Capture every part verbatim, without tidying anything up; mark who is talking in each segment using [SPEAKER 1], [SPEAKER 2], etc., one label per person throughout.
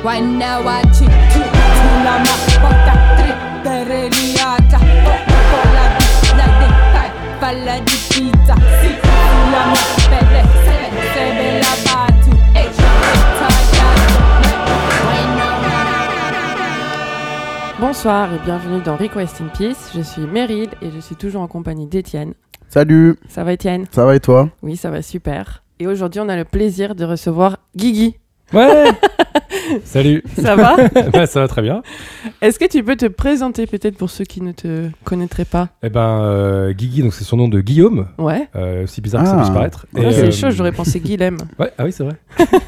[SPEAKER 1] Bonsoir et bienvenue dans Request in Peace. Je suis Meryl et je suis toujours en compagnie d'Étienne.
[SPEAKER 2] Salut.
[SPEAKER 1] Ça va Étienne?
[SPEAKER 2] Ça va et toi?
[SPEAKER 1] Oui, ça va super. Et aujourd'hui, on a le plaisir de recevoir Guigui.
[SPEAKER 3] Ouais. Salut.
[SPEAKER 1] Ça va?
[SPEAKER 3] Bah, ça va très bien.
[SPEAKER 1] Est-ce que tu peux te présenter peut-être pour ceux qui ne te connaîtraient pas?
[SPEAKER 3] Eh ben, euh, Guigui, donc c'est son nom de Guillaume.
[SPEAKER 1] Ouais.
[SPEAKER 3] Euh, aussi bizarre
[SPEAKER 2] Ah.
[SPEAKER 3] que ça puisse paraître.
[SPEAKER 1] Ah,
[SPEAKER 3] Et,
[SPEAKER 1] c'est
[SPEAKER 3] euh,
[SPEAKER 1] chaud, j'aurais pensé Guilhem.
[SPEAKER 3] Ouais, ah oui, c'est vrai.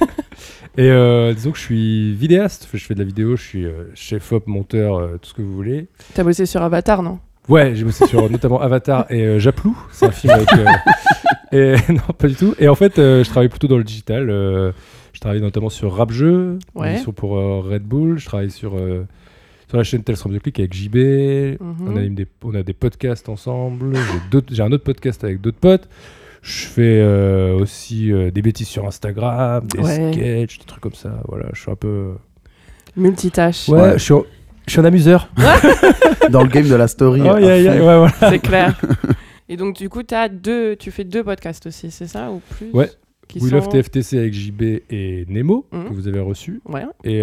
[SPEAKER 3] Et euh, disons que je suis vidéaste. Je fais de la vidéo, je suis euh, chef-op, monteur, euh, tout ce que vous voulez.
[SPEAKER 1] T'as bossé sur Avatar, non?
[SPEAKER 3] Ouais, j'ai bossé sur notamment Avatar et euh, Japlou. C'est un film avec. Euh, et non, pas du tout. Et en fait, euh, je travaille plutôt dans le digital. Euh, je travaille notamment sur Rap Jeu,
[SPEAKER 1] Ouais.
[SPEAKER 3] une émission pour euh, Red Bull. Je travaille sur, euh, sur la chaîne Tels From The Click avec J B.
[SPEAKER 1] Mhm.
[SPEAKER 3] On, anime des, on a des podcasts ensemble. J'ai, d'autres- j'ai un autre podcast avec d'autres potes. Je fais euh, aussi euh, des bêtises sur Instagram, des
[SPEAKER 1] Ouais.
[SPEAKER 3] sketchs, des trucs comme ça. Voilà, je suis un peu.
[SPEAKER 1] Multitâche.
[SPEAKER 3] Ouais,
[SPEAKER 2] Ouais.
[SPEAKER 3] Je, suis un, je suis un amuseur.
[SPEAKER 2] Dans le game de la story.
[SPEAKER 3] Oh,
[SPEAKER 2] à
[SPEAKER 3] yeah, yeah,
[SPEAKER 2] fond.
[SPEAKER 3] ouais, voilà.
[SPEAKER 1] C'est clair. Et donc, du coup, t'as deux, tu fais deux podcasts aussi, c'est ça? Ou plus?
[SPEAKER 3] Ouais.
[SPEAKER 1] Qui
[SPEAKER 3] We
[SPEAKER 1] sont...
[SPEAKER 3] Love T F T C avec J B et Nemo,
[SPEAKER 1] Mhm.
[SPEAKER 3] que vous avez reçu.
[SPEAKER 1] Ouais.
[SPEAKER 3] Et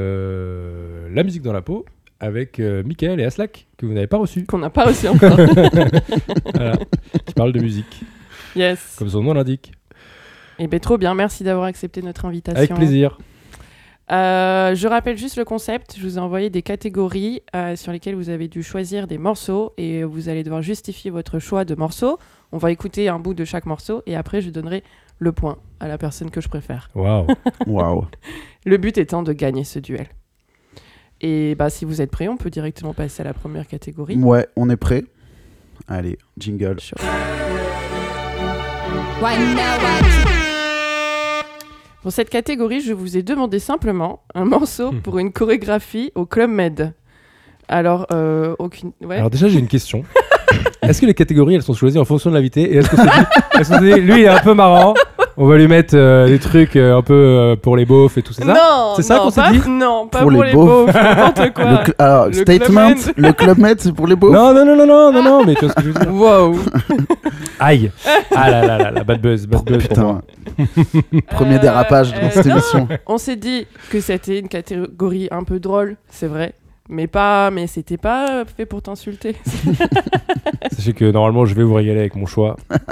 [SPEAKER 3] euh, La musique dans la peau avec euh, Mickaël et Aslak, que vous n'avez pas reçu.
[SPEAKER 1] Qu'on n'a pas aussi encore.
[SPEAKER 3] Voilà. Qui parle de musique,
[SPEAKER 1] Yes.
[SPEAKER 3] comme son nom l'indique.
[SPEAKER 1] Et ben trop bien, merci d'avoir accepté notre invitation.
[SPEAKER 3] Avec plaisir.
[SPEAKER 1] Euh, je rappelle juste le concept. Je vous ai envoyé des catégories euh, sur lesquelles vous avez dû choisir des morceaux et vous allez devoir justifier votre choix de morceaux. On va écouter un bout de chaque morceau et après je donnerai le point à la personne que je préfère.
[SPEAKER 3] Waouh.
[SPEAKER 2] Waouh.
[SPEAKER 1] Le but étant de gagner ce duel. Et bah, si vous êtes prêts, on peut directement passer à la première catégorie.
[SPEAKER 2] Ouais, on est prêt. Allez, jingle.
[SPEAKER 1] Chaud. Pour cette catégorie, je vous ai demandé simplement un morceau pour une chorégraphie au Club Med. Alors, euh, aucune... Ouais.
[SPEAKER 3] Alors déjà, j'ai une question. Est-ce que les catégories, elles sont choisies en fonction de l'invité? Et est-ce que c'est dit, est-ce qu'on s'est dit, lui, il est un peu marrant, on va lui mettre euh, des trucs euh, un peu euh, pour les beaufs et tout, c'est ça?
[SPEAKER 1] Non,
[SPEAKER 3] C'est ça
[SPEAKER 1] non,
[SPEAKER 3] qu'on s'est
[SPEAKER 1] pas-
[SPEAKER 3] dit
[SPEAKER 1] Non, pas
[SPEAKER 2] Pour
[SPEAKER 1] pour,
[SPEAKER 2] les
[SPEAKER 1] les
[SPEAKER 2] beaufs.
[SPEAKER 1] beaufs, n'importe quoi.
[SPEAKER 2] Le cl- alors,
[SPEAKER 1] Le
[SPEAKER 2] statement,
[SPEAKER 1] Club Med.
[SPEAKER 2] le Club Med, c'est pour les beaux.
[SPEAKER 3] Non, non, non, non, non, non, non, mais tu vois ce que je veux dire.
[SPEAKER 1] Wow.
[SPEAKER 3] Aïe. Ah là là là, la bad buzz, bad buzz pour moi.
[SPEAKER 2] Putain, premier
[SPEAKER 1] Euh,
[SPEAKER 2] dérapage dans
[SPEAKER 1] euh,
[SPEAKER 2] cette
[SPEAKER 1] non.
[SPEAKER 2] émission.
[SPEAKER 1] On s'est dit que c'était une catégorie un peu drôle, c'est vrai. Mais pas, mais c'était pas fait pour t'insulter.
[SPEAKER 3] Sachez que normalement, je vais vous régaler avec mon choix.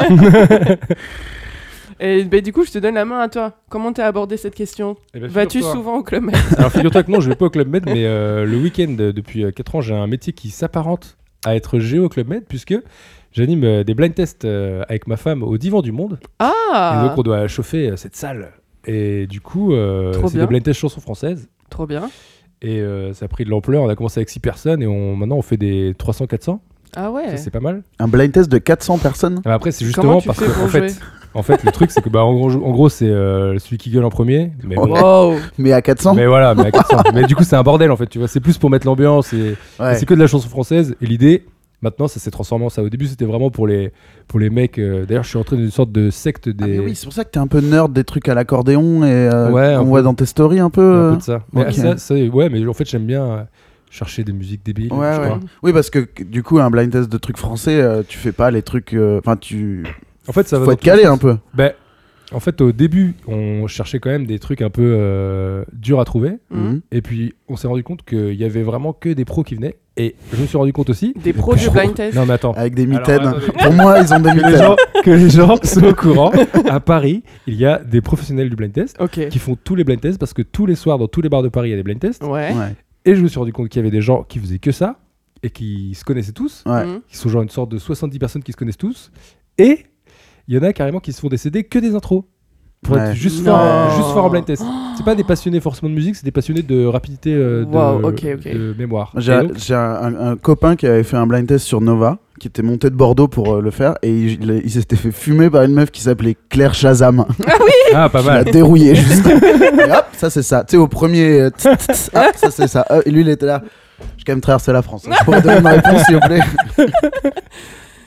[SPEAKER 1] Et bah, du coup, je te donne la main à toi. Comment t'as abordé cette question?
[SPEAKER 3] Eh ben,
[SPEAKER 1] Vas-tu
[SPEAKER 3] figure-toi.
[SPEAKER 1] souvent au Club Med?
[SPEAKER 3] Alors figure-toi que non, je vais pas au Club Med, mais euh, le week-end, euh, depuis quatre ans, j'ai un métier qui s'apparente à être géo au Club Med, puisque j'anime euh, des blind tests euh, avec ma femme au Divan du Monde. Et
[SPEAKER 1] Ah,
[SPEAKER 3] donc on doit chauffer euh, cette salle. Et du coup, euh,
[SPEAKER 1] Trop
[SPEAKER 3] c'est
[SPEAKER 1] bien.
[SPEAKER 3] des blind tests chansons françaises.
[SPEAKER 1] trop bien.
[SPEAKER 3] Et euh, ça a pris de l'ampleur. On a commencé avec six personnes et on, maintenant on fait des trois cents quatre cents.
[SPEAKER 1] Ah ouais.
[SPEAKER 3] Ça, c'est pas mal.
[SPEAKER 2] Un blind test de quatre cents personnes.
[SPEAKER 3] Mais après, c'est
[SPEAKER 1] Comment
[SPEAKER 3] justement
[SPEAKER 1] tu
[SPEAKER 3] parce
[SPEAKER 1] fais
[SPEAKER 3] que
[SPEAKER 1] pour
[SPEAKER 3] en fait,
[SPEAKER 1] jouer
[SPEAKER 3] en fait, le truc, c'est que bah, en gros, en gros c'est euh, celui qui gueule en premier. Mais bon,
[SPEAKER 1] Wow.
[SPEAKER 2] Mais à quatre cents.
[SPEAKER 3] Mais voilà, mais à quatre cents. Mais du coup, c'est un bordel en fait, tu vois. C'est plus pour mettre l'ambiance et,
[SPEAKER 2] Ouais.
[SPEAKER 3] et c'est que de la chanson française. Et l'idée, maintenant, ça s'est transformé en ça. Au début, c'était vraiment pour les, pour les mecs. euh, D'ailleurs, je suis entré dans une sorte de secte des.
[SPEAKER 2] Ah, mais oui, c'est pour ça que t'es un peu nerd des trucs à l'accordéon et euh,
[SPEAKER 3] Ouais, un
[SPEAKER 2] qu'on
[SPEAKER 3] peu.
[SPEAKER 2] voit dans tes stories un
[SPEAKER 3] un
[SPEAKER 2] peu.
[SPEAKER 3] peu de ça. Mais
[SPEAKER 2] ok.
[SPEAKER 3] ça, ça, ouais, mais en fait, j'aime bien euh, chercher des musiques débiles.
[SPEAKER 2] Ouais,
[SPEAKER 3] je
[SPEAKER 2] ouais.
[SPEAKER 3] crois.
[SPEAKER 2] Oui, parce que du coup, un blind test de trucs français, euh, tu fais pas les trucs. Enfin, tu.
[SPEAKER 3] En fait, ça va
[SPEAKER 2] Faut
[SPEAKER 3] dans
[SPEAKER 2] être
[SPEAKER 3] tous les
[SPEAKER 2] calé
[SPEAKER 3] sens.
[SPEAKER 2] un peu.
[SPEAKER 3] Ben, en fait, au début, on cherchait quand même des trucs un peu euh, durs à trouver.
[SPEAKER 1] Mhm.
[SPEAKER 3] Et puis, on s'est rendu compte qu'il y avait vraiment que des pros qui venaient. Et je me suis rendu compte aussi.
[SPEAKER 1] Des pros du blind test.
[SPEAKER 3] Non, mais attends.
[SPEAKER 2] Avec des
[SPEAKER 3] Alors,
[SPEAKER 2] mitaines.
[SPEAKER 3] attendez.
[SPEAKER 2] Pour moi, ils ont des
[SPEAKER 3] Que les,
[SPEAKER 2] mitaines.
[SPEAKER 3] gens, que les gens soient au courant. À Paris, il y a des professionnels du blind test
[SPEAKER 1] Ok.
[SPEAKER 3] qui font tous les blind tests parce que tous les soirs, dans tous les bars de Paris, il y a des blind tests.
[SPEAKER 1] Ouais.
[SPEAKER 2] Ouais.
[SPEAKER 3] Et je me suis rendu compte qu'il y avait des gens qui faisaient que ça et qui se connaissaient tous.
[SPEAKER 2] Ouais.
[SPEAKER 1] Mhm.
[SPEAKER 3] Qui sont genre une sorte de soixante-dix personnes qui se connaissent tous. Et il y en a carrément qui se font décéder que des intros. Pour
[SPEAKER 2] Ouais.
[SPEAKER 3] être juste,
[SPEAKER 1] Non.
[SPEAKER 3] fort, juste fort en blind test. C'est pas des passionnés forcément de musique, c'est des passionnés de rapidité euh, de,
[SPEAKER 1] Wow, ok, ok.
[SPEAKER 3] de mémoire.
[SPEAKER 2] J'ai
[SPEAKER 3] Et donc,
[SPEAKER 2] j'ai un, un- un copain qui avait fait un blind test sur Nova, qui était monté de Bordeaux pour euh, le faire, et il, il- il s'était fait fumer par une meuf qui s'appelait Claire Shazam.
[SPEAKER 3] ah, pas
[SPEAKER 2] Qui l'a
[SPEAKER 3] mal.
[SPEAKER 2] dérouillé juste. Et hop, ça c'est ça. Tu sais, au premier. euh, tss, tss, hop, ça c'est ça. Euh, Et lui, il était là. J'ai quand même traversé la France. Je pourrais donner ma réponse, s'il vous plaît.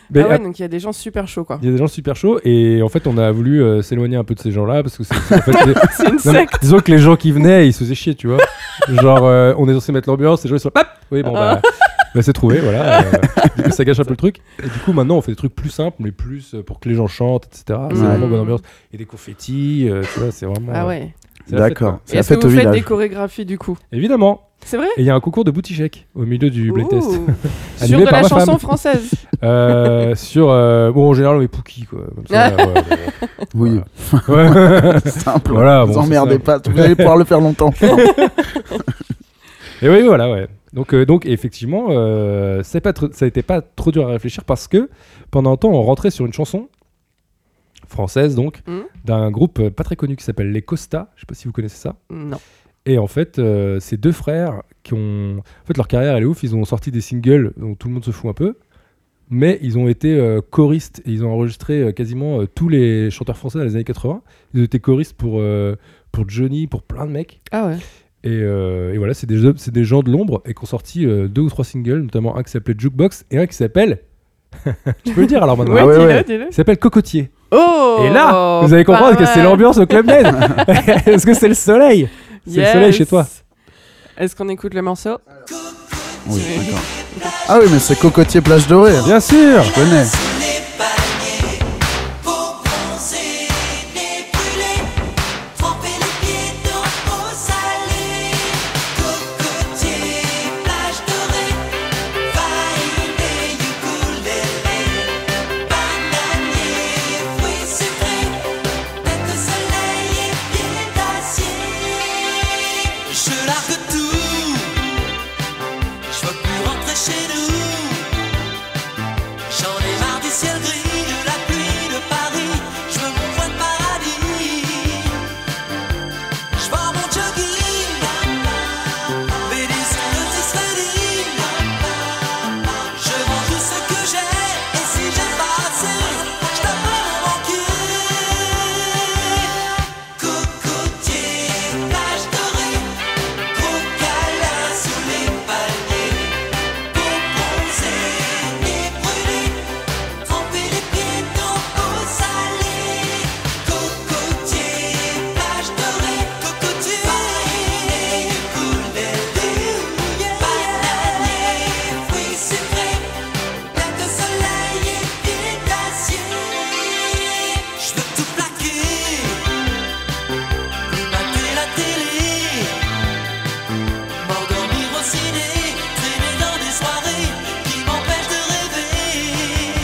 [SPEAKER 3] Mais,
[SPEAKER 1] ah ouais,
[SPEAKER 3] à-
[SPEAKER 1] donc il y a des gens super chauds, quoi.
[SPEAKER 3] Il y a des gens super chauds et en fait on a voulu euh, s'éloigner un peu de ces gens-là parce que c'est, c'est- en fait, des-
[SPEAKER 1] C'est une
[SPEAKER 3] non, mais
[SPEAKER 1] secte.
[SPEAKER 3] disons que les gens qui venaient ils se faisaient chier, tu vois. Genre euh, on est censé mettre l'ambiance, les gens ils sont hop, oui bon bah, bah c'est trouvé, voilà. euh, du coup, ça gâche un peu le truc. Et du coup maintenant on fait des trucs plus simples mais plus euh, pour que les gens chantent, et cetera. C'est
[SPEAKER 1] Ouais.
[SPEAKER 3] vraiment bonne ambiance. Et des confettis, euh, tu vois, c'est vraiment.
[SPEAKER 1] Ah
[SPEAKER 3] euh,
[SPEAKER 1] ouais.
[SPEAKER 3] c'est la fête,
[SPEAKER 2] D'accord.
[SPEAKER 3] quoi.
[SPEAKER 2] C'est
[SPEAKER 1] Et
[SPEAKER 2] la
[SPEAKER 1] est-ce que
[SPEAKER 2] fête au
[SPEAKER 1] vous faites
[SPEAKER 2] village.
[SPEAKER 1] des chorégraphies, du coup?
[SPEAKER 3] Évidemment.
[SPEAKER 1] C'est vrai?
[SPEAKER 3] Et il y a un concours de boutique au milieu du blind test.
[SPEAKER 1] Ouh. Sur
[SPEAKER 3] Animé
[SPEAKER 1] de
[SPEAKER 3] par
[SPEAKER 1] la
[SPEAKER 3] ma
[SPEAKER 1] chanson
[SPEAKER 3] femme.
[SPEAKER 1] française.
[SPEAKER 3] Euh, sur euh, bon en général on est Pookie quoi. Comme ça, ouais,
[SPEAKER 2] Oui,
[SPEAKER 3] ouais. Ouais.
[SPEAKER 2] simple.
[SPEAKER 3] Voilà,
[SPEAKER 2] Vous
[SPEAKER 3] bon,
[SPEAKER 2] emmerdez
[SPEAKER 3] c'est
[SPEAKER 2] pas. Vous allez pouvoir le faire longtemps. je pense.
[SPEAKER 3] Et oui, voilà, ouais. Donc, euh, donc effectivement, euh, ça a été pas trop dur à réfléchir parce que pendant un temps, on rentrait sur une chanson française, donc,
[SPEAKER 1] Hmm.
[SPEAKER 3] d'un groupe euh, pas très connu qui s'appelle Les Costa. Je sais pas si vous connaissez ça.
[SPEAKER 1] Non.
[SPEAKER 3] Et en fait, euh, c'est deux frères qui ont. En fait, leur carrière, elle est ouf. Ils ont sorti des singles dont tout le monde se fout un peu. Mais ils ont été euh, choristes et ils ont enregistré euh, quasiment euh, tous les chanteurs français dans les années quatre-vingts. Ils ont été choristes pour, euh, pour Johnny, pour plein de mecs.
[SPEAKER 1] Ah ouais.
[SPEAKER 3] Et, euh, et voilà, c'est des, c'est des gens de l'ombre et qui ont sorti euh, deux ou trois singles, notamment un qui s'appelait Jukebox et un qui s'appelle. Tu peux le dire alors maintenant.
[SPEAKER 1] Ouais,
[SPEAKER 2] Ah ouais,
[SPEAKER 1] dis-le,
[SPEAKER 2] ouais.
[SPEAKER 1] dis-le.
[SPEAKER 3] Il s'appelle Cocotier.
[SPEAKER 1] Oh!
[SPEAKER 3] Et là, vous allez comprendre
[SPEAKER 1] pas
[SPEAKER 3] que c'est
[SPEAKER 1] mal.
[SPEAKER 3] l'ambiance au Club Med. Est-ce que c'est le soleil? C'est le soleil
[SPEAKER 1] Yes.
[SPEAKER 3] chez toi.
[SPEAKER 1] Est-ce qu'on écoute le morceau?
[SPEAKER 2] Oui, d'accord. Ah oui, mais c'est Cocotier Plage Dorée.
[SPEAKER 3] Bien sûr.
[SPEAKER 2] Je connais.
[SPEAKER 4] Les paniers pour bronzer, les brûler, tremper les pieds dans l'eau salée. Cocotier, plage dorée, vaillé, ukulélé, bananier, fruits sucrés, tête de soleil et pieds d'acier. Je largue tout, je veux plus rentrer chez nous. J'en ai marre du ciel gris, de la pluie, de Paris. Je veux mon coin de paradis. Je vends mon jogging, des disques de Disraeli. Je vends tout ce que j'ai, et si j'ai pas assez, je t'appelle mon banquier. Cocotier, plage dorée, gros câlin sous les palmiers. Pour bronzer et brûler, tremper les pieds dans l'eau salée. Cocotier, plage dorée, cocotier, vaillé, ukulélé, bananier, fruits sucrés, tête de soleil et pieds d'acier. Je veux tout plaquer, plus mater la télé, m'endormir au ciné, traîner dans des soirées qui m'empêchent de rêver.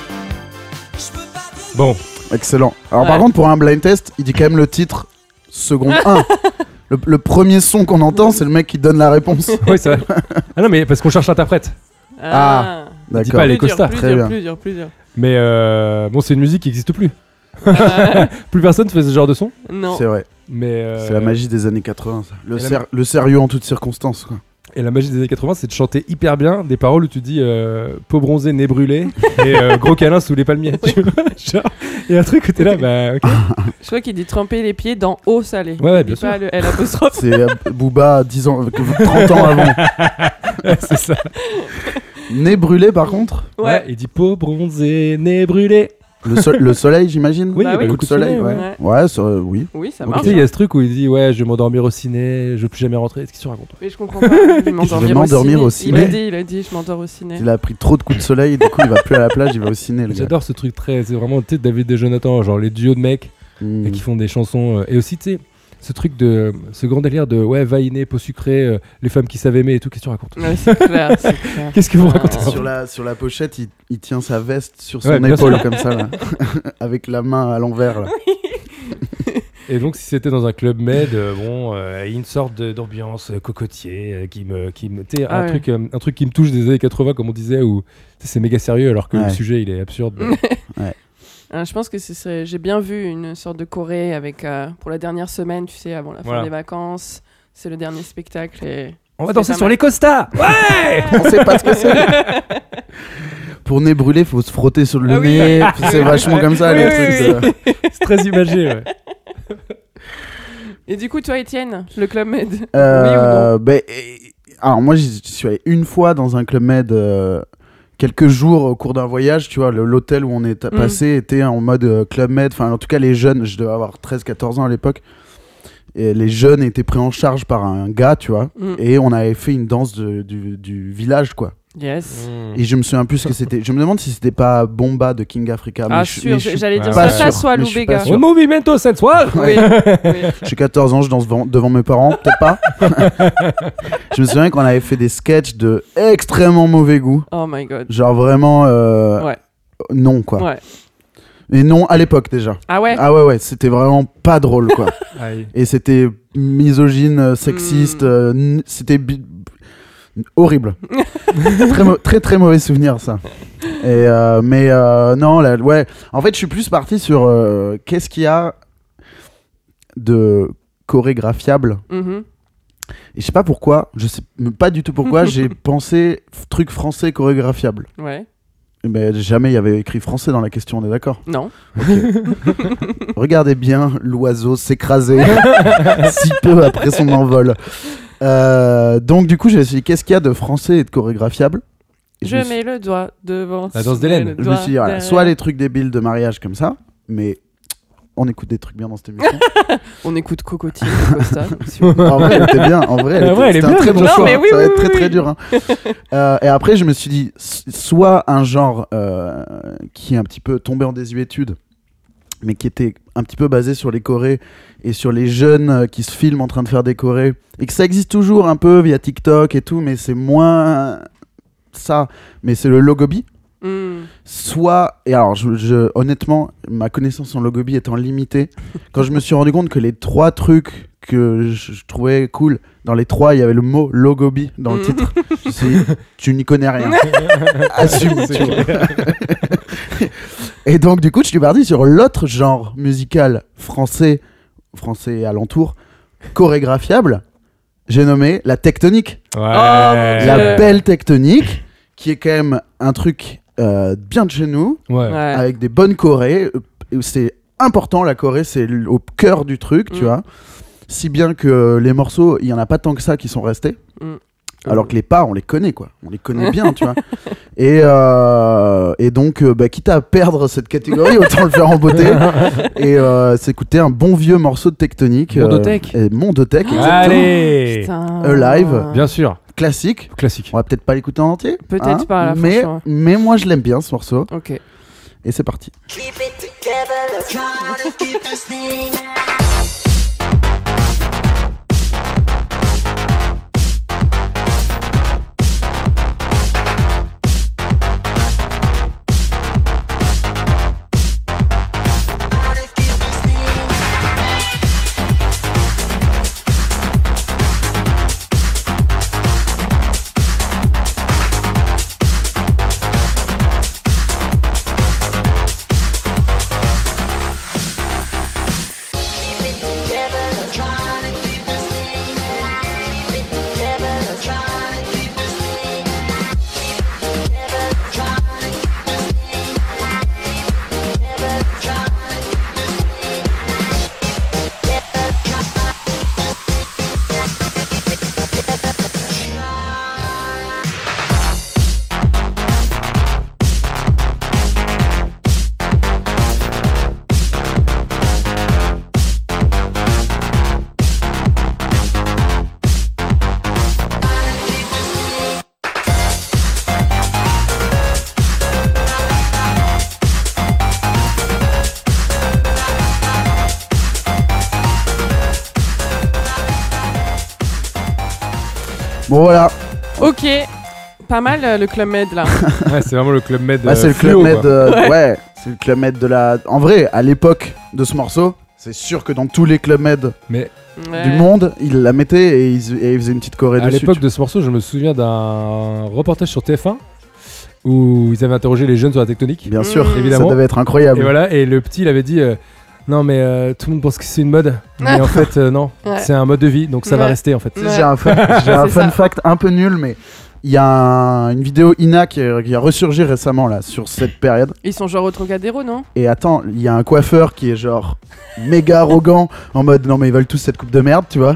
[SPEAKER 4] Je peux pas vieillir.
[SPEAKER 3] Bon,
[SPEAKER 2] Excellent. Alors
[SPEAKER 1] Ouais.
[SPEAKER 2] par contre, pour un blind test, il dit quand même le titre seconde un. Le, le premier son qu'on entend, c'est le mec qui donne la réponse.
[SPEAKER 3] oui, c'est vrai. Ah non, mais parce qu'on cherche l'interprète.
[SPEAKER 2] Ah.
[SPEAKER 3] Dis pas
[SPEAKER 2] D'accord.
[SPEAKER 3] les
[SPEAKER 1] Plus dur,
[SPEAKER 3] costards.
[SPEAKER 1] plus
[SPEAKER 2] Très
[SPEAKER 1] dur,
[SPEAKER 2] bien.
[SPEAKER 1] plus dur, plus dur.
[SPEAKER 3] Mais euh, bon, c'est une musique qui n'existe plus.
[SPEAKER 1] Euh,
[SPEAKER 3] Plus personne fait ce genre de son.
[SPEAKER 1] non.
[SPEAKER 2] C'est vrai.
[SPEAKER 3] Mais euh,
[SPEAKER 2] C'est la magie des années quatre-vingts. Ça. Le,
[SPEAKER 3] et la-
[SPEAKER 2] ser- le sérieux en toutes circonstances. Quoi.
[SPEAKER 3] Et la magie des années quatre-vingts, c'est de chanter hyper bien des paroles où tu dis euh, peau bronzée, nez brûlé et euh, gros câlin sous les palmiers. Tu vois, genre, il y a un truc où t'es là, bah ok.
[SPEAKER 1] Je crois qu'il dit tremper les pieds dans eau salée.
[SPEAKER 3] Ouais, ouais,
[SPEAKER 1] Il dit
[SPEAKER 3] bien
[SPEAKER 1] pas
[SPEAKER 3] sûr.
[SPEAKER 1] le L apostrophe.
[SPEAKER 2] C'est euh, Booba dix ans, euh, trente ans avant.
[SPEAKER 3] c'est ça.
[SPEAKER 2] Nez brûlé par contre.
[SPEAKER 3] Ouais.
[SPEAKER 1] Ouais.
[SPEAKER 3] il dit peau bronzée, nez brûlé.
[SPEAKER 2] Le, so- le soleil, j'imagine.
[SPEAKER 3] Oui,
[SPEAKER 1] Bah
[SPEAKER 3] bah,
[SPEAKER 1] oui.
[SPEAKER 3] le
[SPEAKER 2] coup de soleil.
[SPEAKER 3] ouais.
[SPEAKER 2] Ouais, ouais ça, euh, oui.
[SPEAKER 1] Oui, ça
[SPEAKER 2] Ok.
[SPEAKER 1] marche.
[SPEAKER 3] Tu sais, il y a ce truc où il dit ouais, je vais m'endormir au ciné, je veux plus jamais rentrer. Qu'est-ce que tu racontes?
[SPEAKER 1] Mais je comprends pas. Je vais m'endormir,
[SPEAKER 2] m'endormir
[SPEAKER 1] au
[SPEAKER 2] au
[SPEAKER 1] ciné. Il a
[SPEAKER 2] ciné.
[SPEAKER 1] dit, il a dit, je m'endors au ciné.
[SPEAKER 2] Il a pris trop de coups de soleil, du coup il va plus à la plage, il va au ciné. Le gars.
[SPEAKER 3] J'adore ce truc très. C'est vraiment, tu sais, David et Jonathan, genre les duos de mecs
[SPEAKER 2] Mm.
[SPEAKER 3] et qui font des chansons. euh, et aussi, tu sais, ce truc de. Ce grand délire de ouais, vaïné, peau sucrée, euh, les femmes qui savent aimer et tout. Qu'est-ce que tu racontes?
[SPEAKER 1] Ouais, c'est clair, c'est clair.
[SPEAKER 3] Qu'est-ce que vous racontez?
[SPEAKER 1] Ah.
[SPEAKER 2] Sur la, sur la pochette, il, il tient sa veste sur son
[SPEAKER 3] Ouais, bien
[SPEAKER 2] épaule
[SPEAKER 3] sûr.
[SPEAKER 2] comme ça, là. Avec la main à l'envers. Là.
[SPEAKER 3] Et donc, si c'était dans un club med, euh, bon, euh, il y a une sorte de- d'ambiance euh, cocotier euh, qui me. Qui me tu sais,
[SPEAKER 1] Ah
[SPEAKER 3] un,
[SPEAKER 1] ouais.
[SPEAKER 3] truc, euh, un truc qui me touche des années quatre-vingts, comme on disait, où tu sais, c'est méga sérieux alors que
[SPEAKER 2] Ouais.
[SPEAKER 3] le sujet il est absurde.
[SPEAKER 1] Euh, je pense que ce serait... j'ai bien vu une sorte de choré avec, euh, pour la dernière semaine, tu sais, avant la fin
[SPEAKER 3] Voilà.
[SPEAKER 1] des vacances. C'est le dernier spectacle et...
[SPEAKER 3] On va
[SPEAKER 1] C'est
[SPEAKER 3] danser
[SPEAKER 1] pas
[SPEAKER 3] sur
[SPEAKER 1] mal.
[SPEAKER 3] les costas. Ouais.
[SPEAKER 2] On sait pas ce que c'est. Pour nez brûlé, faut se frotter sur le
[SPEAKER 1] Ah oui.
[SPEAKER 2] nez. C'est vachement comme ça,
[SPEAKER 1] Oui,
[SPEAKER 2] les
[SPEAKER 1] oui,
[SPEAKER 2] trucs.
[SPEAKER 1] oui.
[SPEAKER 2] de-
[SPEAKER 3] C'est très imagé. Ouais.
[SPEAKER 1] Et du coup, toi, Étienne, le Club Med, oui ou non?
[SPEAKER 2] Euh, ben, et- alors moi j'y j'y suis allé une fois dans un club med euh, quelques jours au cours d'un voyage, tu vois, le- l'hôtel où on est
[SPEAKER 1] Mm.
[SPEAKER 2] passé était en mode euh, Club Med, enfin en tout cas les jeunes, je devais avoir treize quatorze ans à l'époque, et les jeunes étaient pris en charge par un gars, tu vois,
[SPEAKER 1] Mm.
[SPEAKER 2] et on avait fait une danse de- du, du village, quoi.
[SPEAKER 1] Yes.
[SPEAKER 2] Et je me souviens plus ce que c'était. Je me demande si c'était pas Bomba de King Africa.
[SPEAKER 1] Ah,
[SPEAKER 2] mais je,
[SPEAKER 1] sûr,
[SPEAKER 2] mais je suis
[SPEAKER 1] j'allais dire
[SPEAKER 3] pas
[SPEAKER 1] ça, ça
[SPEAKER 2] sûr,
[SPEAKER 1] soit
[SPEAKER 2] mais je suis
[SPEAKER 1] Loubega.
[SPEAKER 2] pas sûr.
[SPEAKER 3] Un movimento sensual.
[SPEAKER 1] Oui, oui.
[SPEAKER 2] J'ai quatorze ans, je danse devant, devant mes parents, peut-être pas. Je me souviens qu'on avait fait des sketchs de extrêmement mauvais goût.
[SPEAKER 1] Oh my god.
[SPEAKER 2] Genre vraiment. euh,
[SPEAKER 1] Ouais.
[SPEAKER 2] Non, quoi.
[SPEAKER 1] Ouais.
[SPEAKER 2] Et non, à l'époque déjà.
[SPEAKER 1] Ah ouais.
[SPEAKER 2] Ah ouais, ouais, c'était vraiment pas drôle, quoi.
[SPEAKER 3] Aïe.
[SPEAKER 2] Et c'était misogyne, euh, sexiste.
[SPEAKER 1] Mm.
[SPEAKER 2] euh, n- c'était bi- horrible. très, mau- très, très mauvais souvenir, ça. Et euh, mais euh, non, là, ouais. En fait, je suis plus parti sur euh, qu'est-ce qu'il y a de chorégraphiable.
[SPEAKER 1] Mhm.
[SPEAKER 2] Et je sais pas pourquoi, je sais m- pas du tout pourquoi, j'ai pensé f- truc français chorégraphiable.
[SPEAKER 1] Ouais.
[SPEAKER 2] Mais jamais il y avait écrit français dans la question, on est d'accord.
[SPEAKER 1] Non.
[SPEAKER 2] Regardez bien l'oiseau s'écraser si peu après son envol. Euh, donc du coup, j'ai essayé qu'est-ce qu'il y a de français et de chorégraphiable. Et
[SPEAKER 1] Je
[SPEAKER 2] me suis-
[SPEAKER 1] mets le doigt devant.
[SPEAKER 3] La danse
[SPEAKER 1] ce-
[SPEAKER 3] d'Hélène.
[SPEAKER 1] le
[SPEAKER 2] je me
[SPEAKER 1] doigt
[SPEAKER 2] suis dit, voilà,
[SPEAKER 1] derrière.
[SPEAKER 2] soit les trucs débiles de mariage comme ça, mais on écoute des trucs bien dans cette émission.
[SPEAKER 1] On écoute Cocotine de Costa. si vous-
[SPEAKER 2] En vrai, elle était bien. En vrai, elle,
[SPEAKER 3] En
[SPEAKER 2] était-
[SPEAKER 3] vrai, elle est
[SPEAKER 2] c'était un
[SPEAKER 3] bien,
[SPEAKER 2] très bon
[SPEAKER 1] non,
[SPEAKER 2] choix.
[SPEAKER 1] mais oui,
[SPEAKER 2] Ça va
[SPEAKER 1] oui,
[SPEAKER 2] être très
[SPEAKER 1] oui,
[SPEAKER 2] très
[SPEAKER 1] oui.
[SPEAKER 2] dur. Hein. Euh, et après, je me suis dit, s- soit un genre euh, qui est un petit peu tombé en désuétude, mais qui était un petit peu basé sur les chorés et sur les jeunes euh, qui se filment en train de faire des chorés, et que ça existe toujours un peu via TikTok et tout, mais c'est moins ça. Mais c'est le logobi.
[SPEAKER 1] Mm.
[SPEAKER 2] Soit, et alors je, je- honnêtement, ma connaissance en logobi étant limitée, quand je me suis rendu compte que les trois trucs que je, je trouvais cool, dans les trois, il y avait le mot logobi dans le
[SPEAKER 1] Mm.
[SPEAKER 2] titre. Je me suis dit, tu n'y connais rien. Assume, tu vois. Et donc, du coup, je suis parti sur l'autre genre musical français, français alentour, chorégraphiable. J'ai nommé la tectonique.
[SPEAKER 3] Ouais.
[SPEAKER 1] mon Dieu.
[SPEAKER 2] La
[SPEAKER 1] Euh.
[SPEAKER 2] belle tectonique, qui est quand même un truc euh, bien de chez nous,
[SPEAKER 3] Ouais.
[SPEAKER 1] Ouais.
[SPEAKER 2] avec des bonnes chorés. euh, et C'est important, la choré, c'est l- au cœur du truc, tu
[SPEAKER 1] Mm.
[SPEAKER 2] vois. Si bien que les morceaux, il y en a pas tant que ça qui sont restés.
[SPEAKER 1] Mm.
[SPEAKER 2] Alors que les pas, on les connaît, quoi. On les connaît bien, tu vois. Et, euh, et donc, euh, bah, quitte à perdre cette catégorie, autant le faire en beauté. Et euh, s'écouter un bon vieux morceau de tectonique.
[SPEAKER 3] Mondotech.
[SPEAKER 2] Euh, et Mondotech, exactement.
[SPEAKER 3] Allez.
[SPEAKER 1] Putain.
[SPEAKER 2] Alive.
[SPEAKER 3] Bien sûr.
[SPEAKER 2] Classique.
[SPEAKER 3] Classique.
[SPEAKER 2] On va peut-être pas l'écouter en entier.
[SPEAKER 1] Peut-être pas, là,
[SPEAKER 2] mais,
[SPEAKER 1] franchement.
[SPEAKER 2] mais moi, je l'aime bien, ce morceau.
[SPEAKER 1] Ok.
[SPEAKER 2] Et c'est parti.
[SPEAKER 4] Keep it together, let's try to keep this thing.
[SPEAKER 2] Bon, voilà.
[SPEAKER 1] Ok. Pas mal euh, le Club Med là.
[SPEAKER 3] Ouais, c'est vraiment le Club Med.
[SPEAKER 2] Bah,
[SPEAKER 3] euh,
[SPEAKER 2] c'est le
[SPEAKER 3] fluo,
[SPEAKER 2] Club Med.
[SPEAKER 3] quoi.
[SPEAKER 2] euh,
[SPEAKER 1] Ouais.
[SPEAKER 2] ouais, c'est le Club Med de la. En vrai, à l'époque de ce morceau, c'est sûr que dans tous les Club Med
[SPEAKER 3] Mais
[SPEAKER 1] Ouais.
[SPEAKER 2] du monde, ils la mettaient et ils, et ils faisaient une petite choré
[SPEAKER 3] à
[SPEAKER 2] dessus.
[SPEAKER 3] l'époque de ce morceau, je me souviens d'un reportage sur T F un où ils avaient interrogé les jeunes sur la tectonique.
[SPEAKER 2] Bien sûr,
[SPEAKER 1] Mmh.
[SPEAKER 3] Évidemment.
[SPEAKER 2] ça devait être incroyable.
[SPEAKER 3] Et voilà, et le petit, il avait dit euh, non, mais euh, tout le monde pense que c'est une mode. Mais en fait, euh, non,
[SPEAKER 1] Ouais.
[SPEAKER 3] c'est un mode de vie, donc ça va
[SPEAKER 1] Ouais.
[SPEAKER 3] rester en fait.
[SPEAKER 2] Tu sais,
[SPEAKER 1] Ouais.
[SPEAKER 2] J'ai un fun, j'ai un
[SPEAKER 1] C'est
[SPEAKER 2] fun
[SPEAKER 1] ça.
[SPEAKER 2] fact un peu nul, mais il y a un- une vidéo Ina qui, a- qui a ressurgi récemment là sur cette période.
[SPEAKER 1] Ils sont genre au Trocadéro, non?
[SPEAKER 2] Et attends, il y a un coiffeur qui est genre méga arrogant en mode non mais ils veulent tous cette coupe de merde, tu vois.
[SPEAKER 1] Ouais.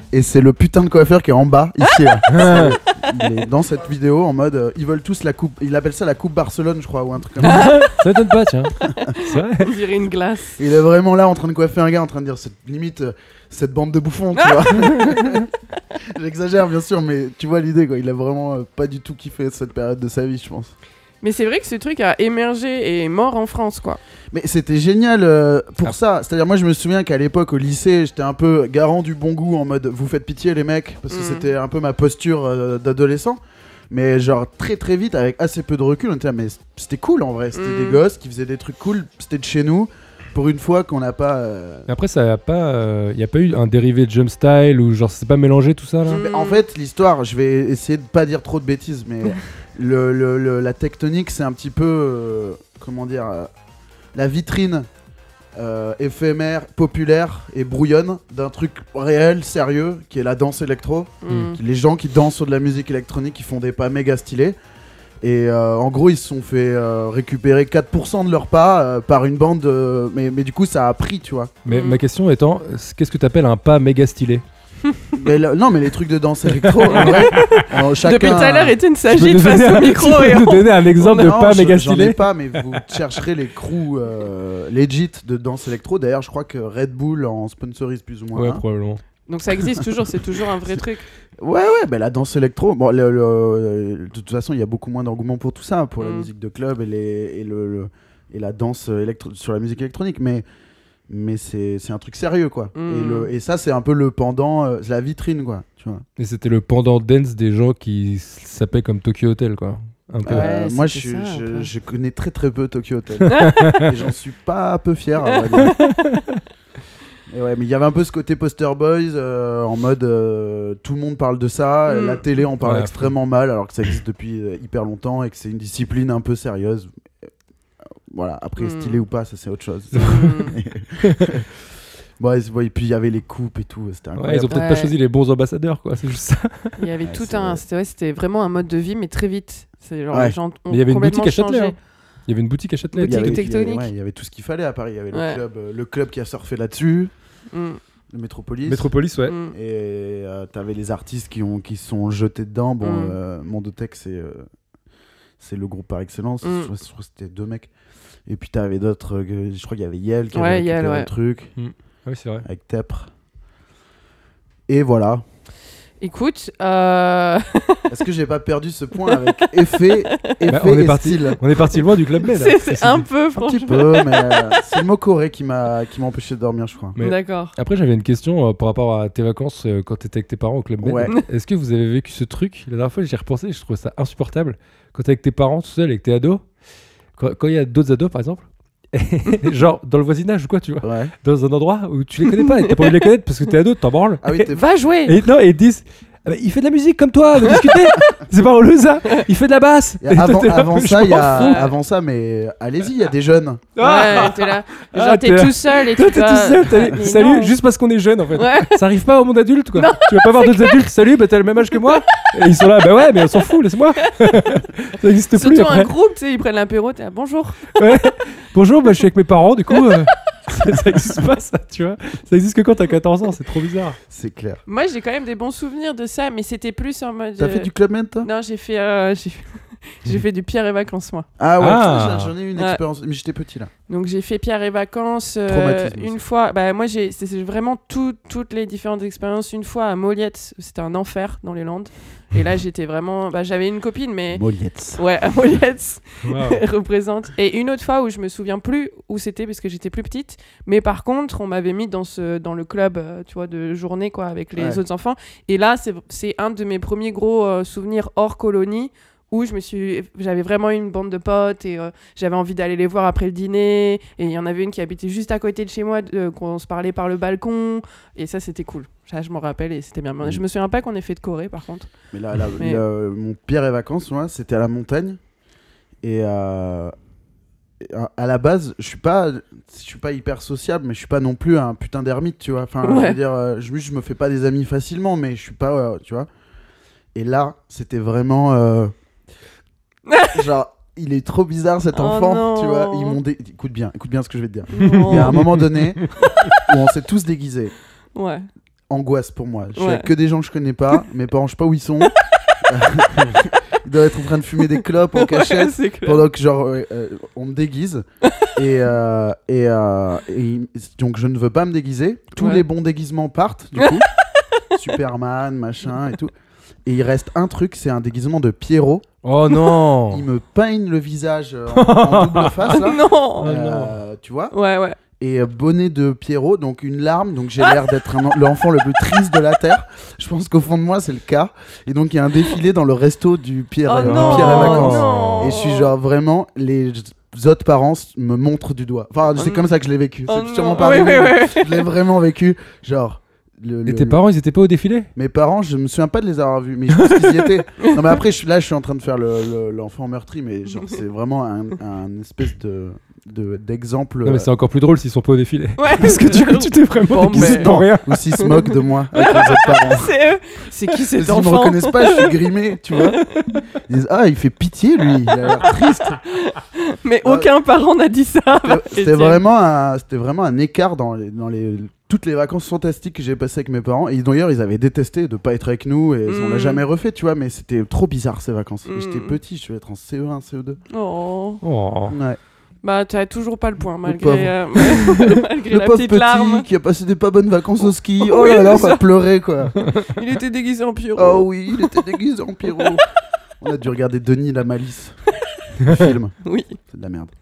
[SPEAKER 2] Et c'est le putain de coiffeur qui est en bas, ici. Là. Il est dans cette vidéo en mode, euh, ils veulent tous la coupe. Il appelle ça la coupe Barcelone, je crois, ou un truc comme ça.
[SPEAKER 3] Ça m'étonne pas, tiens. C'est vrai.
[SPEAKER 1] On dirait une glace.
[SPEAKER 2] Il est vraiment là en train de coiffer un gars, en train de dire, c'est limite euh, cette bande de bouffons, tu vois. J'exagère bien sûr, mais tu vois l'idée, quoi. Il a vraiment euh, pas du tout kiffé cette période de sa vie, je pense.
[SPEAKER 1] Mais c'est vrai que ce truc a émergé et est mort en France, quoi.
[SPEAKER 2] Mais c'était génial euh, pour
[SPEAKER 3] Ah.
[SPEAKER 2] ça. C'est-à-dire, moi, je me souviens qu'à l'époque, au lycée, j'étais un peu garant du bon goût en mode vous faites pitié, les mecs, parce que
[SPEAKER 1] Mm.
[SPEAKER 2] c'était un peu ma posture euh, d'adolescent. Mais genre, très très vite, avec assez peu de recul, on était là, mais c'était cool en vrai. C'était
[SPEAKER 1] Mm.
[SPEAKER 2] des gosses qui faisaient des trucs cool, c'était de chez nous. Pour une fois qu'on n'a pas. euh,
[SPEAKER 3] Mais après, ça a pas, il y a pas eu un dérivé de jump style ou genre c'est pas mélangé tout ça là.
[SPEAKER 1] Mm.
[SPEAKER 2] Mais en fait, l'histoire, je vais essayer de pas dire trop de bêtises, mais le, le- le- la tectonique, c'est un petit peu. euh, comment dire euh, la vitrine euh, éphémère, populaire et brouillonne d'un truc réel, sérieux, qui est la danse électro.
[SPEAKER 1] Mm.
[SPEAKER 2] Les gens qui dansent sur de la musique électronique, qui font des pas méga stylés. Et euh, en gros, ils se sont fait euh, récupérer quatre pour cent de leurs pas euh, par une bande. euh, mais, mais du coup, ça a pris, tu vois.
[SPEAKER 3] Mais
[SPEAKER 1] Mm.
[SPEAKER 3] ma question étant, c'est- qu'est-ce que t'appelles un pas méga stylé?
[SPEAKER 2] Mais là- non, mais les trucs de danse électro, en vrai, euh, chacun.
[SPEAKER 1] Depuis tout à l'heure, Étienne
[SPEAKER 3] Tu peux
[SPEAKER 1] s'agite
[SPEAKER 3] nous
[SPEAKER 1] face
[SPEAKER 3] donner
[SPEAKER 1] au
[SPEAKER 3] un-
[SPEAKER 1] micro.
[SPEAKER 3] tu peux
[SPEAKER 1] et
[SPEAKER 3] nous
[SPEAKER 1] on-
[SPEAKER 3] donner un exemple de
[SPEAKER 2] Non,
[SPEAKER 3] pas
[SPEAKER 2] je-
[SPEAKER 3] méga
[SPEAKER 2] J'en ai
[SPEAKER 3] stylé?
[SPEAKER 2] pas, mais vous chercherez les crews euh, legit de danse électro. D'ailleurs, je crois que Red Bull en sponsorise plus ou moins.
[SPEAKER 3] Ouais,
[SPEAKER 2] un.
[SPEAKER 3] probablement.
[SPEAKER 1] Donc ça existe toujours, c'est toujours un vrai truc.
[SPEAKER 2] Ouais, ouais, bah, la danse électro. Bon, le- le- de toute façon, il y a beaucoup moins d'engouement pour tout ça, pour la
[SPEAKER 1] Mm.
[SPEAKER 2] musique de club et, les, et, le, le- et la danse électro sur la musique électronique. Mais, mais c'est c'est un truc sérieux, quoi.
[SPEAKER 1] Mm.
[SPEAKER 2] Et, le, et ça, c'est un peu le pendant, euh, c'est la vitrine, quoi. Tu vois.
[SPEAKER 3] Et c'était le pendant dance des gens qui s'appelaient comme Tokyo Hotel quoi. Un peu.
[SPEAKER 1] Ouais,
[SPEAKER 2] Euh, moi, je,
[SPEAKER 1] c'était
[SPEAKER 2] suis-
[SPEAKER 1] ça, un
[SPEAKER 2] je,
[SPEAKER 1] peu.
[SPEAKER 2] je connais très très peu Tokyo Hotel. Et j'en suis pas peu fier, à vrai dire. Et ouais, mais il y avait un peu ce côté poster boys euh, en mode euh, tout le monde parle de ça,
[SPEAKER 1] Mm.
[SPEAKER 2] la télé en parle
[SPEAKER 3] Ouais,
[SPEAKER 2] extrêmement mal alors que ça existe depuis euh, hyper longtemps et que c'est une discipline un peu sérieuse. Euh, Voilà, après
[SPEAKER 1] Mm.
[SPEAKER 2] stylé ou pas, ça c'est autre chose.
[SPEAKER 1] Mm.
[SPEAKER 2] Bon, et, ouais, et puis il y avait les coupes et tout, c'était
[SPEAKER 3] Ouais,
[SPEAKER 2] incroyable.
[SPEAKER 3] ils ont peut-être
[SPEAKER 1] Ouais.
[SPEAKER 3] pas choisi les bons ambassadeurs quoi, c'est juste ça.
[SPEAKER 1] Il y avait
[SPEAKER 2] Ouais,
[SPEAKER 1] tout
[SPEAKER 2] c'est
[SPEAKER 1] un.
[SPEAKER 2] vrai.
[SPEAKER 1] C'était ouais, c'était vraiment un mode de vie, mais très vite. C'est genre
[SPEAKER 2] Ouais.
[SPEAKER 1] les gens ont
[SPEAKER 3] Mais il y avait une
[SPEAKER 1] complètement
[SPEAKER 3] boutique à Châtelet.
[SPEAKER 1] changé.
[SPEAKER 3] hein. Il y avait une boutique à Châtelet.
[SPEAKER 2] Il y avait-
[SPEAKER 1] boutique
[SPEAKER 2] il y avait-
[SPEAKER 1] tectonique.
[SPEAKER 2] ouais, il y avait tout ce qu'il fallait à Paris. Il y avait le,
[SPEAKER 1] Ouais.
[SPEAKER 2] club, euh, le club qui a surfé là-dessus,
[SPEAKER 1] Mm.
[SPEAKER 2] le Métropolis.
[SPEAKER 3] Métropolis, ouais.
[SPEAKER 1] Mm.
[SPEAKER 2] Et euh, t'avais les artistes qui ont qui sont jetés dedans. Bon,
[SPEAKER 1] Mm.
[SPEAKER 2] euh, Mondotech, c'est euh, c'est le groupe par excellence.
[SPEAKER 1] Mm.
[SPEAKER 2] Je, crois, je crois que c'était deux mecs. Et puis t'avais d'autres. euh, je crois qu'il y avait Yel qui
[SPEAKER 1] Ouais,
[SPEAKER 2] avait
[SPEAKER 1] Yel,
[SPEAKER 2] récupéré
[SPEAKER 1] ouais.
[SPEAKER 2] le truc
[SPEAKER 3] Oui, c'est vrai.
[SPEAKER 2] avec Tepre. Et voilà.
[SPEAKER 1] Écoute, euh...
[SPEAKER 2] Est-ce que j'ai pas perdu ce point avec effet, effet
[SPEAKER 3] Bah, on est
[SPEAKER 2] et
[SPEAKER 3] parti.
[SPEAKER 2] style?
[SPEAKER 3] On est parti loin du Club Med.
[SPEAKER 1] c'est c'est un peu
[SPEAKER 2] Un petit
[SPEAKER 1] franchement.
[SPEAKER 2] peu, mais euh, c'est le mot coré qui m'a qui m'a empêché de dormir, je crois.
[SPEAKER 3] Mais-
[SPEAKER 1] D'accord.
[SPEAKER 3] Après, j'avais une question euh, par rapport à tes vacances euh, quand tu étais avec tes parents au Club Med.
[SPEAKER 2] Ouais.
[SPEAKER 3] Est-ce que vous avez vécu ce truc? La dernière fois, j'y ai repensé, je trouvais ça insupportable. Quand t'es avec tes parents tout seul et que t'es ado, quand quand il y a d'autres ados par exemple, genre dans le voisinage ou quoi, tu vois,
[SPEAKER 2] Ouais.
[SPEAKER 3] dans un endroit où tu les connais pas et t'as pas envie de les connaître parce que t'es ado, t'en branles.
[SPEAKER 2] Ah oui, t'es
[SPEAKER 1] Va jouer.
[SPEAKER 3] Et non, et ils disent ah bah, il fait de la musique comme toi, vous discutez. C'est pas relou ça. Il fait de la basse.
[SPEAKER 2] Et avant,
[SPEAKER 3] t'es là,
[SPEAKER 2] avant
[SPEAKER 3] je
[SPEAKER 2] ça, il y
[SPEAKER 3] m'en
[SPEAKER 2] a,
[SPEAKER 3] fous.
[SPEAKER 2] avant ça, mais allez-y, il y a des jeunes.
[SPEAKER 3] Ah
[SPEAKER 1] Ouais, t'es là. Genre
[SPEAKER 3] Ah,
[SPEAKER 1] t'es
[SPEAKER 3] t'es là.
[SPEAKER 1] tout seul et
[SPEAKER 3] Toi,
[SPEAKER 1] tu
[SPEAKER 3] t'es
[SPEAKER 1] vas-
[SPEAKER 3] tout seul, t'as-
[SPEAKER 1] Mais
[SPEAKER 3] salut,
[SPEAKER 1] non.
[SPEAKER 3] juste parce qu'on est jeune en fait.
[SPEAKER 1] Ouais.
[SPEAKER 3] Ça arrive pas au monde adulte quoi. Tu vas pas voir d'autres adultes, salut, bah t'as le même âge que moi. Et ils sont là, bah ouais, mais on s'en fout, laisse-moi. Ça existe plus
[SPEAKER 1] Surtout
[SPEAKER 3] après.
[SPEAKER 1] un groupe, tu sais, ils prennent l'apéro, t'es là, bonjour.
[SPEAKER 3] Ouais. Bonjour, bah je suis avec mes parents, du coup. euh, ça, ça existe pas ça, tu vois. Ça existe que quand t'as quatorze ans, c'est trop bizarre.
[SPEAKER 2] C'est clair.
[SPEAKER 1] Moi, j'ai quand même des bons souvenirs de ça, mais c'était plus en mode.
[SPEAKER 2] T'as
[SPEAKER 1] euh,
[SPEAKER 2] fait du Club Med, toi?
[SPEAKER 1] Non, j'ai fait, euh, j'ai j'ai fait du Pierre et vacances moi.
[SPEAKER 2] Ah ouais,
[SPEAKER 3] Ah.
[SPEAKER 2] j'en- j'en ai eu une
[SPEAKER 1] Ouais.
[SPEAKER 2] expérience, mais j'étais petit là.
[SPEAKER 1] Donc j'ai fait Pierre et vacances euh,
[SPEAKER 2] Traumatisme
[SPEAKER 1] une
[SPEAKER 2] aussi.
[SPEAKER 1] fois. Bah moi j'ai c'est c'est vraiment tout- toutes les différentes expériences. Une fois à Moliette, c'était un enfer dans les Landes. Et là j'étais vraiment. Bah j'avais une copine, mais
[SPEAKER 2] Moliette.
[SPEAKER 1] ouais à Moliette
[SPEAKER 3] Wow.
[SPEAKER 1] elle représente. Et une autre fois où je me souviens plus où c'était parce que j'étais plus petite. Mais par contre on m'avait mis dans ce dans le club, euh, tu vois, de journée quoi avec les
[SPEAKER 2] Ouais.
[SPEAKER 1] autres enfants. Et là c'est c'est un de mes premiers gros euh, souvenirs hors colonie. Où je me suis, j'avais vraiment une bande de potes et euh, j'avais envie d'aller les voir après le dîner. Et il y en avait une qui habitait juste à côté de chez moi, euh, qu'on se parlait par le balcon. Et ça, c'était cool. Ça, je m'en rappelle et c'était bien.
[SPEAKER 2] Mm.
[SPEAKER 1] Je me souviens pas qu'on ait fait de Corée, par contre.
[SPEAKER 2] Mais là, là,
[SPEAKER 1] Mais-
[SPEAKER 2] le- mon pire et vacances, moi, c'était à la montagne. Et euh, à- à la base, je suis pas, je suis pas hyper sociable, mais je suis pas non plus un putain d'ermite, tu vois. Enfin, je
[SPEAKER 1] Ouais.
[SPEAKER 2] veux dire, euh, je, je me fais pas des amis facilement, mais je suis pas, euh, tu vois. Et là, c'était vraiment, euh, genre, il est trop bizarre cet
[SPEAKER 1] Oh
[SPEAKER 2] enfant,
[SPEAKER 1] non.
[SPEAKER 2] tu vois. Ils m'ont, dé- écoute bien, écoute bien ce que je vais te dire.
[SPEAKER 1] Non.
[SPEAKER 2] Il y a un moment donné où on s'est tous déguisés.
[SPEAKER 1] Ouais.
[SPEAKER 2] angoisse pour moi. Je suis
[SPEAKER 1] Ouais.
[SPEAKER 2] avec que des gens que je connais pas. Mes parents, je sais pas où ils sont. Ils doivent être en train de fumer des clopes en cachette.
[SPEAKER 1] Ouais, c'est clair.
[SPEAKER 2] Pendant que genre euh, euh, on me déguise et, euh, et, euh, et donc je ne veux pas me déguiser. Tous
[SPEAKER 1] Ouais.
[SPEAKER 2] les bons déguisements partent du coup. Superman, machin et tout. Et il reste un truc, c'est un déguisement de Pierrot.
[SPEAKER 3] Oh non.
[SPEAKER 2] Il me peigne le visage euh, en, en double face là.
[SPEAKER 1] Non.
[SPEAKER 2] Euh, tu vois.
[SPEAKER 1] Ouais, ouais.
[SPEAKER 2] Et euh, bonnet de Pierrot, donc une larme, donc j'ai l'air d'être un en- l'enfant le plus triste de la terre. Je pense qu'au fond de moi c'est le cas. Et donc il y a un défilé dans le resto du Pierre,
[SPEAKER 1] Oh
[SPEAKER 2] du
[SPEAKER 1] non,
[SPEAKER 2] Pierre et Vacances.
[SPEAKER 1] non.
[SPEAKER 2] Et je suis genre vraiment, les autres parents me montrent du doigt. Enfin, c'est
[SPEAKER 1] Oh
[SPEAKER 2] comme ça que je l'ai vécu.
[SPEAKER 1] Oh
[SPEAKER 2] C'est sûrement
[SPEAKER 1] non.
[SPEAKER 2] pas
[SPEAKER 1] Ouais,
[SPEAKER 2] arrivé,
[SPEAKER 1] ouais,
[SPEAKER 2] mais
[SPEAKER 1] ouais.
[SPEAKER 2] je l'ai vraiment vécu. Genre. Le,
[SPEAKER 3] Et
[SPEAKER 2] le-
[SPEAKER 3] tes parents, ils étaient pas au défilé?
[SPEAKER 2] Mes parents, je me souviens pas de les avoir vus, mais je pense qu'ils y étaient. Non, mais après, je suis là, je suis en train de faire le- le- l'enfant meurtri, mais genre, c'est vraiment un, un espèce de de- d'exemple.
[SPEAKER 3] Non, mais c'est encore plus drôle s'ils sont pas au défilé.
[SPEAKER 1] Ouais.
[SPEAKER 3] Parce que du coup, tu t'es vraiment
[SPEAKER 1] Bon,
[SPEAKER 3] déguisé
[SPEAKER 1] mais-
[SPEAKER 3] pour rien.
[SPEAKER 2] Ou s'ils se moquent de moi avec les autres parents.
[SPEAKER 1] C'est eux. C'est qui
[SPEAKER 2] Et
[SPEAKER 1] cet
[SPEAKER 2] s'ils me
[SPEAKER 1] enfant?
[SPEAKER 2] reconnaissent pas, je suis grimé, tu vois. Ils disent, ah, il fait pitié, lui, il a l'air triste.
[SPEAKER 1] Mais aucun parent n'a dit ça.
[SPEAKER 2] C'était
[SPEAKER 1] Étienne.
[SPEAKER 2] vraiment, un- c'était vraiment un écart dans, les, dans les, toutes les vacances fantastiques que j'ai passées avec mes parents. Et d'ailleurs, ils avaient détesté de pas être avec nous et on l'a
[SPEAKER 1] Mm.
[SPEAKER 2] jamais refait, tu vois. Mais c'était trop bizarre ces vacances. Et
[SPEAKER 1] Mm.
[SPEAKER 2] J'étais petit, je devais être en C E un, C E deux.
[SPEAKER 1] Oh.
[SPEAKER 3] Oh.
[SPEAKER 2] Ouais.
[SPEAKER 1] Bah, t'as toujours pas le point, malgré,
[SPEAKER 2] pauvre.
[SPEAKER 1] euh, malgré
[SPEAKER 2] Le
[SPEAKER 1] la
[SPEAKER 2] pauvre
[SPEAKER 1] petite
[SPEAKER 2] petit
[SPEAKER 1] larme.
[SPEAKER 2] qui a passé des pas bonnes vacances au ski.
[SPEAKER 1] Oui,
[SPEAKER 2] Oh là là, on
[SPEAKER 1] c'est
[SPEAKER 2] va pleurer quoi.
[SPEAKER 1] Il était déguisé en Pierrot.
[SPEAKER 2] Oh oui, il était déguisé en Pierrot. On a dû regarder Denis la Malice. Le film.
[SPEAKER 1] Oui.
[SPEAKER 2] C'est de la merde.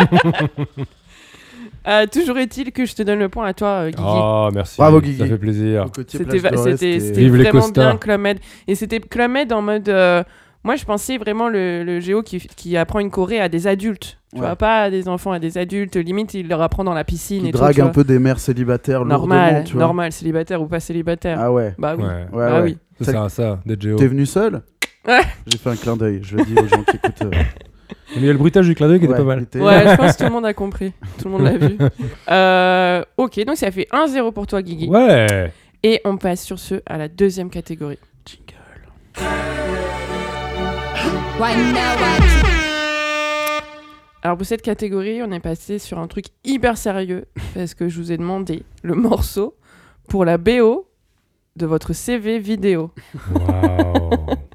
[SPEAKER 1] Euh, toujours est-il que je te donne le point à toi, euh, Guigui.
[SPEAKER 3] Oh, merci.
[SPEAKER 2] Bravo, Guigui.
[SPEAKER 3] Ça fait plaisir.
[SPEAKER 2] Au côté
[SPEAKER 1] C'était
[SPEAKER 2] Plage
[SPEAKER 1] va-
[SPEAKER 2] Dorée,
[SPEAKER 1] c'était- c'était
[SPEAKER 3] Vive les
[SPEAKER 1] vraiment
[SPEAKER 3] costards.
[SPEAKER 1] bien Club Med. Et c'était Club Med en mode. euh, moi, je pensais vraiment le, le géo qui, qui apprend une choré à des adultes. Tu
[SPEAKER 2] Ouais.
[SPEAKER 1] vois, pas à des enfants, à des adultes. Limite, il leur apprend dans la piscine
[SPEAKER 2] qui
[SPEAKER 1] et tout.
[SPEAKER 2] drague
[SPEAKER 1] tu
[SPEAKER 2] un
[SPEAKER 1] vois.
[SPEAKER 2] peu des mères célibataires
[SPEAKER 1] Normal,
[SPEAKER 2] lourdement, tu vois.
[SPEAKER 1] normal, célibataire ou pas célibataire.
[SPEAKER 2] Ah ouais.
[SPEAKER 1] Bah oui.
[SPEAKER 3] Ouais.
[SPEAKER 2] Ouais,
[SPEAKER 1] bah
[SPEAKER 2] ouais.
[SPEAKER 1] oui.
[SPEAKER 3] Ça sert à ça, d'être géo.
[SPEAKER 2] T'es venu seul
[SPEAKER 1] Ouais.
[SPEAKER 2] J'ai fait un clin d'œil, je le dis aux gens qui écoutent. euh,
[SPEAKER 3] Mais il y a le bruitage du clin d'œil qui
[SPEAKER 2] ouais,
[SPEAKER 3] était pas mal.
[SPEAKER 2] il était-
[SPEAKER 1] Ouais, je pense que tout le monde a compris. Tout le monde l'a vu. Euh, ok, donc ça fait un zéro pour toi, Guigui.
[SPEAKER 3] Ouais.
[SPEAKER 1] Et on passe sur ce à la deuxième catégorie. Alors pour cette catégorie, on est passé sur un truc hyper sérieux parce que je vous ai demandé le morceau pour la B O de votre C V vidéo.
[SPEAKER 3] Waouh.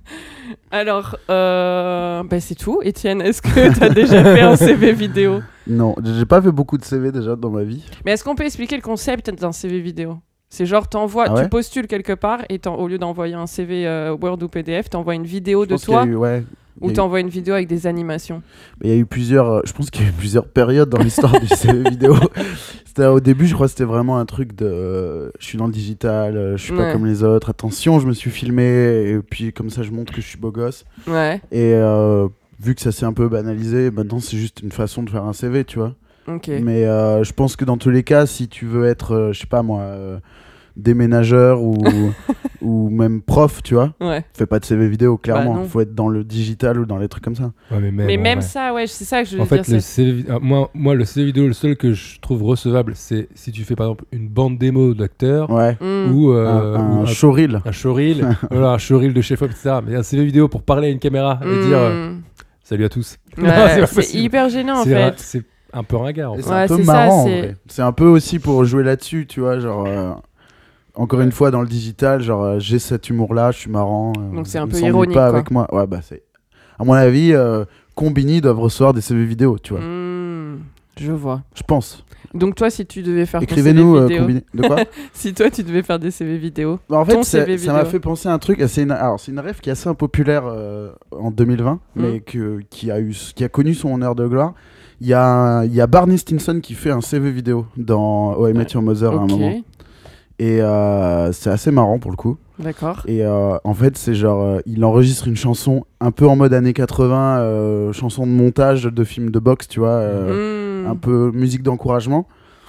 [SPEAKER 1] Alors, euh, bah c'est tout. Étienne, est-ce que tu as déjà fait un C V vidéo?
[SPEAKER 2] Non, j'ai pas fait beaucoup de C V déjà dans ma vie.
[SPEAKER 1] Mais est-ce qu'on peut expliquer le concept d'un C V vidéo? C'est genre, t'envoies,
[SPEAKER 2] Ah ouais
[SPEAKER 1] tu postules quelque part et t'en- au lieu d'envoyer un C V euh, Word ou P D F, t'envoies une vidéo
[SPEAKER 2] Je
[SPEAKER 1] de
[SPEAKER 2] pense qu'il y a
[SPEAKER 1] toi
[SPEAKER 2] eu- ouais, il y
[SPEAKER 1] ou
[SPEAKER 2] a eu-
[SPEAKER 1] t'envoies une vidéo avec des animations.
[SPEAKER 2] il y a eu plusieurs. euh, Je pense qu'il y a eu plusieurs périodes dans l'histoire du C V vidéo. C'était au début, je crois que c'était vraiment un truc de. euh, je suis dans le digital, euh, je suis pas
[SPEAKER 1] Ouais.
[SPEAKER 2] comme les autres. Attention, je me suis filmé et puis comme ça, je montre que je suis beau gosse.
[SPEAKER 1] Ouais,
[SPEAKER 2] Et euh, vu que ça s'est un peu banalisé, maintenant c'est juste une façon de faire un C V, tu vois.
[SPEAKER 1] ok.
[SPEAKER 2] Mais euh, je pense que dans tous les cas, si tu veux être, euh, je sais pas moi, euh, déménageur ou, ou même prof, tu vois,
[SPEAKER 1] Ouais.
[SPEAKER 2] fais pas de C V vidéo, clairement.
[SPEAKER 1] non.
[SPEAKER 2] Faut être dans le digital ou dans les trucs comme ça.
[SPEAKER 3] Ouais, mais même,
[SPEAKER 1] Mais
[SPEAKER 3] en
[SPEAKER 1] même
[SPEAKER 3] vrai.
[SPEAKER 1] ça, ouais, c'est ça que je veux
[SPEAKER 3] En
[SPEAKER 1] dire.
[SPEAKER 3] fait, le
[SPEAKER 1] c'est-
[SPEAKER 3] C V vid- ah, moi, moi, le C V vidéo, le seul que je trouve recevable, c'est si tu fais par exemple une bande démo d'acteur
[SPEAKER 2] Ouais.
[SPEAKER 1] Hmm.
[SPEAKER 3] ou,
[SPEAKER 2] un,
[SPEAKER 3] euh,
[SPEAKER 2] un
[SPEAKER 3] ou un,
[SPEAKER 2] showreel.
[SPEAKER 3] un showreel, voilà, un showreel de chef-op, et cetera. Mais un C V vidéo pour parler à une caméra et
[SPEAKER 1] Hmm.
[SPEAKER 3] dire euh, salut à tous.
[SPEAKER 1] Ouais,
[SPEAKER 3] Non, c'est pas
[SPEAKER 1] c'est
[SPEAKER 3] possible.
[SPEAKER 1] hyper gênant en
[SPEAKER 3] C'est ra-
[SPEAKER 1] fait.
[SPEAKER 3] C'est un peu ringard. en
[SPEAKER 2] Et
[SPEAKER 3] fait.
[SPEAKER 2] c'est
[SPEAKER 1] Ouais,
[SPEAKER 2] un peu
[SPEAKER 1] c'est ça,
[SPEAKER 2] marrant en
[SPEAKER 1] c'est-
[SPEAKER 2] vrai. C'est un peu aussi pour jouer là-dessus, tu vois, genre. euh, Encore une fois, dans le digital, genre, euh, j'ai cet humour-là, je suis marrant. euh,
[SPEAKER 1] Donc c'est un
[SPEAKER 2] on
[SPEAKER 1] peu
[SPEAKER 2] s'ennuie
[SPEAKER 1] ironique,
[SPEAKER 2] pas
[SPEAKER 1] quoi.
[SPEAKER 2] avec moi. Ouais, bah c'est. À mon avis, euh, Combini doivent recevoir des C V vidéo, tu vois.
[SPEAKER 1] Hmm, je vois.
[SPEAKER 2] Je pense.
[SPEAKER 1] Donc toi, si tu devais faire ton
[SPEAKER 2] Écrivez-nous
[SPEAKER 1] C V
[SPEAKER 2] euh,
[SPEAKER 1] vidéo,
[SPEAKER 2] Combini. De quoi?
[SPEAKER 1] si toi tu devais faire des C V vidéo,
[SPEAKER 2] Bah, en
[SPEAKER 1] Ton
[SPEAKER 2] fait, ça
[SPEAKER 1] C V
[SPEAKER 2] ça m'a
[SPEAKER 1] vidéo.
[SPEAKER 2] fait penser à un truc. C'est une, alors, c'est une rêve qui est assez impopulaire euh, en deux mille vingt,
[SPEAKER 1] Mm.
[SPEAKER 2] mais que, qui, a eu, qui a connu son heure de gloire. Il y a, un- il y a Barney Stinson qui fait un C V vidéo dans How I Met Your Mother à un
[SPEAKER 1] ok,
[SPEAKER 2] moment. Et euh, c'est assez marrant pour le coup.
[SPEAKER 1] d'accord.
[SPEAKER 2] Et euh, en fait, c'est genre, euh, il enregistre une chanson un peu en mode années quatre-vingts, euh, chanson de montage de film de boxe, tu vois, euh,
[SPEAKER 1] Hmm.
[SPEAKER 2] un peu musique d'encouragement.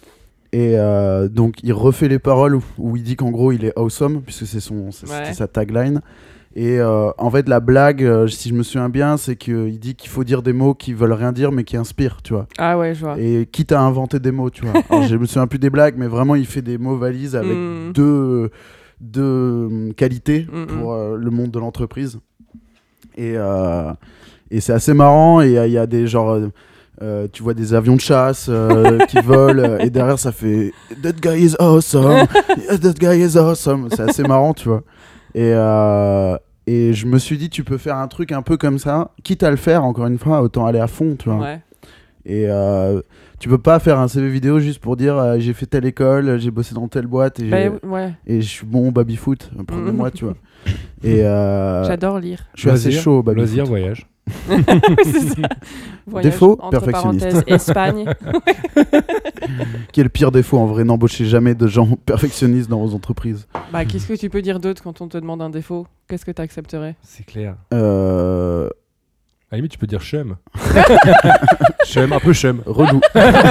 [SPEAKER 2] Et euh, donc, il refait les paroles où, où il dit qu'en gros, il est awesome, puisque c'est son, c'est- c'était
[SPEAKER 1] Ouais.
[SPEAKER 2] sa tagline. Et euh, en fait, la blague, euh, si je me souviens bien, c'est qu'il dit qu'il faut dire des mots qui veulent rien dire, mais qui inspirent, tu vois.
[SPEAKER 1] Ah ouais, je vois.
[SPEAKER 2] Et quitte à inventer des mots, tu vois. Alors, je me souviens plus des blagues, mais vraiment, il fait des mots valises avec
[SPEAKER 1] Mm.
[SPEAKER 2] deux, deux hum, qualités
[SPEAKER 1] Mm, mm.
[SPEAKER 2] pour euh, le monde de l'entreprise. Et, euh, et c'est assez marrant. Et il y, a- il y a des genre. euh, euh, tu vois des avions de chasse euh, qui volent euh, et derrière ça fait That guy is awesome, yeah, that guy is awesome. C'est assez marrant, tu vois. Et, euh, et je me suis dit, tu peux faire un truc un peu comme ça, quitte à le faire, encore une fois, autant aller à fond, tu vois.
[SPEAKER 1] Ouais.
[SPEAKER 2] Et euh, tu peux pas faire un C V vidéo juste pour dire euh, j'ai fait telle école, j'ai bossé dans telle boîte et, j'ai-
[SPEAKER 1] Bah, ouais.
[SPEAKER 2] et je suis bon au baby-foot, prenez-moi, tu vois. Et euh,
[SPEAKER 1] J'adore lire.
[SPEAKER 2] je suis assez
[SPEAKER 3] Loisir,
[SPEAKER 2] chaud au baby-foot.
[SPEAKER 3] Loisir, voyage.
[SPEAKER 1] Oui, c'est ça. Voyage,
[SPEAKER 2] Défaut,
[SPEAKER 1] entre
[SPEAKER 2] perfectionniste.
[SPEAKER 1] parenthèses, Espagne.
[SPEAKER 2] Qui est le pire défaut en vrai, n'embauchez jamais de gens perfectionnistes dans vos entreprises.
[SPEAKER 1] Bah, qu'est-ce que tu peux dire d'autre quand on te demande un défaut? Qu'est-ce que tu accepterais?
[SPEAKER 3] C'est clair.
[SPEAKER 2] Euh,
[SPEAKER 3] À la limite, tu peux dire chum. Chum, un peu chum.
[SPEAKER 2] relou.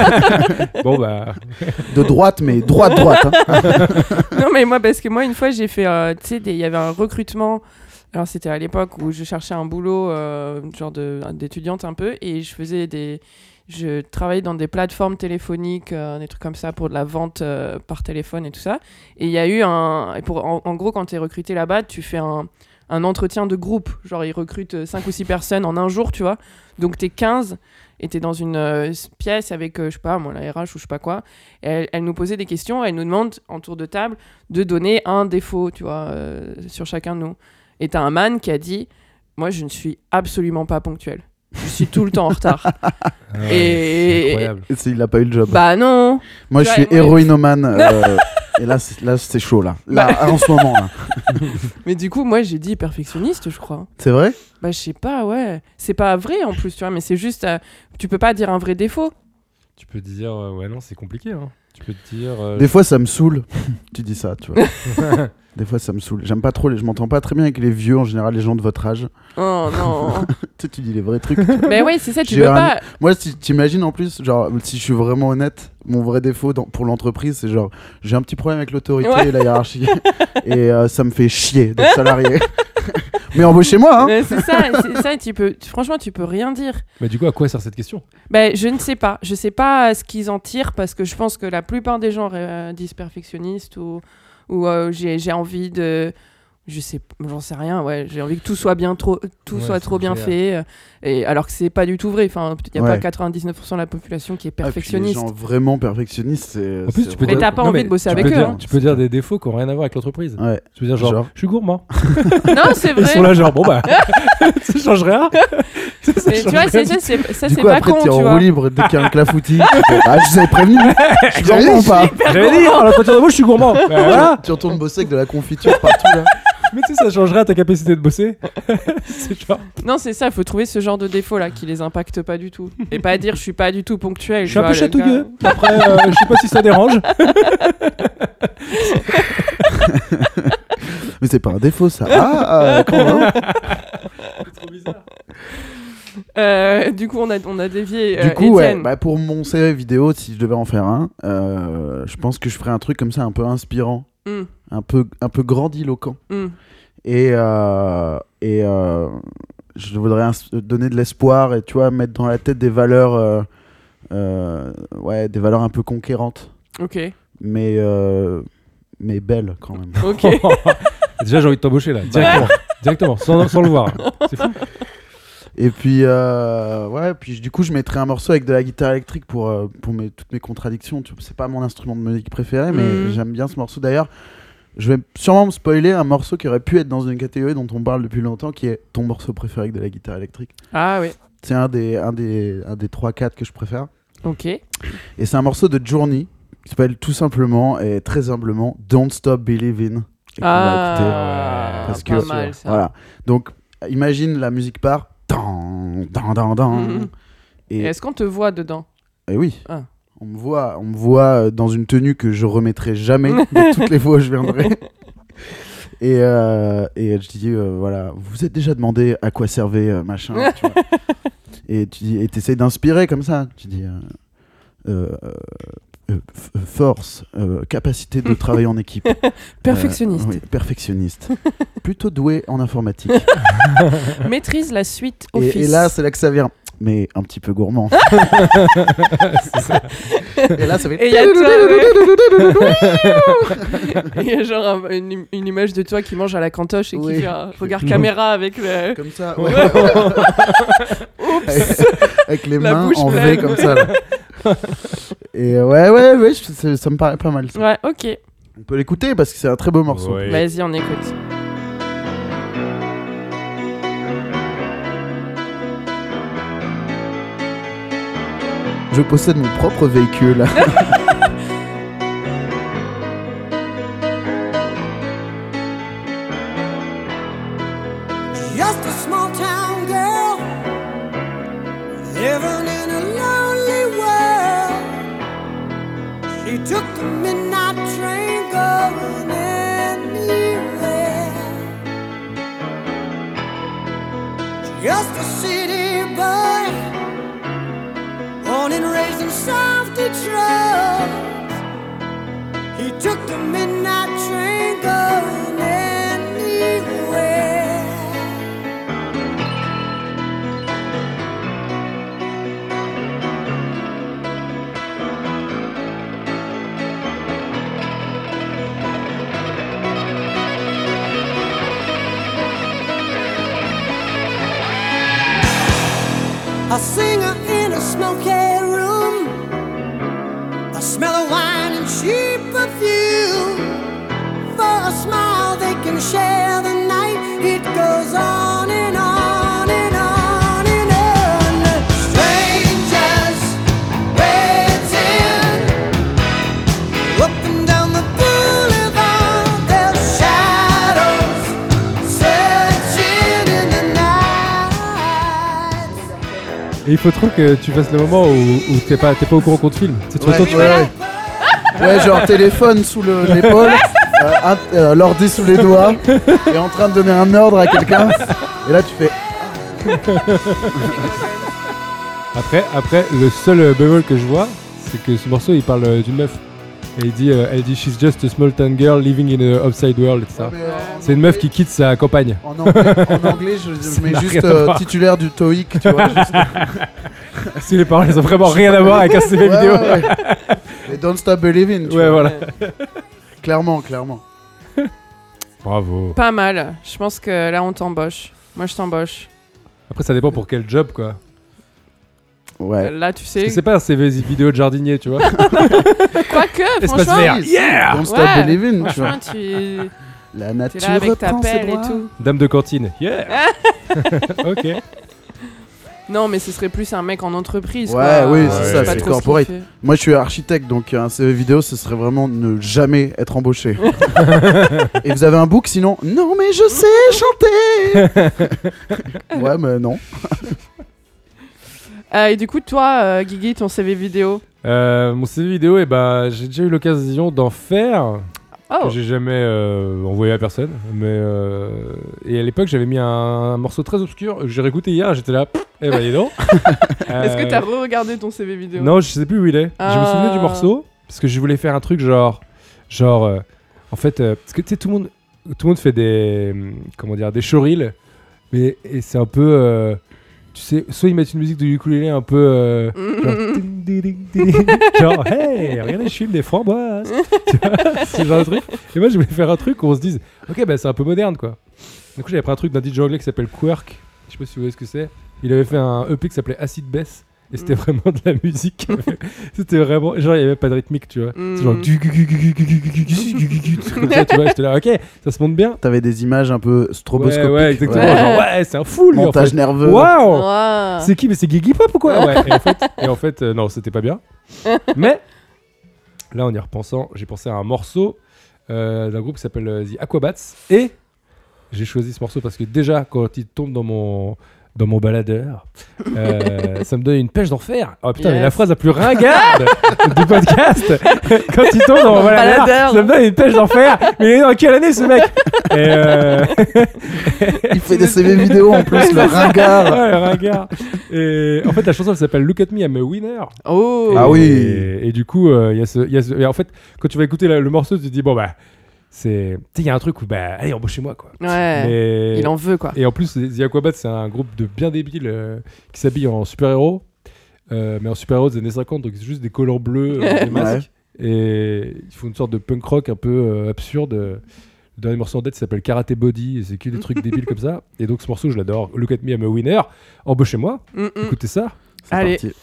[SPEAKER 3] Bon, bah.
[SPEAKER 2] De droite, mais droite, droite. Hein.
[SPEAKER 1] Non, mais moi, parce que moi, une fois, j'ai fait. euh, tu sais, des- il y avait un recrutement. Alors, c'était à l'époque où je cherchais un boulot, euh, genre de- d'étudiante un peu, et je faisais des. Je travaillais dans des plateformes téléphoniques, euh, des trucs comme ça, pour de la vente euh, par téléphone et tout ça. Et il y a eu un. Et pour, en, en gros, quand tu es recruté là-bas, tu fais un, un entretien de groupe. Genre, ils recrutent cinq ou six personnes en un jour, tu vois. Donc, tu es quinze et tu es dans une euh, pièce avec, euh, je sais pas, moi, la R H ou je sais pas quoi. Et elle, elle nous posait des questions, elle nous demande, en tour de table, de donner un défaut, tu vois, euh, sur chacun de nous. Et t'as un man qui a dit, moi, je ne suis absolument pas ponctuel. Je suis tout le temps en retard.
[SPEAKER 3] Ah ouais,
[SPEAKER 1] Et-
[SPEAKER 3] c'est incroyable.
[SPEAKER 2] Et c'est- il a pas eu le job.
[SPEAKER 1] Bah non.
[SPEAKER 2] Moi, je
[SPEAKER 1] Ouais,
[SPEAKER 2] suis
[SPEAKER 1] ouais.
[SPEAKER 2] héroïnomane. euh, et là, c'est, là, c'est chaud, là. Là, en ce moment, là.
[SPEAKER 1] Mais du coup, moi, j'ai dit perfectionniste, je crois.
[SPEAKER 2] C'est vrai?
[SPEAKER 1] Bah, je sais pas, ouais. C'est pas vrai, en plus, tu vois, mais c'est juste... euh, tu peux pas dire un vrai défaut.
[SPEAKER 3] Tu peux dire, euh, ouais, non, c'est compliqué. Hein. Tu peux te dire. euh,
[SPEAKER 2] Des fois, ça me saoule. Tu dis ça, tu vois. Des fois, ça me saoule. J'aime pas trop, les... je m'entends pas très bien avec les vieux, en général, les gens de votre âge.
[SPEAKER 1] Oh non.
[SPEAKER 2] Tu sais, tu dis les vrais trucs. tu vois.
[SPEAKER 1] Mais ouais, c'est ça, tu
[SPEAKER 2] J'ai
[SPEAKER 1] peux
[SPEAKER 2] un-
[SPEAKER 1] pas...
[SPEAKER 2] Moi, si t'imagines en plus, genre, si je suis vraiment honnête, mon vrai défaut dans- pour l'entreprise, c'est genre, j'ai un petit problème avec l'autorité
[SPEAKER 1] Ouais.
[SPEAKER 2] et la hiérarchie. Et euh, ça me fait chier d'être salarié. Mais embauchez-moi, hein.
[SPEAKER 1] Mais c'est ça, c'est ça, tu peux... tu- Franchement, tu peux rien dire.
[SPEAKER 3] Mais du coup, à quoi sert cette question?
[SPEAKER 1] Ben, je ne sais pas. Je sais pas ce qu'ils en tirent parce que je pense que la plupart des gens euh, disent perfectionniste ou, ou euh, j'ai, j'ai envie de. Je sais, p- j'en sais rien. Ouais, j'ai envie que tout soit bien trop, tout
[SPEAKER 3] Ouais,
[SPEAKER 1] soit
[SPEAKER 3] c'est
[SPEAKER 1] trop bien
[SPEAKER 3] clair.
[SPEAKER 1] fait. euh, Et alors que c'est pas du tout vrai. Enfin, il y a
[SPEAKER 2] Ouais.
[SPEAKER 1] pas quatre-vingt-dix-neuf pour cent de la population qui est
[SPEAKER 2] Ah, puis
[SPEAKER 1] perfectionniste.
[SPEAKER 2] les gens vraiment perfectionnistes, c'est.
[SPEAKER 3] En plus,
[SPEAKER 2] c'est
[SPEAKER 3] tu peux
[SPEAKER 1] Mais
[SPEAKER 3] dire-
[SPEAKER 1] t'as pas
[SPEAKER 3] non,
[SPEAKER 1] envie
[SPEAKER 3] mais
[SPEAKER 1] de bosser
[SPEAKER 3] tu
[SPEAKER 1] avec
[SPEAKER 3] peux
[SPEAKER 1] eux,
[SPEAKER 3] dire-
[SPEAKER 1] hein.
[SPEAKER 3] Tu peux dire des défauts qui n'ont rien à voir avec l'entreprise.
[SPEAKER 2] Ouais.
[SPEAKER 3] Tu peux dire, genre,
[SPEAKER 2] Genre.
[SPEAKER 3] je suis gourmand.
[SPEAKER 1] Non, c'est
[SPEAKER 3] Ils
[SPEAKER 1] vrai.
[SPEAKER 3] sont là, genre, bon, bah, ça change rien. Ça, ça
[SPEAKER 1] Mais tu
[SPEAKER 3] change
[SPEAKER 1] vois,
[SPEAKER 3] rien.
[SPEAKER 1] c'est ça, c'est, ça,
[SPEAKER 2] Du
[SPEAKER 1] c'est
[SPEAKER 2] coup,
[SPEAKER 1] pas
[SPEAKER 2] après,
[SPEAKER 1] con,
[SPEAKER 2] t'es
[SPEAKER 1] tu
[SPEAKER 2] en
[SPEAKER 1] vois.
[SPEAKER 2] roue libre dès qu'il y a un clafoutis. Tu fais, ah, je vous avais prévenu. Je suis gourmand ou pas?
[SPEAKER 3] J'avais dit, en l'entretien d'embauche, je suis gourmand. Bah, voilà.
[SPEAKER 2] Tu retournes bosser avec de la confiture partout, là.
[SPEAKER 3] Mais tu sais, ça changerait à ta capacité de bosser. C'est genre,
[SPEAKER 1] Non, c'est ça. Il faut trouver ce genre de défaut là qui les impacte pas du tout. Et pas dire je suis pas du tout ponctuel.
[SPEAKER 3] je suis un
[SPEAKER 1] tu
[SPEAKER 3] peu
[SPEAKER 1] vois, le
[SPEAKER 3] chatouilleux.
[SPEAKER 1] gars-
[SPEAKER 3] Après, euh, je sais pas si ça dérange.
[SPEAKER 2] Mais c'est pas un défaut, ça. Ah, ah d'accord. hein.
[SPEAKER 3] C'est trop bizarre.
[SPEAKER 1] Euh, du coup, on a, on a dévié. euh,
[SPEAKER 2] Du coup, ouais,
[SPEAKER 1] Étienne.
[SPEAKER 2] bah, pour mon C V vidéo, si je devais en faire un, euh, je pense que je ferais un truc comme ça, un peu inspirant,
[SPEAKER 1] Mm,
[SPEAKER 2] un peu, un peu grandiloquent.
[SPEAKER 1] mm.
[SPEAKER 2] Et, euh, et euh, je voudrais ins- donner de l'espoir et tu vois, mettre dans la tête des valeurs, euh, euh, ouais, des valeurs un peu conquérantes,
[SPEAKER 1] Ok,
[SPEAKER 2] mais, euh, mais belles quand même.
[SPEAKER 1] ok.
[SPEAKER 3] Déjà, j'ai envie de t'embaucher là, directement. Directement, sans, sans le voir. C'est fou.
[SPEAKER 2] Et puis, euh, ouais, puis du coup, je mettrais un morceau avec de la guitare électrique pour, euh, pour mes, toutes mes contradictions. Tu vois, c'est pas mon instrument de musique préféré, mais
[SPEAKER 1] Mhm.
[SPEAKER 2] j'aime bien ce morceau. D'ailleurs, je vais sûrement me spoiler un morceau qui aurait pu être dans une catégorie dont on parle depuis longtemps, qui est ton morceau préféré avec de la guitare électrique.
[SPEAKER 1] Ah oui,
[SPEAKER 2] C'est un des, un des, un des trois quatre que je préfère.
[SPEAKER 1] ok.
[SPEAKER 2] Et c'est un morceau de Journey qui s'appelle tout simplement et très humblement Don't Stop Believin'. Et qu'on va écouter.
[SPEAKER 1] Ah,
[SPEAKER 2] parce
[SPEAKER 1] pas
[SPEAKER 2] que-
[SPEAKER 1] mal ça.
[SPEAKER 2] Voilà. Donc, imagine la musique part. Dan, dan, dan, dan.
[SPEAKER 1] Mhm. Et
[SPEAKER 2] Et,
[SPEAKER 1] est-ce qu'on te voit dedans?
[SPEAKER 2] et oui,
[SPEAKER 1] Ah.
[SPEAKER 2] on me voit, on me voit euh, dans une tenue que je remettrai jamais de toutes les fois où je viendrai. Et, euh, et je dis, euh, voilà, vous vous êtes déjà demandé à quoi servait euh, machin. Tu vois. Et tu dis, et t'essayes d'inspirer comme ça. Tu dis, euh, euh, euh, f- force, euh, capacité de travailler en équipe.
[SPEAKER 1] Perfectionniste.
[SPEAKER 2] Euh, oui, perfectionniste. Plutôt doué en informatique.
[SPEAKER 1] Maîtrise la suite
[SPEAKER 2] et,
[SPEAKER 1] Office.
[SPEAKER 2] et là, c'est là que ça vient. mais un petit peu gourmand. Et là, ça fait.
[SPEAKER 1] Et il y a toi, ouais. Il y a genre un- une, une image de toi qui mange à la cantoche et
[SPEAKER 2] Oui.
[SPEAKER 1] qui fait un regard caméra avec le.
[SPEAKER 2] Comme ça,
[SPEAKER 1] Ouais.
[SPEAKER 2] ouais. avec, avec les
[SPEAKER 1] La
[SPEAKER 2] mains
[SPEAKER 1] bouche
[SPEAKER 2] en V
[SPEAKER 1] pleine.
[SPEAKER 2] comme ça. Là. Et euh, ouais, ouais, ouais, je- ça, ça me paraît pas mal. Ça.
[SPEAKER 1] Ouais, ok.
[SPEAKER 2] On peut l'écouter parce que c'est un très beau morceau.
[SPEAKER 3] Ouais.
[SPEAKER 1] Vas-y, on écoute.
[SPEAKER 2] Je possède mon propre véhicule.
[SPEAKER 5] Just a small town girl living in a lonely world. She took the midnight train going anywhere. Just a city boy, born and raised in South Detroit. He took the midnight train going anywhere. A singer in a smoky room, a smell of wine and cheap perfume. For a smile they can share the night. It goes on and on and on and on. Strangers waiting up and down the boulevard. Their shadows searching in the night.
[SPEAKER 3] Et il faut trop que tu fasses le moment où, où t'es pas, t'es pas au courant qu'on te filme. C'est tout le
[SPEAKER 2] Ouais,
[SPEAKER 3] temps, tu
[SPEAKER 2] ouais,
[SPEAKER 3] fais-
[SPEAKER 2] ouais. Ouais, genre téléphone sous le- l'épaule, euh, un- euh, l'ordi sous les doigts, et en train de donner un ordre à quelqu'un. Et là, tu fais.
[SPEAKER 3] Après, après, le seul euh, bémol que je vois, c'est que ce morceau, il parle euh, d'une meuf. Et il dit, euh, elle dit, she's just a small town girl living in a upside world, et tout ça.
[SPEAKER 2] Mais, euh,
[SPEAKER 3] C'est une meuf qui quitte sa campagne.
[SPEAKER 2] En anglais, en anglais je, je
[SPEAKER 3] Ça
[SPEAKER 2] mets
[SPEAKER 3] n'a
[SPEAKER 2] juste
[SPEAKER 3] rien à
[SPEAKER 2] euh,
[SPEAKER 3] voir.
[SPEAKER 2] titulaire du TOEIC, tu vois. juste-
[SPEAKER 3] Si les paroles, elles ont vraiment rien à voir avec un C V
[SPEAKER 2] Ouais,
[SPEAKER 3] vidéo.
[SPEAKER 2] ouais, ouais. Et Don't Stop Believing, tu
[SPEAKER 3] Ouais,
[SPEAKER 2] vois.
[SPEAKER 3] voilà.
[SPEAKER 2] Clairement, clairement.
[SPEAKER 3] Bravo.
[SPEAKER 1] Pas mal. Je pense que là, on t'embauche. Moi, je t'embauche.
[SPEAKER 3] Après, ça dépend pour quel job, quoi.
[SPEAKER 2] Ouais.
[SPEAKER 1] Là, tu
[SPEAKER 3] Parce
[SPEAKER 1] sais.
[SPEAKER 3] que c'est pas un C V vidéo de jardinier, tu vois.
[SPEAKER 1] Quoique,
[SPEAKER 3] Espace
[SPEAKER 1] franchement.
[SPEAKER 3] vert.
[SPEAKER 2] Oui,
[SPEAKER 3] Yeah.
[SPEAKER 2] Don't Stop
[SPEAKER 1] Ouais,
[SPEAKER 2] Believing, tu vois.
[SPEAKER 1] franchement, tu
[SPEAKER 2] La
[SPEAKER 1] es
[SPEAKER 2] nature
[SPEAKER 1] là avec ta
[SPEAKER 2] reprend ses
[SPEAKER 1] pelle et
[SPEAKER 2] droits.
[SPEAKER 1] tout.
[SPEAKER 3] Dame de cantine. Yeah. Ok.
[SPEAKER 1] Non, mais ce serait plus un mec en entreprise.
[SPEAKER 2] Ouais,
[SPEAKER 1] quoi.
[SPEAKER 2] oui,
[SPEAKER 3] c'est
[SPEAKER 1] Je
[SPEAKER 3] ça,
[SPEAKER 1] sais pas
[SPEAKER 3] c'est
[SPEAKER 1] trop ce qu'il
[SPEAKER 2] corporate.
[SPEAKER 1] fait.
[SPEAKER 2] Moi, je suis architecte, donc un C V vidéo, ce serait vraiment ne jamais être embauché. Et vous avez un book, sinon non, mais je sais chanter. Ouais, mais non.
[SPEAKER 1] Euh, et du coup, toi, euh, Guigui, ton C V vidéo.
[SPEAKER 3] Euh, mon C V vidéo, eh ben, j'ai déjà eu l'occasion d'en faire.
[SPEAKER 1] Oh,
[SPEAKER 3] Que j'ai jamais euh, envoyé à personne. Mais euh, et à l'époque, j'avais mis un, un morceau très obscur que j'ai réécouté hier. J'étais là, pff, eh ben dis donc.
[SPEAKER 1] est-ce que
[SPEAKER 3] Euh,
[SPEAKER 1] t'as re-regardé ton C V vidéo?
[SPEAKER 3] Non, je sais plus où il est. Je me souvenais
[SPEAKER 1] Ah.
[SPEAKER 3] du morceau parce que je voulais faire un truc genre, genre, euh, en fait, euh, parce que tu sais, tout le monde, tout le monde fait des, hum, comment dire, des showreels, mais et c'est un peu, euh, tu sais, soit ils mettent une musique de ukulélé un peu, euh, genre, ding, ding, ding, ding. Genre, hey, regardez, je filme des framboises. Tu vois, c'est le genre de truc. Et moi, je voulais faire un truc où on se dise, ok, bah c'est un peu moderne, quoi. Du coup, j'avais pris un truc d'un D J anglais qui s'appelle Quirk. Je sais pas si vous voyez ce que c'est. Il avait fait un E P qui s'appelait Acid Bass. Et c'était
[SPEAKER 1] Mm.
[SPEAKER 3] vraiment de la musique. C'était vraiment. Genre, il n'y avait pas de rythmique, tu vois.
[SPEAKER 1] Mm.
[SPEAKER 3] C'est genre. du- gu- gu- gu- gu- gu- gu- gu- gu- gu- gu- gu- gu- comme ça, tu vois. J'étais là, ok, ça se monte bien.
[SPEAKER 2] T'avais des images un peu stroboscopiques.
[SPEAKER 3] Ouais, ouais, exactement.
[SPEAKER 1] Ouais.
[SPEAKER 3] Genre, ouais, c'est un fou, lui. en
[SPEAKER 2] Montage
[SPEAKER 3] fait.
[SPEAKER 2] nerveux.
[SPEAKER 3] Waouh!
[SPEAKER 1] Ouah.
[SPEAKER 3] C'est qui? Mais c'est Gigi Pop ou quoi? Ouais. Et en fait, et en fait euh, non, c'était pas bien. Mais là, en y repensant, j'ai pensé à un morceau euh, d'un groupe qui s'appelle euh, The Aquabats. Et j'ai choisi ce morceau parce que déjà, quand il tombe dans mon dans mon baladeur, euh, ça me donne une pêche d'enfer. Oh putain,
[SPEAKER 1] Yes.
[SPEAKER 3] mais la phrase la plus ringarde du podcast. Quand il tombe dans mon baladeur,
[SPEAKER 1] Baladeur.
[SPEAKER 3] ça me donne une pêche d'enfer. Mais il est dans quelle année ce mec? Et euh...
[SPEAKER 2] Il fait des C V vidéo en plus, le ringard.
[SPEAKER 3] Ouais, le ringard. Et en fait, la chanson elle s'appelle Look at Me, I'm a Winner.
[SPEAKER 1] Oh.
[SPEAKER 3] Et,
[SPEAKER 2] Ah oui.
[SPEAKER 3] Et, et du coup, il euh, y, y a ce. Y a ce et en fait, quand tu vas écouter la- le morceau, tu te dis, bon, bah, c'est, tu sais, il y a un truc où, bah, allez, embauchez-moi, quoi.
[SPEAKER 1] Ouais.
[SPEAKER 3] Mais-
[SPEAKER 1] Il en veut, quoi.
[SPEAKER 3] Et en plus, The Aquabats, c'est un groupe de bien débiles euh, qui s'habillent en super-héros, euh, mais en super-héros des années cinquante, donc c'est juste des collants bleus, euh, des masques, et ils font une sorte de punk rock un peu euh, absurde. Le dernier morceau en date s'appelle Karate Body, et c'est que des trucs débiles comme ça. Et donc ce morceau, je l'adore. Look at me, I'm a winner. Embauchez-moi,
[SPEAKER 1] Mm, mm.
[SPEAKER 3] écoutez ça.
[SPEAKER 2] C'est
[SPEAKER 1] Allez.
[SPEAKER 2] parti.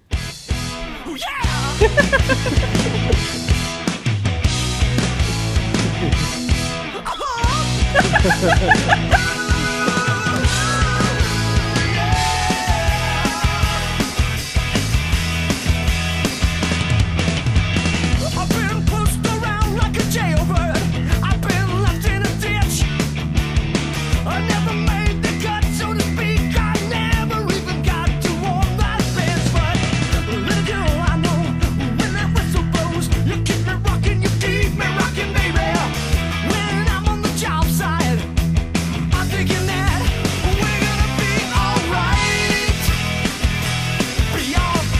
[SPEAKER 4] I've been pushed around like a jailbird. I've been left in a ditch. I never made the cut, so to speak. I never even got to warm that bench. But little girl, I know when that whistle blows, you keep me rocking, you keep me rocking, baby. When I'm on the job site, I'm thinking that we're gonna be alright. Be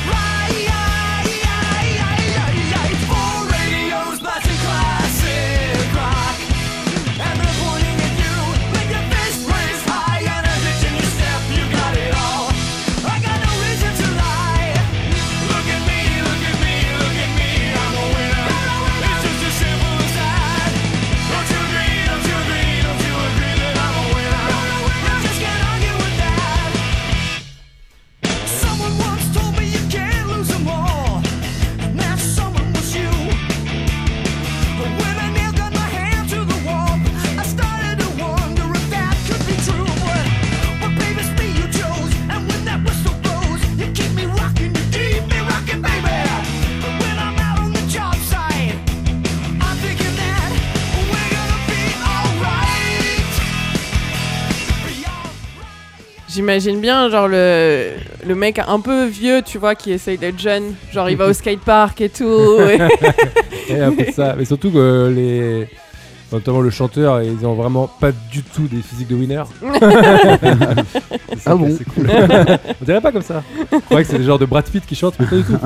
[SPEAKER 4] alright. Four radios blasting classic rock, and they're pointing at you with your fist raised high and a hitch in your step. You got it all. I got no reason to lie. Look at me, look at me, look at me. I'm a winner. It's just as simple as that. Don't you agree? Don't you agree? Don't you agree that I'm a winner? You just can't argue with that. Someone once told me you can't lose them all, and that someone was you. But when I nailed down my hand to the wall, I started to wonder if that could be true. But, but baby, it's me you chose, and when that whistle blows, you keep me rocking, you keep me rocking, baby. But when I'm out on the job site, I'm thinking that we're gonna be alright. Be alright.
[SPEAKER 1] J'imagine bien, genre, le, le mec un peu vieux, tu vois, qui essaye d'être jeune. Genre, il va au skatepark et tout. et-
[SPEAKER 3] Et un peu de ça. Mais surtout que les. Notamment le chanteur, ils ont vraiment pas du tout des physiques de winner. C'est ça
[SPEAKER 2] Ah
[SPEAKER 3] qui est
[SPEAKER 2] bon
[SPEAKER 3] assez cool. On dirait pas comme ça. Je croyais que c'est des genres de Brad Pitt qui chantent, mais pas du tout.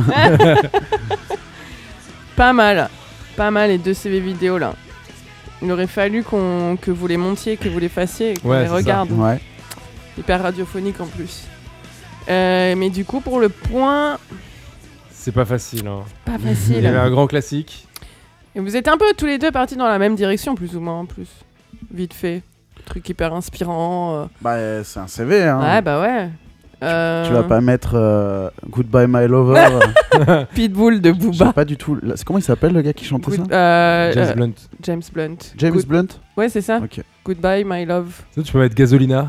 [SPEAKER 1] Pas mal. Pas mal les deux C V vidéo, là. Il aurait fallu qu'on, que vous les montiez, que vous les fassiez et qu'on
[SPEAKER 3] Ouais,
[SPEAKER 1] les
[SPEAKER 3] c'est ça.
[SPEAKER 1] regarde.
[SPEAKER 2] Ouais.
[SPEAKER 1] Hyper radiophonique en plus. Euh, mais du coup, pour le point,
[SPEAKER 3] C'est pas facile. Hein.
[SPEAKER 1] pas
[SPEAKER 3] Il y avait
[SPEAKER 1] facile.
[SPEAKER 3] un grand classique.
[SPEAKER 1] Et vous êtes un peu tous les deux partis dans la même direction, plus ou moins, en plus. Vite fait. Truc hyper inspirant. euh.
[SPEAKER 2] Bah, c'est un C V, hein.
[SPEAKER 1] Ouais, bah ouais. Euh,
[SPEAKER 2] Tu vas pas mettre euh, Goodbye My Lover. euh,
[SPEAKER 1] Pitbull de
[SPEAKER 2] je sais
[SPEAKER 1] Booba.
[SPEAKER 2] pas du tout. là, c'est- Comment il s'appelle le gars qui chantait
[SPEAKER 1] Good-
[SPEAKER 2] ça
[SPEAKER 1] euh,
[SPEAKER 3] James
[SPEAKER 1] euh,
[SPEAKER 3] Blunt.
[SPEAKER 1] James Blunt.
[SPEAKER 2] James
[SPEAKER 1] Good-
[SPEAKER 2] Blunt.
[SPEAKER 1] Ouais, c'est ça.
[SPEAKER 2] Ok.
[SPEAKER 1] Goodbye, my love.
[SPEAKER 3] Sinon, tu peux mettre Gasolina.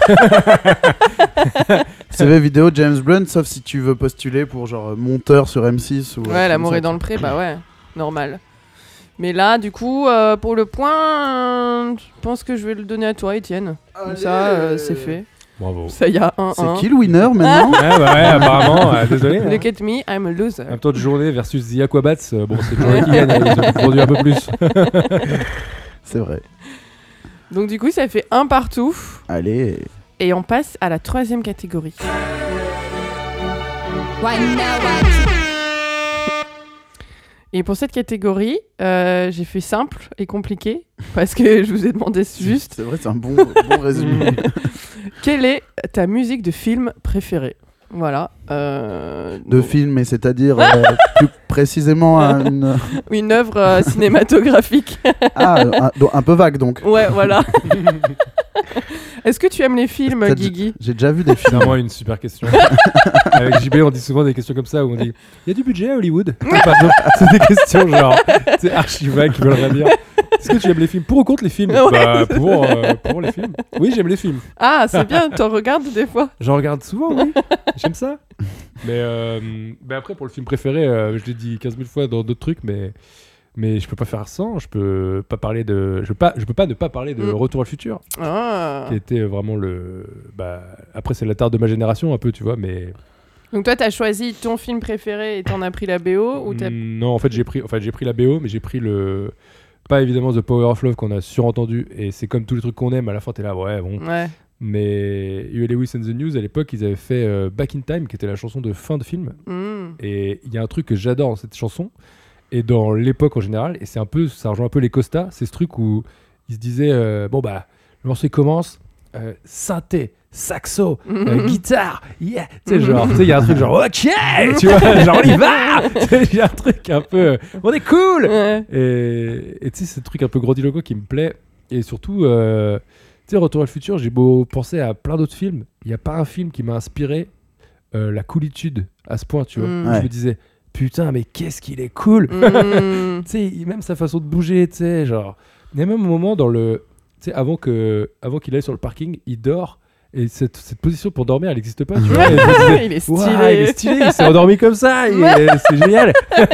[SPEAKER 2] C V vidéo James Blunt, sauf si tu veux postuler pour genre monteur sur M six ou.
[SPEAKER 1] Ouais, l'amour est dans le pré, bah ouais, normal. Mais là, du coup, euh, pour le point, euh, je pense que je vais le donner à toi, Étienne. Comme ça, euh, c'est fait.
[SPEAKER 3] Bravo.
[SPEAKER 1] Ça y a un
[SPEAKER 2] C'est
[SPEAKER 1] un.
[SPEAKER 2] qui le winner maintenant
[SPEAKER 3] Ouais, bah ouais, apparemment. euh, désolé. hein.
[SPEAKER 1] Look at me, I'm a loser.
[SPEAKER 3] Un temps de journée versus The Aquabats. euh, bon, c'est le journée qui gagne. Ils ont produit un peu plus.
[SPEAKER 2] C'est vrai.
[SPEAKER 1] Donc du coup, ça fait un partout.
[SPEAKER 2] Allez.
[SPEAKER 1] Et on passe à la troisième catégorie. Et pour cette catégorie, euh, j'ai fait simple et compliqué, parce que je vous ai demandé juste,
[SPEAKER 2] C'est vrai, c'est un bon, bon résumé.
[SPEAKER 1] quelle est ta musique de film préférée ? Voilà. euh,
[SPEAKER 2] De
[SPEAKER 1] donc,
[SPEAKER 2] film, et c'est-à-dire euh, plus précisément une.
[SPEAKER 1] Une œuvre euh, cinématographique.
[SPEAKER 2] Ah, un, donc, un peu vague donc.
[SPEAKER 1] Ouais, voilà. Est-ce que tu aimes les films,
[SPEAKER 2] T'as-
[SPEAKER 1] Guigui ?
[SPEAKER 2] J'ai déjà vu des
[SPEAKER 3] C'est
[SPEAKER 2] films.
[SPEAKER 3] vraiment une super question. Avec J B, on dit souvent des questions comme ça où on dit il y a du budget à Hollywood. C'est pas- donc, c'est des questions genre, c'est archi vagues qui veulent rien dire. Est-ce que tu aimes les films pour ou contre les films
[SPEAKER 1] Ouais,
[SPEAKER 3] Bah pour, euh, pour les films. Oui, j'aime les films.
[SPEAKER 1] Ah, c'est bien, t'en regardes des fois.
[SPEAKER 3] J'en regarde souvent, oui. J'aime ça. Mais, euh, mais après, pour le film préféré, euh, je l'ai dit quinze mille fois dans d'autres trucs, mais, mais je peux pas faire sans. Je peux pas parler de. Je peux pas, je peux pas ne pas parler de
[SPEAKER 1] Mm.
[SPEAKER 3] Retour à le futur,
[SPEAKER 1] Ah.
[SPEAKER 3] qui était vraiment le. Bah, après, c'est la tare de ma génération, un peu, tu vois, mais.
[SPEAKER 1] Donc toi, t'as choisi ton film préféré et t'en as pris la B O ou t'as...
[SPEAKER 3] Mm, non, en fait, j'ai pris, en fait, j'ai pris la B O, mais j'ai pris le. Pas évidemment The Power of Love qu'on a surentendu, et c'est comme tous les trucs qu'on aime, à la fin, t'es là, ouais, bon.
[SPEAKER 1] Ouais.
[SPEAKER 3] Mais Huey Lewis and the News, à l'époque, ils avaient fait euh, Back in Time, qui était la chanson de fin de film.
[SPEAKER 1] Mm.
[SPEAKER 3] Et il y a un truc que j'adore dans cette chanson, et dans l'époque en général, et c'est un peu, ça rejoint un peu les Costa, c'est ce truc où ils se disaient, euh, bon bah, le morceau il commence, euh, synthé, saxo, euh, guitare, yeah, tu sais, genre, tu sais, il y a un truc genre, ok, tu vois, genre, on y va, tu sais, il y a un truc un peu, euh, on est cool,
[SPEAKER 1] Ouais.
[SPEAKER 3] et et tu sais, c'est un truc un peu grandiloquent qui me plaît, et surtout, euh, tu sais, Retour à le futur, j'ai beau penser à plein d'autres films, il n'y a pas un film qui m'a inspiré euh, la coolitude à ce point, tu vois.
[SPEAKER 1] Mm.
[SPEAKER 3] Je
[SPEAKER 2] Ouais.
[SPEAKER 3] me disais, putain, mais qu'est-ce qu'il est cool,
[SPEAKER 1] Mm.
[SPEAKER 3] tu sais, même sa façon de bouger, tu sais, genre, il y a même un moment dans le, tu sais, avant que, avant qu'il aille sur le parking, il dort. Et cette, cette position pour dormir, elle n'existe pas, tu vois. Et je me disais,
[SPEAKER 1] Il est stylé.
[SPEAKER 3] Ouah, il est stylé, il s'est endormi comme ça, et, euh, c'est génial.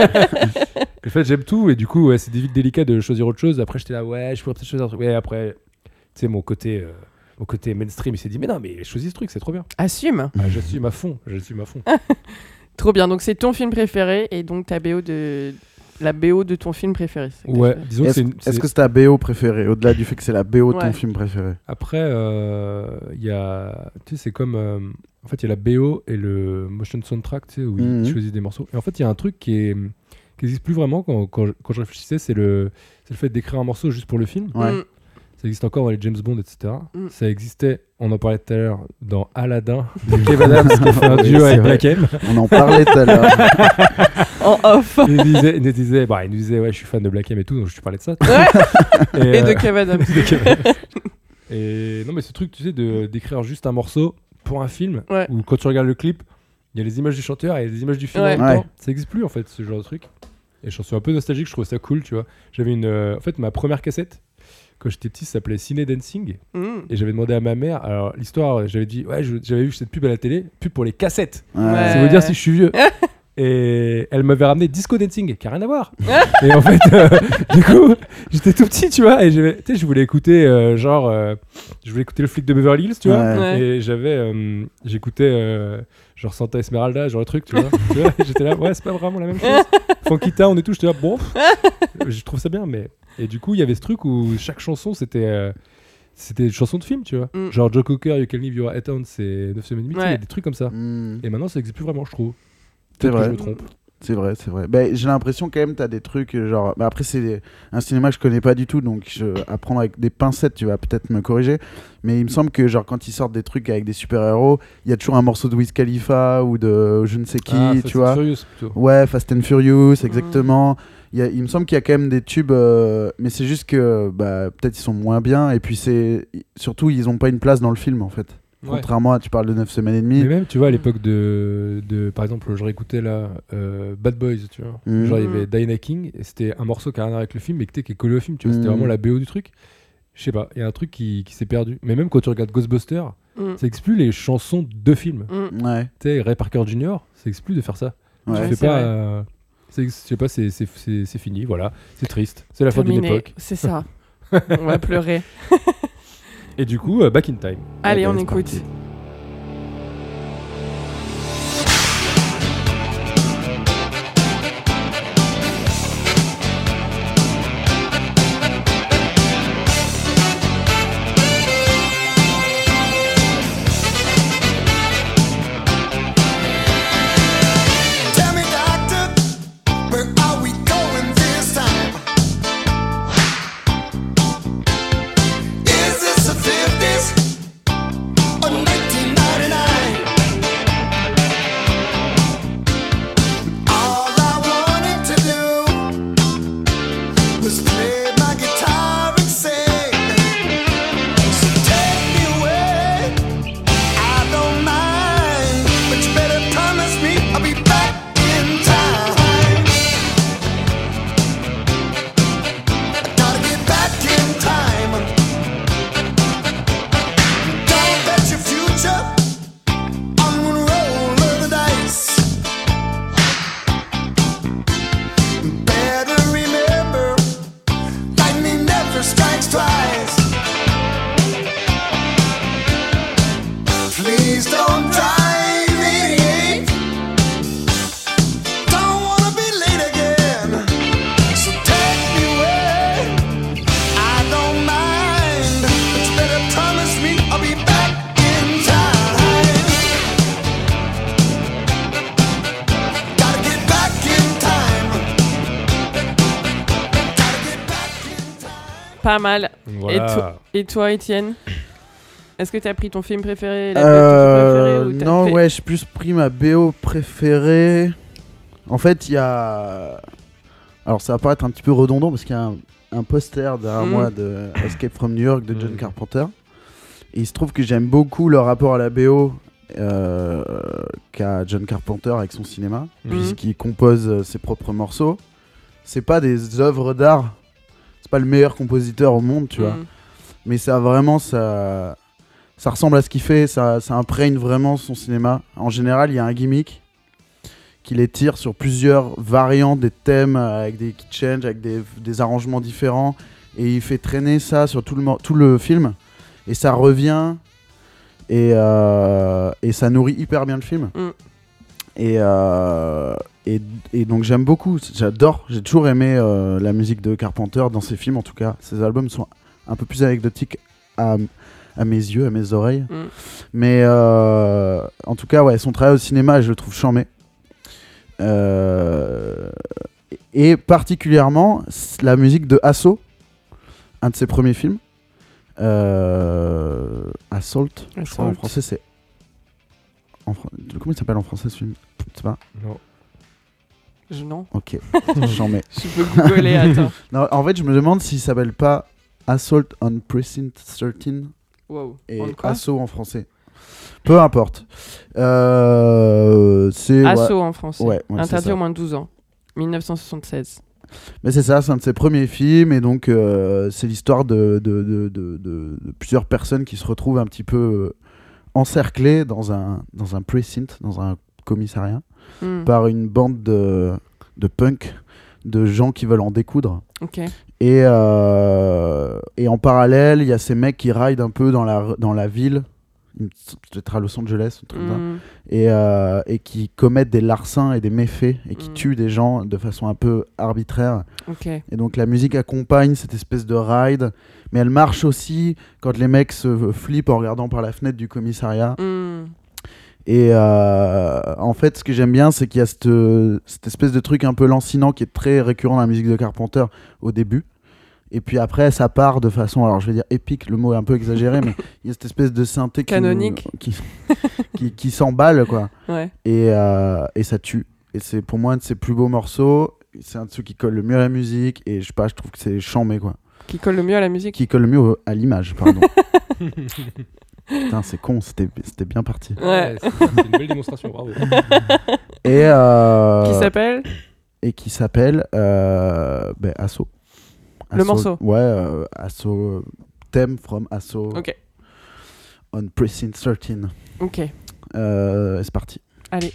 [SPEAKER 3] En fait, j'aime tout, et du coup, ouais, c'est vite délicat de choisir autre chose. Après, j'étais là, ouais, je pourrais peut-être choisir un truc. Ouais, après, tu sais, mon côté, euh, mon côté mainstream, il s'est dit, mais non, mais choisis ce truc, c'est trop bien.
[SPEAKER 1] Assume.
[SPEAKER 3] Ah, j'assume à fond, j'assume à fond.
[SPEAKER 1] Trop bien. Donc, c'est ton film préféré et donc ta B O de. La B O de ton film préféré. c'est ça que
[SPEAKER 3] Ouais,
[SPEAKER 1] t'as fait.
[SPEAKER 3] disons que
[SPEAKER 2] Est-ce
[SPEAKER 3] c'est une.
[SPEAKER 2] est-ce
[SPEAKER 3] c'est-
[SPEAKER 2] que c'est ta B O préférée, au-delà du fait que c'est la B O de ton
[SPEAKER 1] Ouais.
[SPEAKER 2] film préféré?
[SPEAKER 3] Après, euh, il y a. Tu sais, c'est comme. euh, en fait, il y a la B O et le motion soundtrack, tu sais, où
[SPEAKER 2] Mhm.
[SPEAKER 3] ils choisissent des morceaux. Et en fait, il y a un truc qui est. Qui n'existe plus vraiment quand, quand, je, quand je réfléchissais, c'est le, c'est le fait d'écrire un morceau juste pour le film.
[SPEAKER 2] Ouais.
[SPEAKER 1] Mm.
[SPEAKER 3] Ça existe encore dans les James Bond, et cetera.
[SPEAKER 1] Mm.
[SPEAKER 3] Ça existait, on en parlait tout à l'heure, dans Aladdin, de Kev Adams qui a fait un
[SPEAKER 2] Oui,
[SPEAKER 3] duo
[SPEAKER 2] c'est
[SPEAKER 3] avec
[SPEAKER 2] vrai.
[SPEAKER 3] Black M.
[SPEAKER 2] On en parlait tout à l'heure.
[SPEAKER 1] En off.
[SPEAKER 3] Il nous disait, il nous disait, bah, il nous disait, ouais, je suis fan de Black M et tout, donc je te parlais de ça.
[SPEAKER 1] Et de
[SPEAKER 3] euh,
[SPEAKER 1] Kev Adams.
[SPEAKER 3] de Kev Adams. Et non, mais ce truc, tu sais, de, d'écrire juste un morceau pour un film,
[SPEAKER 1] Ouais.
[SPEAKER 3] où quand tu regardes le clip, il y a les images du chanteur et les images du film
[SPEAKER 1] Ouais.
[SPEAKER 3] en même temps.
[SPEAKER 2] Ouais.
[SPEAKER 3] Ça n'existe plus, en fait, ce genre de truc. Et je suis un peu nostalgique, je trouve ça cool, tu vois. J'avais une. euh, en fait, ma première cassette, quand j'étais petit, ça s'appelait Ciné Dancing.
[SPEAKER 1] Mm.
[SPEAKER 3] Et j'avais demandé à ma mère, alors l'histoire, j'avais dit, ouais, je- j'avais vu cette pub à la télé, pub pour les cassettes.
[SPEAKER 2] Ouais.
[SPEAKER 3] Ça veut dire si je suis vieux. Et elle m'avait ramené Disco Dancing, qui a rien à voir. Et en fait, euh, du coup, j'étais tout petit, tu vois, et j'avais- tu sais, je voulais écouter, euh, genre, euh, je voulais écouter le flic de Beverly Hills, tu vois.
[SPEAKER 2] Ouais.
[SPEAKER 1] Ouais.
[SPEAKER 3] Et j'avais, euh, j'écoutais, euh, genre Santa Esmeralda, genre le truc, tu vois. Tu vois, et j'étais là, ouais, c'est pas vraiment la même chose. Funky Town et tout, j'étais là, bon, je trouve ça bien, mais. Et du coup, il y avait ce truc où chaque chanson, c'était. euh, C'était une chanson de film, tu vois.
[SPEAKER 1] Mm.
[SPEAKER 3] Genre Joe Cocker, You Can Leave Your Head On, c'est neuf semaines et demie, tu sais, il y
[SPEAKER 1] Ouais.
[SPEAKER 3] a des trucs comme ça.
[SPEAKER 2] Mm.
[SPEAKER 3] Et maintenant, ça n'existe plus vraiment, je trouve.
[SPEAKER 2] C'est
[SPEAKER 3] Peut-être que
[SPEAKER 2] vrai.
[SPEAKER 3] je me trompe.
[SPEAKER 2] C'est vrai, c'est vrai. Ben, j'ai l'impression quand même t'as des trucs euh, genre. Bah, après c'est un cinéma que je connais pas du tout, donc je... à prendre avec des pincettes, tu vas peut-être me corriger. Mais il me semble que genre quand ils sortent des trucs avec des super héros, il y a toujours un morceau de Wiz Khalifa ou de je ne sais qui,
[SPEAKER 3] Ah, Fast
[SPEAKER 2] tu
[SPEAKER 3] and
[SPEAKER 2] vois.
[SPEAKER 3] Furious, plutôt.
[SPEAKER 2] Ouais, Fast and Furious, exactement. Il, y a- il me semble qu'il y a quand même des tubes, euh, mais c'est juste que bah, peut-être ils sont moins bien, et puis c'est surtout ils ont pas une place dans le film en fait.
[SPEAKER 3] Ouais.
[SPEAKER 2] Contrairement à, tu parles de neuf semaines et demie.
[SPEAKER 3] Mais même, tu vois, à l'époque de, de. Par exemple, je réécoutais là euh, Bad Boys, tu vois.
[SPEAKER 2] Mhm.
[SPEAKER 3] Genre, il y
[SPEAKER 1] Mhm.
[SPEAKER 3] avait Diana King, et c'était un morceau qui a rien à voir avec le film, mais qui était- qui est collé au film, tu vois. C'était
[SPEAKER 2] Mhm.
[SPEAKER 3] vraiment la B O du truc. Je sais pas, il y a un truc qui, qui s'est perdu. Mais même quand tu regardes Ghostbusters,
[SPEAKER 1] Mm.
[SPEAKER 3] ça n'existe plus les chansons de films.
[SPEAKER 1] Mm.
[SPEAKER 2] Ouais.
[SPEAKER 3] Tu sais, Ray Parker Junior, ça n'existe plus de faire ça.
[SPEAKER 2] Ouais.
[SPEAKER 3] Tu
[SPEAKER 1] Ouais,
[SPEAKER 3] fais
[SPEAKER 1] c'est
[SPEAKER 3] pas.
[SPEAKER 1] vrai.
[SPEAKER 3] euh, c'est- je sais pas, c'est- c'est c'est- c'est fini, voilà. C'est triste. C'est la fin d'une
[SPEAKER 1] Terminé.
[SPEAKER 3] époque.
[SPEAKER 1] C'est ça. On va pleurer.
[SPEAKER 3] Et du coup, euh, Back in Time.
[SPEAKER 1] Allez,
[SPEAKER 2] bah,
[SPEAKER 1] on
[SPEAKER 2] c'est
[SPEAKER 1] écoute.
[SPEAKER 2] parti.
[SPEAKER 4] Tell me, doctor, where are we going this time? Is this the fifties or
[SPEAKER 1] Pas mal.
[SPEAKER 3] Voilà.
[SPEAKER 1] Et toi, Étienne? Est-ce que tu as pris ton film préféré, la B O
[SPEAKER 2] Euh,
[SPEAKER 1] préférée ou t'as
[SPEAKER 2] non,
[SPEAKER 1] fait-
[SPEAKER 2] ouais, j'ai plus pris ma B O préférée. En fait, il y a. Alors, ça va paraître un petit peu redondant parce qu'il y a un, un poster derrière
[SPEAKER 1] Mm.
[SPEAKER 2] moi de Escape from New York de John
[SPEAKER 3] Mm.
[SPEAKER 2] Carpenter. Et il se trouve que j'aime beaucoup le rapport à la B O euh, qu'a John Carpenter avec son cinéma,
[SPEAKER 3] Mhm.
[SPEAKER 2] puisqu'il compose euh, ses propres morceaux. C'est pas des œuvres d'art, c'est pas le meilleur compositeur au monde, tu vois.
[SPEAKER 1] Mm.
[SPEAKER 2] Mais ça vraiment, ça, ça ressemble à ce qu'il fait, ça, ça imprègne vraiment son cinéma. En général, il y a un gimmick qui les tire sur plusieurs variantes des thèmes, euh, avec des key change, avec des, des arrangements différents, et il fait traîner ça sur tout le, mor- tout le film, et ça revient, et, euh, et ça nourrit hyper bien le film.
[SPEAKER 1] Mm.
[SPEAKER 2] Et, euh, et, et donc j'aime beaucoup, j'adore, j'ai toujours aimé euh, la musique de Carpenter dans ses films en tout cas. Ses albums sont un peu plus anecdotiques à, à mes yeux, à mes oreilles.
[SPEAKER 1] Mm.
[SPEAKER 2] Mais euh, en tout cas, ouais, son travail au cinéma, je le trouve charmé. Euh, et particulièrement la musique de Assaut, un de ses premiers films. Euh, Assault, je crois, en
[SPEAKER 1] Assault.
[SPEAKER 2] français c'est. En fran- Comment il s'appelle en français ce film? C'est pas.
[SPEAKER 3] Non.
[SPEAKER 1] Je, non.
[SPEAKER 2] Ok, j'en mets.
[SPEAKER 1] Je peux googler, attends.
[SPEAKER 2] Non, en fait, je me demande s'il s'appelle pas Assault on Precinct treize
[SPEAKER 1] Wow.
[SPEAKER 2] et
[SPEAKER 1] On quoi
[SPEAKER 2] Assaut en français. Peu importe. Euh, c'est ouais.
[SPEAKER 1] Assaut en français.
[SPEAKER 2] Ouais, ouais, c'est
[SPEAKER 1] Interdit
[SPEAKER 2] ça.
[SPEAKER 1] au moins de douze ans. mille neuf cent soixante-seize.
[SPEAKER 2] Mais c'est ça, c'est un de ses premiers films et donc euh, c'est l'histoire de, de, de, de, de- de plusieurs personnes qui se retrouvent un petit peu euh, encerclées dans un, dans un precinct, dans un commissariat,
[SPEAKER 1] Mm.
[SPEAKER 2] par une bande de, de punk, de gens qui veulent en découdre.
[SPEAKER 1] Ok.
[SPEAKER 2] Et, euh, et en parallèle, il y a ces mecs qui ride un peu dans la, dans la ville, peut-être à Los Angeles, un truc comme ça,
[SPEAKER 1] Mm.
[SPEAKER 2] et, euh, et qui commettent des larcins et des méfaits et qui
[SPEAKER 1] Mm.
[SPEAKER 2] tuent des gens de façon un peu arbitraire.
[SPEAKER 1] Ok.
[SPEAKER 2] Et donc la musique accompagne cette espèce de ride, mais elle marche aussi quand les mecs se flippent en regardant par la fenêtre du commissariat.
[SPEAKER 1] Mm.
[SPEAKER 2] Et euh, en fait, ce que j'aime bien, c'est qu'il y a cette, cette espèce de truc un peu lancinant qui est très récurrent dans la musique de Carpenter au début. Et puis après, ça part de façon, alors je vais dire épique, le mot est un peu exagéré, mais il y a cette espèce de synthé qui,
[SPEAKER 1] Canonique.
[SPEAKER 2] nous- qui, qui, qui s'emballe, quoi.
[SPEAKER 1] Ouais.
[SPEAKER 2] Et, euh, et ça tue. Et c'est pour moi un de ses plus beaux morceaux. C'est un de ceux qui colle le mieux à la musique. Et je sais pas, je trouve que c'est chambé, quoi.
[SPEAKER 1] Qui colle le mieux à la musique.
[SPEAKER 2] Qui colle le mieux au- à l'image, pardon. Putain, c'est con, c'était c'était bien parti.
[SPEAKER 1] Ouais.
[SPEAKER 3] c'est c'est une belle démonstration, bravo.
[SPEAKER 2] Et, euh,
[SPEAKER 1] Qui s'appelle
[SPEAKER 2] et qui s'appelle euh, ben, Assaut.
[SPEAKER 1] Le
[SPEAKER 2] Assaut-
[SPEAKER 1] morceau.
[SPEAKER 2] Ouais, euh, Assaut. euh, Theme from Assaut
[SPEAKER 1] Ok.
[SPEAKER 2] on Precinct treize.
[SPEAKER 1] Ok.
[SPEAKER 2] Euh, c'est parti.
[SPEAKER 1] Allez.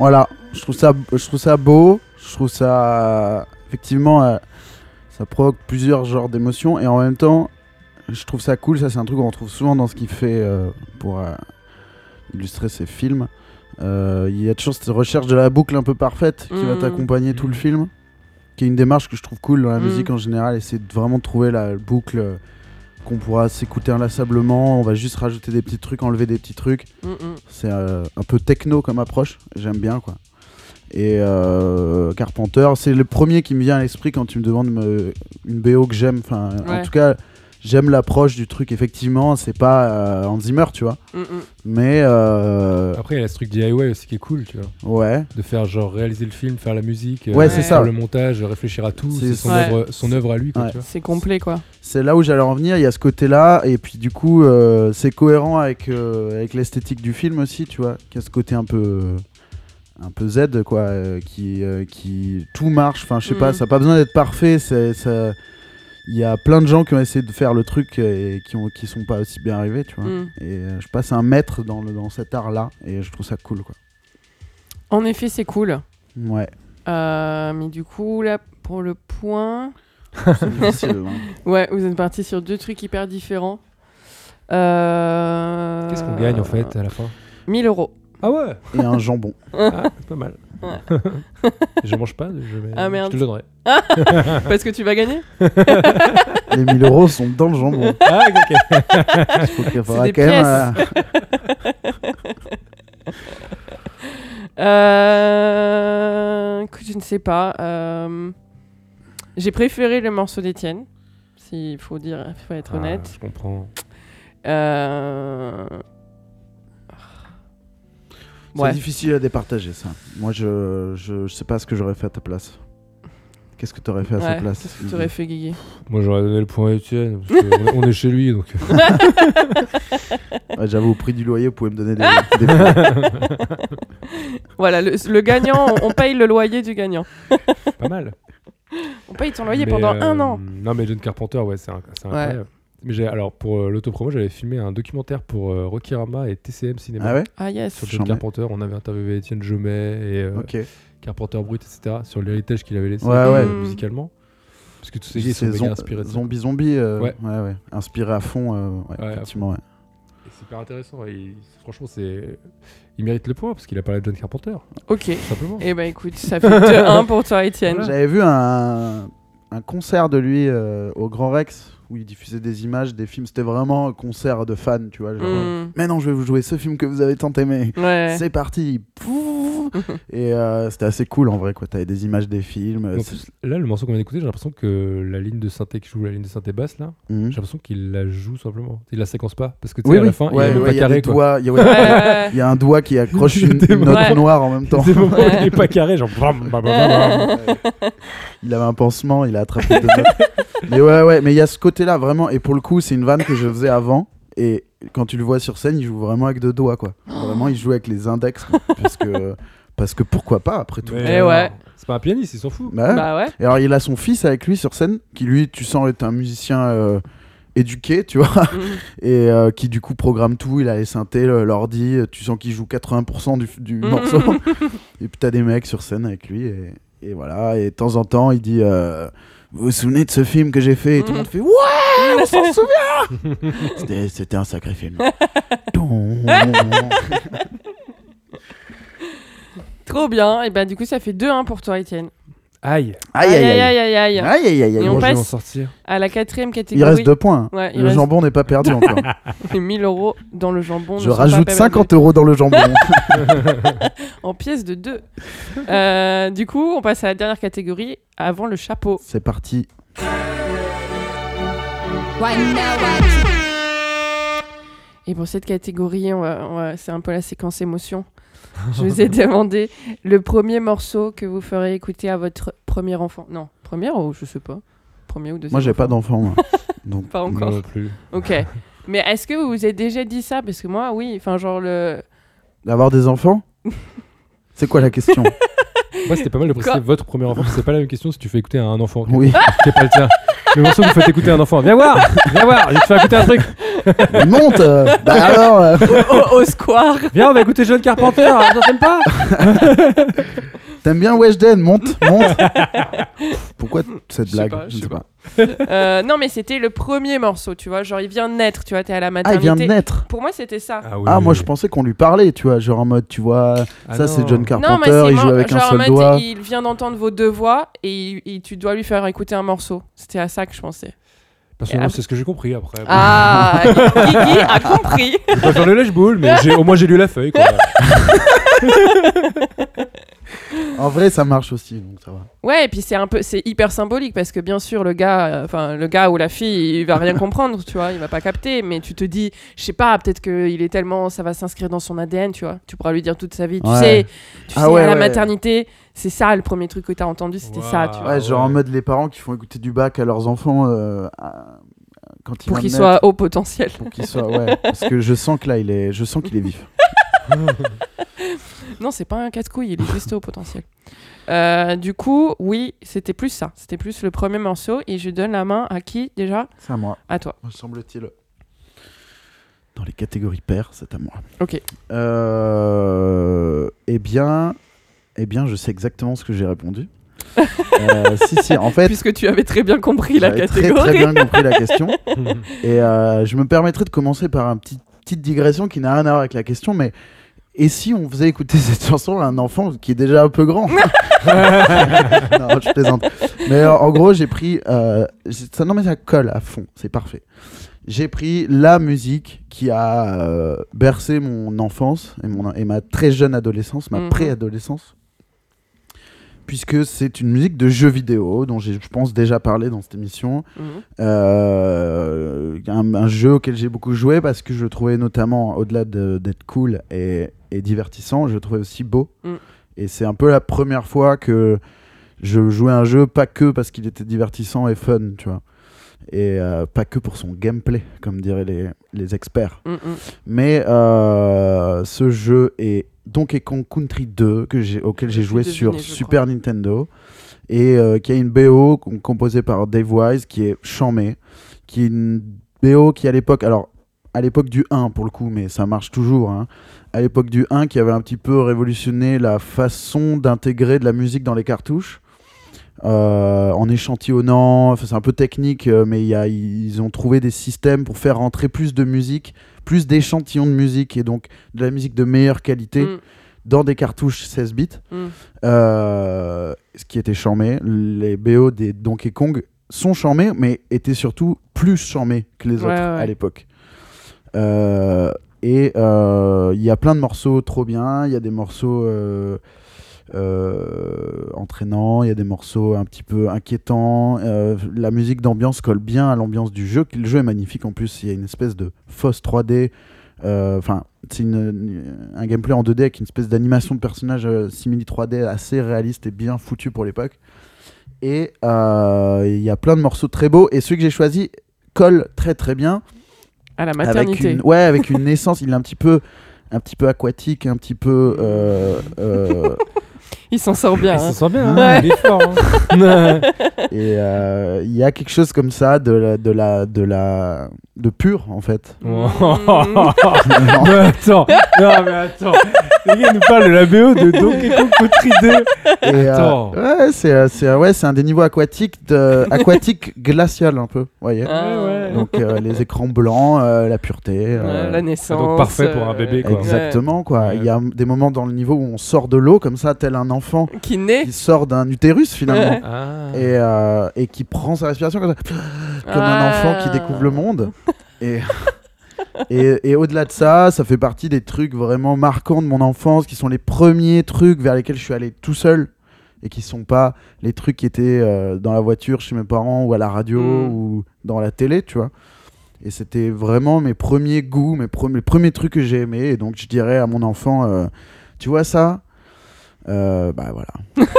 [SPEAKER 2] Voilà, je trouve ça, je trouve ça beau, je trouve ça effectivement, euh, ça provoque plusieurs genres d'émotions et en même temps, je trouve ça cool. Ça, c'est un truc qu'on retrouve souvent dans ce qu'il fait euh, pour euh, illustrer ses films. Euh, Il y a toujours cette recherche de la boucle un peu parfaite qui
[SPEAKER 1] Mmh.
[SPEAKER 2] va t'accompagner tout le
[SPEAKER 3] Mmh.
[SPEAKER 2] film, qui est une démarche que je trouve cool dans la
[SPEAKER 1] Mmh.
[SPEAKER 2] musique en général. Essayer de vraiment trouver la boucle euh, qu'on pourra s'écouter inlassablement. On va juste rajouter des petits trucs, enlever des petits trucs.
[SPEAKER 1] Mm, mm.
[SPEAKER 2] C'est euh, un peu techno comme approche, j'aime bien quoi. Et euh, Carpenter, c'est le premier qui me vient à l'esprit quand tu me demandes me- une B O que j'aime. Enfin,
[SPEAKER 1] Ouais.
[SPEAKER 2] en tout cas, j'aime l'approche du truc. Effectivement, c'est pas euh, Hans Zimmer, tu vois.
[SPEAKER 1] Mm, mm.
[SPEAKER 2] Mais euh,
[SPEAKER 3] Après, il y a ce truc D I Y aussi qui est cool, tu vois.
[SPEAKER 2] ouais,
[SPEAKER 3] De faire genre réaliser le film, faire la musique,
[SPEAKER 2] Ouais,
[SPEAKER 1] c'est
[SPEAKER 3] faire
[SPEAKER 2] ça.
[SPEAKER 3] le montage, réfléchir à tout.
[SPEAKER 2] C'est-
[SPEAKER 3] C'est son,
[SPEAKER 1] Ouais.
[SPEAKER 3] œuvre, son œuvre à lui, quoi,
[SPEAKER 2] Ouais.
[SPEAKER 3] tu vois.
[SPEAKER 1] C'est complet, quoi.
[SPEAKER 2] c'est là où j'allais en venir. Il y a ce côté-là, et puis du coup, euh, c'est cohérent avec euh, avec l'esthétique du film aussi, tu vois. Qui a ce côté un peu un peu Z, quoi, euh, qui euh, qui tout marche. Enfin, je sais pas,
[SPEAKER 1] Mhm.
[SPEAKER 2] ça a pas besoin d'être parfait. C'est ça. Il y a plein de gens qui ont essayé de faire le truc et qui ont qui sont pas aussi bien arrivés, tu vois.
[SPEAKER 1] Mm.
[SPEAKER 2] Et euh, je passe un maître dans le dans cet art-là, et je trouve ça cool, quoi.
[SPEAKER 1] En effet, c'est cool.
[SPEAKER 2] Ouais.
[SPEAKER 1] Euh, mais du coup, là, pour le point...
[SPEAKER 2] C'est difficile. Hein.
[SPEAKER 1] Ouais, vous êtes partis sur deux trucs hyper différents. Euh...
[SPEAKER 3] Qu'est-ce qu'on gagne en fait à la fin?
[SPEAKER 1] mille euros.
[SPEAKER 3] Ah ouais,
[SPEAKER 2] Et un jambon.
[SPEAKER 3] ah, c'est pas mal.
[SPEAKER 1] Ouais.
[SPEAKER 3] Je mange pas, je, vais...
[SPEAKER 1] Ah, merde.
[SPEAKER 3] je te le donnerai.
[SPEAKER 1] Parce que tu vas gagner.
[SPEAKER 2] Les mille euros sont dans le jambon.
[SPEAKER 3] Ah, ok, ok.
[SPEAKER 2] Il faut qu'il faudra
[SPEAKER 1] des
[SPEAKER 2] quand même. euh,
[SPEAKER 1] Euh... Écoute, je ne sais pas. Euh... J'ai préféré le morceau d'Étienne. S'il faut dire, il faut être
[SPEAKER 3] Ah,
[SPEAKER 1] honnête.
[SPEAKER 3] je comprends.
[SPEAKER 1] Euh...
[SPEAKER 2] C'est
[SPEAKER 1] Ouais.
[SPEAKER 2] difficile à départager, ça. Moi, je, je, je sais pas ce que j'aurais fait à ta place. Qu'est-ce que t'aurais fait à sa
[SPEAKER 1] Ouais,
[SPEAKER 2] place?
[SPEAKER 1] qu'est-ce que tu aurais fait, Guigui?
[SPEAKER 3] Moi, j'aurais donné le point à Étienne, parce qu'on on est chez lui, donc...
[SPEAKER 2] Ouais, j'avoue, au prix du loyer, vous pouvez me donner des, des points.
[SPEAKER 1] Voilà, le, le gagnant, on, on paye le loyer du gagnant.
[SPEAKER 3] Pas mal.
[SPEAKER 1] On paye ton loyer
[SPEAKER 3] Mais,
[SPEAKER 1] pendant
[SPEAKER 3] euh,
[SPEAKER 1] un an.
[SPEAKER 3] Non, mais John Carpenter, ouais, c'est un- c'est incroyable. Mais j'ai, alors, pour euh, l'autopromo, j'avais filmé un documentaire pour euh, Rokirama et T C M Cinéma
[SPEAKER 2] Ah ouais?
[SPEAKER 1] Ah yes.
[SPEAKER 3] sur
[SPEAKER 2] J'en
[SPEAKER 3] John
[SPEAKER 2] ai.
[SPEAKER 3] Carpenter. On avait interviewé Étienne Jomet et euh,
[SPEAKER 2] Ok.
[SPEAKER 3] Carpenter Brut, et cetera, sur l'héritage qu'il avait laissé
[SPEAKER 2] Ouais,
[SPEAKER 3] euh,
[SPEAKER 1] ouais.
[SPEAKER 3] musicalement. Parce que tous ces gars, ils sont
[SPEAKER 2] C'est
[SPEAKER 3] méga
[SPEAKER 2] zom-
[SPEAKER 3] inspirés de ça.
[SPEAKER 2] zombie zombie, euh, ouais.
[SPEAKER 3] Ouais.
[SPEAKER 2] ouais, Inspiré à fond, euh, ouais,
[SPEAKER 3] Ouais, à
[SPEAKER 2] effectivement, ouais.
[SPEAKER 3] Et c'est super intéressant. Et il- franchement, c'est... il mérite le point parce qu'il a parlé de John Carpenter,
[SPEAKER 1] Ok.
[SPEAKER 3] tout simplement.
[SPEAKER 1] Eh ben écoute, ça fait deux un pour toi, Étienne.
[SPEAKER 2] J'avais vu un, un concert de lui euh, au Grand Rex où il diffusait des images, des films. C'était vraiment un concert de fans, tu vois. Genre,
[SPEAKER 1] Mm.
[SPEAKER 2] mais non, je vais vous jouer ce film que vous avez tant aimé.
[SPEAKER 1] Ouais.
[SPEAKER 2] C'est parti. Pouf. Et euh, c'était assez cool en vrai, quoi. T'avais des images des films.
[SPEAKER 3] En
[SPEAKER 2] c'est-
[SPEAKER 3] plus, là, le morceau qu'on vient d'écouter, j'ai l'impression que la ligne de synthé qui joue la ligne de synthé basse, là,
[SPEAKER 2] Mhm.
[SPEAKER 3] j'ai l'impression qu'il la joue simplement. Il la séquence pas. Parce que tu sais,
[SPEAKER 2] Oui,
[SPEAKER 3] à
[SPEAKER 2] oui.
[SPEAKER 3] la fin,
[SPEAKER 2] Ouais,
[SPEAKER 3] il est
[SPEAKER 2] ouais,
[SPEAKER 3] pas
[SPEAKER 2] il y a
[SPEAKER 3] carré,
[SPEAKER 2] des
[SPEAKER 3] quoi.
[SPEAKER 2] doigts. Il y a, ouais,
[SPEAKER 1] Ouais, ouais,
[SPEAKER 2] il y a un doigt qui accroche une,
[SPEAKER 3] Des
[SPEAKER 2] une note
[SPEAKER 1] Ouais.
[SPEAKER 2] noire en même temps.
[SPEAKER 3] Des moments où
[SPEAKER 1] Ouais.
[SPEAKER 3] il est pas carré, genre... bam, bam, bam, bam, bam.
[SPEAKER 2] Ouais. Il avait un pansement, il a attrapé deux notes. Mais ouais, ouais, mais il y a ce côté-là vraiment. Et pour le coup, c'est une vanne que je faisais avant. Et quand tu le vois sur scène, il joue vraiment avec deux doigts, quoi. Vraiment, il joue avec les index. quoi. Parce que, parce que pourquoi pas, après tout.
[SPEAKER 3] Mais
[SPEAKER 1] Eh
[SPEAKER 3] alors,
[SPEAKER 1] ouais.
[SPEAKER 3] C'est pas un pianiste, il s'en fout.
[SPEAKER 2] Bah, ouais.
[SPEAKER 1] Bah ouais.
[SPEAKER 2] Et alors, il a son fils avec lui sur scène, qui lui, tu sens, est un musicien euh, éduqué, tu vois.
[SPEAKER 1] Mm.
[SPEAKER 2] Et euh, qui du coup programme tout. Il a les synthés, le- l'ordi. Tu sens qu'il joue quatre-vingts pour cent du, du
[SPEAKER 1] Mm.
[SPEAKER 2] morceau. Et puis t'as des mecs sur scène avec lui. Et, et voilà. Et de temps en temps, il dit euh, vous vous souvenez de ce film que j'ai fait? Et tout le monde fait ouais, on s'en souvient. C'était, c'était un sacré film. Don.
[SPEAKER 1] Trop bien. Et ben du coup, ça fait deux un pour toi, Étienne.
[SPEAKER 3] Aïe.
[SPEAKER 2] Aïe aïe aïe.
[SPEAKER 1] aïe, aïe, aïe.
[SPEAKER 2] Aïe aïe aïe.
[SPEAKER 1] Et
[SPEAKER 2] aïe.
[SPEAKER 1] on
[SPEAKER 3] Moi, je vais
[SPEAKER 1] passe-
[SPEAKER 3] en sortir.
[SPEAKER 1] À la quatrième
[SPEAKER 2] Il
[SPEAKER 1] catégorie.
[SPEAKER 2] reste deux points.
[SPEAKER 1] Ouais, il
[SPEAKER 2] Le
[SPEAKER 1] reste
[SPEAKER 2] jambon n'est pas perdu encore.
[SPEAKER 1] mille euros dans le jambon.
[SPEAKER 2] Je
[SPEAKER 1] ne sont pas
[SPEAKER 2] rajoute
[SPEAKER 1] perdus.
[SPEAKER 2] cinquante euros dans le jambon.
[SPEAKER 1] En pièces de deux. Euh, du coup, on passe à la dernière catégorie, avant le chapeau.
[SPEAKER 2] C'est parti.
[SPEAKER 1] Et pour cette catégorie, on va- on va- c'est un peu la séquence émotion. Je vous ai demandé le premier morceau que vous ferez écouter à votre premier enfant. Non, premier ou je sais pas. Premier ou deuxième.
[SPEAKER 2] Moi, j'ai pas
[SPEAKER 1] enfant.
[SPEAKER 2] d'enfant. moi. Donc,
[SPEAKER 1] Pas
[SPEAKER 3] Moi
[SPEAKER 1] encore.
[SPEAKER 3] non plus.
[SPEAKER 1] Ok. Mais est-ce que vous vous êtes déjà dit ça? Parce que moi, oui. Enfin, genre le.
[SPEAKER 2] d'avoir des enfants. C'est quoi la question?
[SPEAKER 3] Moi, c'était pas mal de préciser
[SPEAKER 1] Quoi
[SPEAKER 3] votre premier enfant. C'est pas la même question si tu fais écouter à un enfant.
[SPEAKER 2] Oui.
[SPEAKER 3] C'est pas le tien. Le morceau que vous faites écouter à un enfant. Viens voir Viens voir Je vais te faire écouter un truc
[SPEAKER 2] Mais monte euh, Bah alors euh,
[SPEAKER 1] au, au square.
[SPEAKER 3] Viens, on va écouter John Carpenter, hein, ça t'aime pas?
[SPEAKER 2] T'aimes bien Weshden? Monte, monte. Pourquoi cette
[SPEAKER 1] Je sais
[SPEAKER 2] blague?
[SPEAKER 1] pas, je
[SPEAKER 2] ne
[SPEAKER 1] sais pas. Euh, non, mais c'était le premier morceau, tu vois. Genre, il vient de naître, tu vois. T'es à la
[SPEAKER 2] Ah, il
[SPEAKER 1] maternité.
[SPEAKER 2] vient de naître.
[SPEAKER 1] Pour moi, c'était ça.
[SPEAKER 3] Ah, oui,
[SPEAKER 2] Ah,
[SPEAKER 3] oui,
[SPEAKER 2] moi
[SPEAKER 3] oui.
[SPEAKER 2] je pensais qu'on lui parlait, tu vois, genre en mode, tu vois,
[SPEAKER 3] Ah
[SPEAKER 2] ça
[SPEAKER 3] non.
[SPEAKER 2] c'est John
[SPEAKER 1] Non, mais
[SPEAKER 2] Carpenter,
[SPEAKER 1] c'est
[SPEAKER 2] il joue
[SPEAKER 1] moi-
[SPEAKER 2] avec un
[SPEAKER 1] genre, en
[SPEAKER 2] seul
[SPEAKER 1] mode,
[SPEAKER 2] doigt.
[SPEAKER 1] il vient d'entendre vos deux voix et, il- et tu dois lui faire écouter un morceau. C'était à ça que je pensais.
[SPEAKER 3] Personnellement,
[SPEAKER 1] Et
[SPEAKER 3] c'est ce que j'ai compris après. Bon.
[SPEAKER 1] Ah, Guigui a compris.
[SPEAKER 3] Je vais faire le lèche-boule, mais j'ai- au moins j'ai lu la feuille, quoi.
[SPEAKER 2] En vrai, ça marche aussi, donc ça va.
[SPEAKER 1] Ouais, et puis c'est un peu, c'est hyper symbolique parce que bien sûr le gars, euh, enfin le gars ou la fille, il va rien comprendre, tu vois, il va pas capter, mais tu te dis, je sais pas, peut-être que il est tellement, ça va s'inscrire dans son A D N, tu vois, tu pourras lui dire toute sa vie, tu
[SPEAKER 2] Ouais.
[SPEAKER 1] sais, tu
[SPEAKER 2] Ah
[SPEAKER 1] sais,
[SPEAKER 2] ouais,
[SPEAKER 1] à la
[SPEAKER 2] ouais.
[SPEAKER 1] maternité, c'est ça le premier truc que t'as entendu, c'était
[SPEAKER 3] Wow.
[SPEAKER 1] ça, tu vois,
[SPEAKER 2] Ouais,
[SPEAKER 3] Ah
[SPEAKER 2] genre en
[SPEAKER 3] ouais.
[SPEAKER 2] mode les parents qui font écouter du bac à leurs enfants euh, à- quand ils
[SPEAKER 1] pour
[SPEAKER 2] viennent
[SPEAKER 1] qu'il
[SPEAKER 2] de
[SPEAKER 1] soit
[SPEAKER 2] naître.
[SPEAKER 1] haut potentiel.
[SPEAKER 2] Pour qu'il soit, ouais, parce que je sens que là, il est, je sens qu'il est vif.
[SPEAKER 1] Non, c'est pas un casse-couille, il est juste haut potentiel. Euh, du coup, oui, c'était plus ça, c'était plus le premier morceau et je donne la main à qui déjà?
[SPEAKER 2] C'est à moi,
[SPEAKER 1] À toi.
[SPEAKER 2] me semble-t-il. Dans les catégories paires, c'est à moi.
[SPEAKER 1] Ok.
[SPEAKER 2] Euh, eh bien, eh bien, je sais exactement ce que j'ai répondu. Euh, si, si, en fait,
[SPEAKER 1] Puisque tu avais très bien compris la
[SPEAKER 2] j'avais très,
[SPEAKER 1] catégorie.
[SPEAKER 2] très bien compris la question. Et euh, je me permettrai de commencer par une petit, petite digression qui n'a rien à voir avec la question, mais et si on faisait écouter cette chanson à un enfant qui est déjà un peu grand? Non, je plaisante. Mais euh, en gros, j'ai pris... euh, j'ai- ça, non, mais ça colle à fond, c'est parfait. J'ai pris la musique qui a euh, bercé mon enfance et, mon, et ma très jeune adolescence, ma
[SPEAKER 1] Mhm.
[SPEAKER 2] pré-adolescence. Puisque c'est une musique de jeux vidéo dont j'ai, je pense, déjà parlé dans cette émission.
[SPEAKER 1] Mhm.
[SPEAKER 2] Euh, un, un jeu auquel j'ai beaucoup joué parce que je le trouvais notamment, au-delà de- d'être cool et, et divertissant, je le trouvais aussi beau.
[SPEAKER 1] Mm.
[SPEAKER 2] Et c'est un peu la première fois que je jouais à un jeu, pas que parce qu'il était divertissant et fun, tu vois. Et euh, pas que pour son gameplay, comme diraient les, les experts.
[SPEAKER 1] Mm, mm.
[SPEAKER 2] Mais euh, ce jeu est Donkey Kong Country deux, que j'ai, auquel j'ai
[SPEAKER 1] J'ai
[SPEAKER 2] joué
[SPEAKER 1] deviné,
[SPEAKER 2] sur
[SPEAKER 1] je
[SPEAKER 2] Super Nintendo, et euh, qui a une B O com- composée par Dave Wise, qui est chamée, qui est une B O qui à l'époque, alors à l'époque du un pour le coup, mais ça marche toujours, hein, à l'époque du un, qui avait un petit peu révolutionné la façon d'intégrer de la musique dans les cartouches. Euh, en échantillonnant, enfin, c'est un peu technique, euh, mais y a, ils ont trouvé des systèmes pour faire rentrer plus de musique, plus d'échantillons de musique et donc de la musique de meilleure qualité
[SPEAKER 1] Mm,
[SPEAKER 2] dans des cartouches seize bits.
[SPEAKER 1] mm.
[SPEAKER 2] Euh, ce qui était charmé, les B O des Donkey Kong sont charmés, mais étaient surtout plus charmés que les
[SPEAKER 1] Ouais,
[SPEAKER 2] autres
[SPEAKER 1] ouais.
[SPEAKER 2] à l'époque. Euh, et euh, il y a plein de morceaux trop bien, il y a des morceaux euh, euh, entraînants, il y a des morceaux un petit peu inquiétants. Euh, la musique d'ambiance colle bien à l'ambiance du jeu. Le jeu est magnifique en plus, il y a une espèce de fausse trois D. Enfin, c'est une- un gameplay en deux D avec une espèce d'animation de personnage euh, simili trois D assez réaliste et bien foutu pour l'époque. Et euh, il y a plein de morceaux très beaux. Et celui que j'ai choisi colle très très bien.
[SPEAKER 1] À la
[SPEAKER 2] Avec
[SPEAKER 1] maternité.
[SPEAKER 2] une, ouais, avec une naissance, il est un petit peu, un petit peu aquatique, un petit peu. euh, euh,
[SPEAKER 1] Il s'en sort bien.
[SPEAKER 3] Il
[SPEAKER 1] hein.
[SPEAKER 3] s'en sort bien, hein,
[SPEAKER 1] Ouais.
[SPEAKER 3] il est fort. Hein.
[SPEAKER 2] et euh, il y a quelque chose comme ça de la, de la, de la, de pur en fait.
[SPEAKER 1] Mm.
[SPEAKER 3] mais attends, non mais attends, les gars nous parlent de la B O de Donkey Kong Country deux.
[SPEAKER 2] Et, euh,
[SPEAKER 3] Attends.
[SPEAKER 2] ouais, c'est, euh, c'est, euh, ouais, c'est un des niveaux aquatiques, de, aquatique glacial un peu, vous voyez.
[SPEAKER 1] Ah,
[SPEAKER 3] ouais.
[SPEAKER 2] Donc euh, les écrans blancs, euh, la pureté.
[SPEAKER 1] Ouais,
[SPEAKER 2] euh,
[SPEAKER 1] la naissance.
[SPEAKER 3] donc parfait pour un bébé, quoi.
[SPEAKER 2] Exactement quoi.
[SPEAKER 3] Ouais.
[SPEAKER 2] Il y a des moments dans le niveau où on sort de l'eau comme ça, tel un enfant
[SPEAKER 1] Ouais. Qui naît.
[SPEAKER 2] qui sort d'un utérus finalement.
[SPEAKER 1] Ouais.
[SPEAKER 3] Ah.
[SPEAKER 2] Et, euh, et qui prend sa respiration comme ça, comme
[SPEAKER 1] Ah.
[SPEAKER 2] un enfant qui découvre le monde. Et, et, et au-delà de ça, ça fait partie des trucs vraiment marquants de mon enfance, qui sont les premiers trucs vers lesquels je suis allé tout seul, et qui sont pas les trucs qui étaient euh, dans la voiture chez mes parents, ou à la radio,
[SPEAKER 1] Mm.
[SPEAKER 2] ou dans la télé, tu vois. Et c'était vraiment mes premiers goûts, mes premiers, les premiers trucs que j'ai aimés. Et donc je dirais à mon enfant, euh, tu vois ça euh, Bah voilà.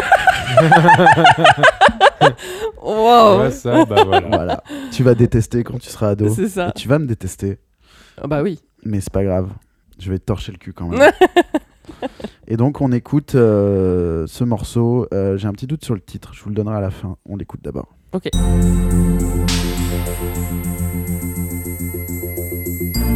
[SPEAKER 1] Wow.
[SPEAKER 3] Ouais, ça, bah voilà.
[SPEAKER 2] Voilà. Tu vas détester quand tu seras ado.
[SPEAKER 1] C'est ça.
[SPEAKER 2] Et tu vas me détester.
[SPEAKER 1] Ah bah oui.
[SPEAKER 2] Mais c'est pas grave. Je vais te torcher le cul quand même. Et donc on écoute euh, ce morceau. Euh, J'ai un petit doute sur le titre. Je vous le donnerai à la fin. On l'écoute d'abord.
[SPEAKER 1] Ok.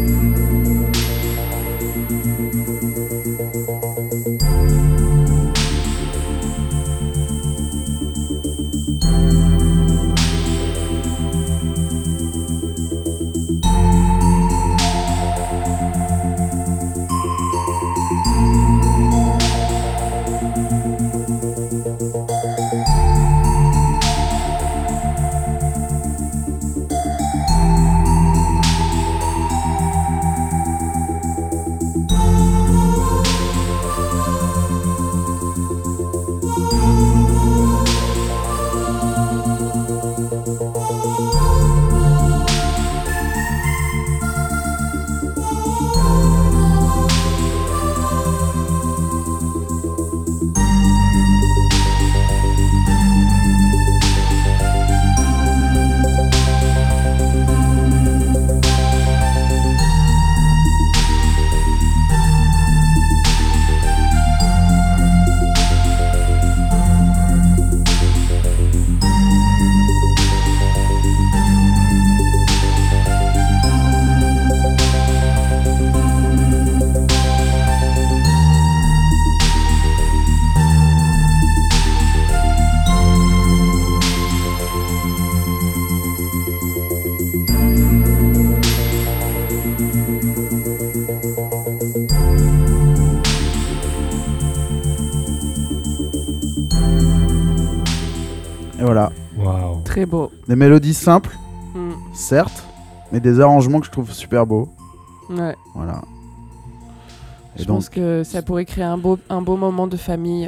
[SPEAKER 2] Et voilà.
[SPEAKER 3] Waouh.
[SPEAKER 1] Très beau.
[SPEAKER 2] Des mélodies simples,
[SPEAKER 1] Mm.
[SPEAKER 2] certes, mais des arrangements que je trouve super beaux.
[SPEAKER 1] Ouais.
[SPEAKER 2] Voilà.
[SPEAKER 1] Je
[SPEAKER 2] Et donc,
[SPEAKER 1] pense que ça pourrait créer un beau, un beau moment de famille.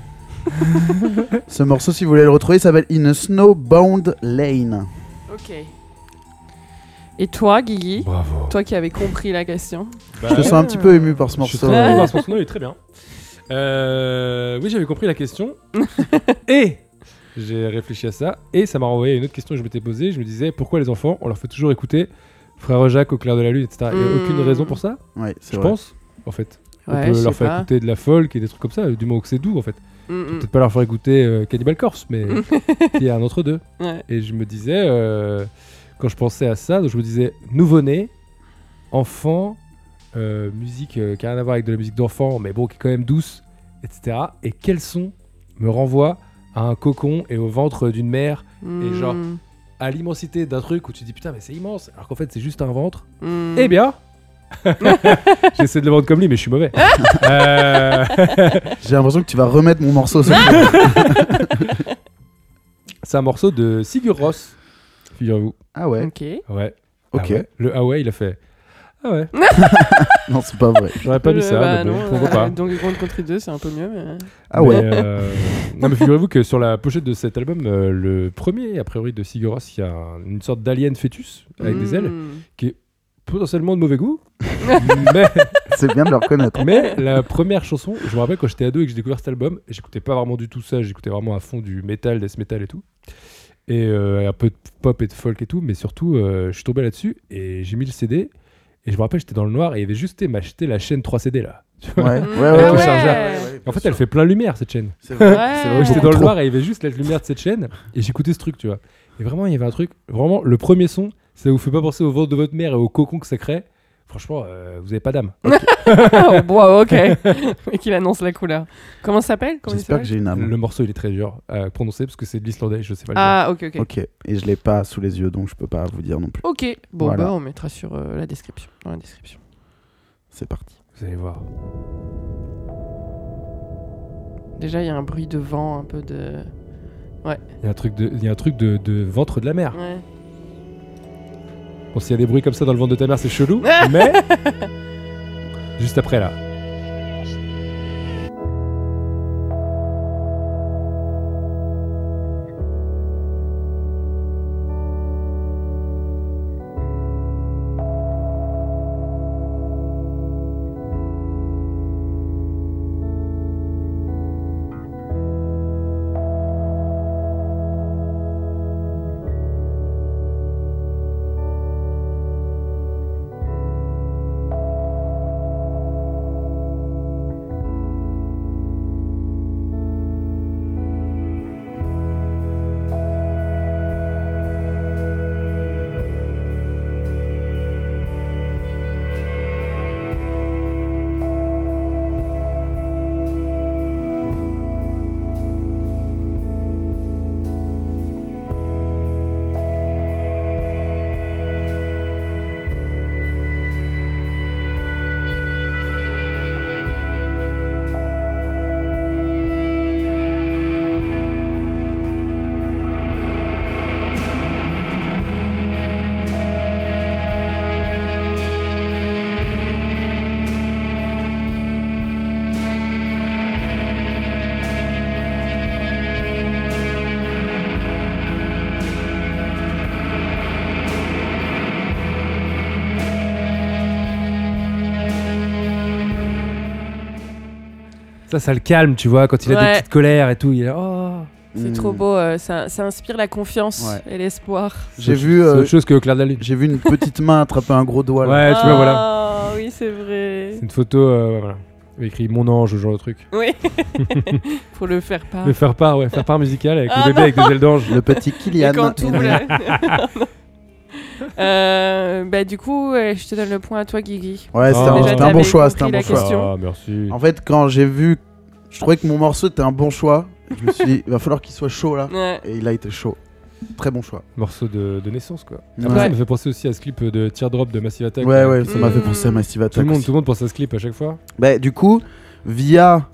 [SPEAKER 2] ce morceau, si vous voulez le retrouver, il s'appelle In a Snowbound Lane.
[SPEAKER 1] Ok. Et toi, Guigui,
[SPEAKER 3] Bravo.
[SPEAKER 1] toi qui avais compris la question.
[SPEAKER 2] Je te sens un petit peu ému par ce
[SPEAKER 3] Je suis
[SPEAKER 2] morceau.
[SPEAKER 3] très
[SPEAKER 1] Ouais.
[SPEAKER 3] ému par ce morceau, il est très bien. Euh, oui, j'avais compris la question. Et j'ai réfléchi à ça. Et ça m'a renvoyé à une autre question que je m'étais posée. Je me disais, pourquoi les enfants, on leur fait toujours écouter Frère Jacques au clair de la lune, et cetera. Il n'y a
[SPEAKER 1] Mm.
[SPEAKER 3] aucune raison pour ça,
[SPEAKER 2] Ouais, c'est
[SPEAKER 3] je
[SPEAKER 2] vrai.
[SPEAKER 3] pense, en fait.
[SPEAKER 1] Ouais,
[SPEAKER 3] on
[SPEAKER 1] je
[SPEAKER 3] peut
[SPEAKER 1] sais
[SPEAKER 3] leur faire
[SPEAKER 1] pas.
[SPEAKER 3] écouter de la folk et des trucs comme ça, du moment que c'est doux, en fait.
[SPEAKER 1] Mm, mm.
[SPEAKER 3] Peut-être pas leur faire écouter euh, Cannibal Corpse, mais il y a un entre deux.
[SPEAKER 1] Ouais.
[SPEAKER 3] Et je me disais, euh, quand je pensais à ça, donc je me disais, nouveau-né, enfant, euh, musique euh, qui n'a rien à voir avec de la musique d'enfant, mais bon, qui est quand même douce, et cetera. Et quel son me renvoie à un cocon et au ventre d'une mère, Et genre-
[SPEAKER 1] Mm.
[SPEAKER 3] à l'immensité d'un truc où tu te dis putain, mais c'est immense, alors qu'en fait c'est juste un ventre.
[SPEAKER 1] Mm.
[SPEAKER 3] Eh bien, j'essaie de le vendre comme lui, mais je suis mauvais. Euh,
[SPEAKER 2] J'ai l'impression que tu vas remettre mon morceau sur le
[SPEAKER 3] c'est un morceau de Sigur Rós, figurez-vous.
[SPEAKER 2] Ah ouais.
[SPEAKER 1] Ok.
[SPEAKER 3] Ouais.
[SPEAKER 2] Ok.
[SPEAKER 3] Ah ouais. Le ah ouais, il a fait. Ah ouais.
[SPEAKER 2] Non, c'est pas vrai.
[SPEAKER 3] J'aurais pas mis
[SPEAKER 1] Euh,
[SPEAKER 3] ça.
[SPEAKER 1] bah
[SPEAKER 3] mais bon,
[SPEAKER 1] non,
[SPEAKER 3] pourquoi
[SPEAKER 1] euh,
[SPEAKER 3] pas.
[SPEAKER 1] Donkey Kong Country deux, c'est un peu mieux. Mais...
[SPEAKER 2] Ah
[SPEAKER 3] Mais,
[SPEAKER 2] ouais.
[SPEAKER 3] euh, non mais figurez-vous que sur la pochette de cet album, euh, le premier a priori de Sigur Rós, il y a un- une sorte d'alien fœtus avec des ailes,
[SPEAKER 1] Mm.
[SPEAKER 3] potentiellement de mauvais goût. mais,
[SPEAKER 2] C'est bien de le reconnaître.
[SPEAKER 3] mais la première chanson, je me rappelle quand j'étais ado et que j'ai découvert cet album, j'écoutais pas vraiment du tout ça, j'écoutais vraiment à fond du metal, death metal et tout. Et euh, un peu de pop et de folk et tout, mais surtout euh, je suis tombé là-dessus et j'ai mis le C D. Et je me rappelle, j'étais dans le noir et il y avait juste tu sais, m'acheter la chaîne trois C D là. Tu vois.
[SPEAKER 2] Ouais, ouais,
[SPEAKER 1] Mm.
[SPEAKER 2] ouais.
[SPEAKER 3] Avec
[SPEAKER 2] ouais,
[SPEAKER 3] le
[SPEAKER 2] ouais.
[SPEAKER 3] chargeur.
[SPEAKER 2] Ouais,
[SPEAKER 3] En fait, elle fait plein lumière cette chaîne.
[SPEAKER 2] C'est vrai.
[SPEAKER 1] Ouais.
[SPEAKER 2] C'est vrai.
[SPEAKER 3] J'étais
[SPEAKER 2] beaucoup
[SPEAKER 3] dans le
[SPEAKER 2] trop.
[SPEAKER 3] noir et il y avait juste la lumière de cette chaîne et j'écoutais ce truc, tu vois. Et vraiment, il y avait un truc, vraiment, le premier son, ça vous fait pas penser au ventre de votre mère et au cocon que ça crée. Franchement, euh, vous avez pas d'âme.
[SPEAKER 1] Oh, bon, ok. Et qu'il annonce la couleur. Comment ça s'appelle Comment il
[SPEAKER 2] J'espère que
[SPEAKER 1] s'appelle
[SPEAKER 2] j'ai une âme.
[SPEAKER 3] Le morceau, il est très dur à prononcer parce que c'est de l'islandais, je sais pas le dire.
[SPEAKER 1] Ah, ok, ok.
[SPEAKER 2] Ok. Et je l'ai pas sous les yeux, donc je peux pas vous dire non plus.
[SPEAKER 1] Ok. Bon,
[SPEAKER 2] Voilà.
[SPEAKER 1] bah, on mettra sur euh, la description. Dans la description.
[SPEAKER 2] C'est parti.
[SPEAKER 3] Vous allez voir.
[SPEAKER 1] Déjà, il y a un bruit de vent, un peu de.
[SPEAKER 3] Il y a un truc de, il y a un truc de, de ventre de la mer.
[SPEAKER 1] Ouais.
[SPEAKER 3] Bon, s'il y a des bruits comme ça dans le ventre de ta mère, c'est chelou. mais juste après là. Ça, ça le calme, tu vois, quand il a
[SPEAKER 1] Ouais.
[SPEAKER 3] des petites colères et tout. Il est là, oh.
[SPEAKER 1] C'est
[SPEAKER 2] Mm.
[SPEAKER 1] trop beau, euh, ça, ça inspire la confiance
[SPEAKER 2] Ouais.
[SPEAKER 1] et l'espoir.
[SPEAKER 2] J'ai
[SPEAKER 3] C'est
[SPEAKER 2] vu,
[SPEAKER 3] c'est
[SPEAKER 2] euh,
[SPEAKER 3] autre chose que Au clair de la lune.
[SPEAKER 2] j'ai vu une petite main attraper un gros doigt. là.
[SPEAKER 3] Ouais, tu vois, voilà.
[SPEAKER 1] Ah oui, c'est vrai.
[SPEAKER 3] C'est une photo, euh, voilà. Il y a écrit mon ange, ce genre de truc.
[SPEAKER 1] Oui. Faut le faire pas.
[SPEAKER 3] Le faire part, ouais, faire part musical avec
[SPEAKER 1] Ah
[SPEAKER 3] le bébé
[SPEAKER 1] non.
[SPEAKER 3] avec des ailes d'ange.
[SPEAKER 2] Le petit
[SPEAKER 1] Et
[SPEAKER 2] Kylian.
[SPEAKER 1] quand tout là. Euh, bah du coup, ouais, je te donne le point à toi, Guigui.
[SPEAKER 2] Ouais, c'était
[SPEAKER 3] Oh.
[SPEAKER 2] un,
[SPEAKER 3] Déjà,
[SPEAKER 2] c'était un bon
[SPEAKER 1] t'avais
[SPEAKER 2] choix. C'était un
[SPEAKER 1] compris
[SPEAKER 2] bon
[SPEAKER 1] la
[SPEAKER 2] choix.
[SPEAKER 1] question.
[SPEAKER 3] Ah, merci.
[SPEAKER 2] En fait, quand j'ai vu, je trouvais que mon morceau était un bon choix. Je me suis dit, il va falloir qu'il soit chaud là.
[SPEAKER 1] Ouais.
[SPEAKER 2] Et il a été chaud. Très bon choix.
[SPEAKER 3] Morceau de, de naissance, quoi.
[SPEAKER 2] Ouais,
[SPEAKER 3] Après, ça
[SPEAKER 1] Ouais.
[SPEAKER 3] me fait penser aussi à ce clip de Teardrop de Massive Attack.
[SPEAKER 2] ouais,
[SPEAKER 3] là.
[SPEAKER 2] ouais, ça m'a fait
[SPEAKER 1] Mm.
[SPEAKER 2] penser à Massive Attack.
[SPEAKER 3] Tout le monde,
[SPEAKER 2] aussi.
[SPEAKER 3] tout le monde pense à ce clip à chaque fois.
[SPEAKER 2] Bah, du coup, via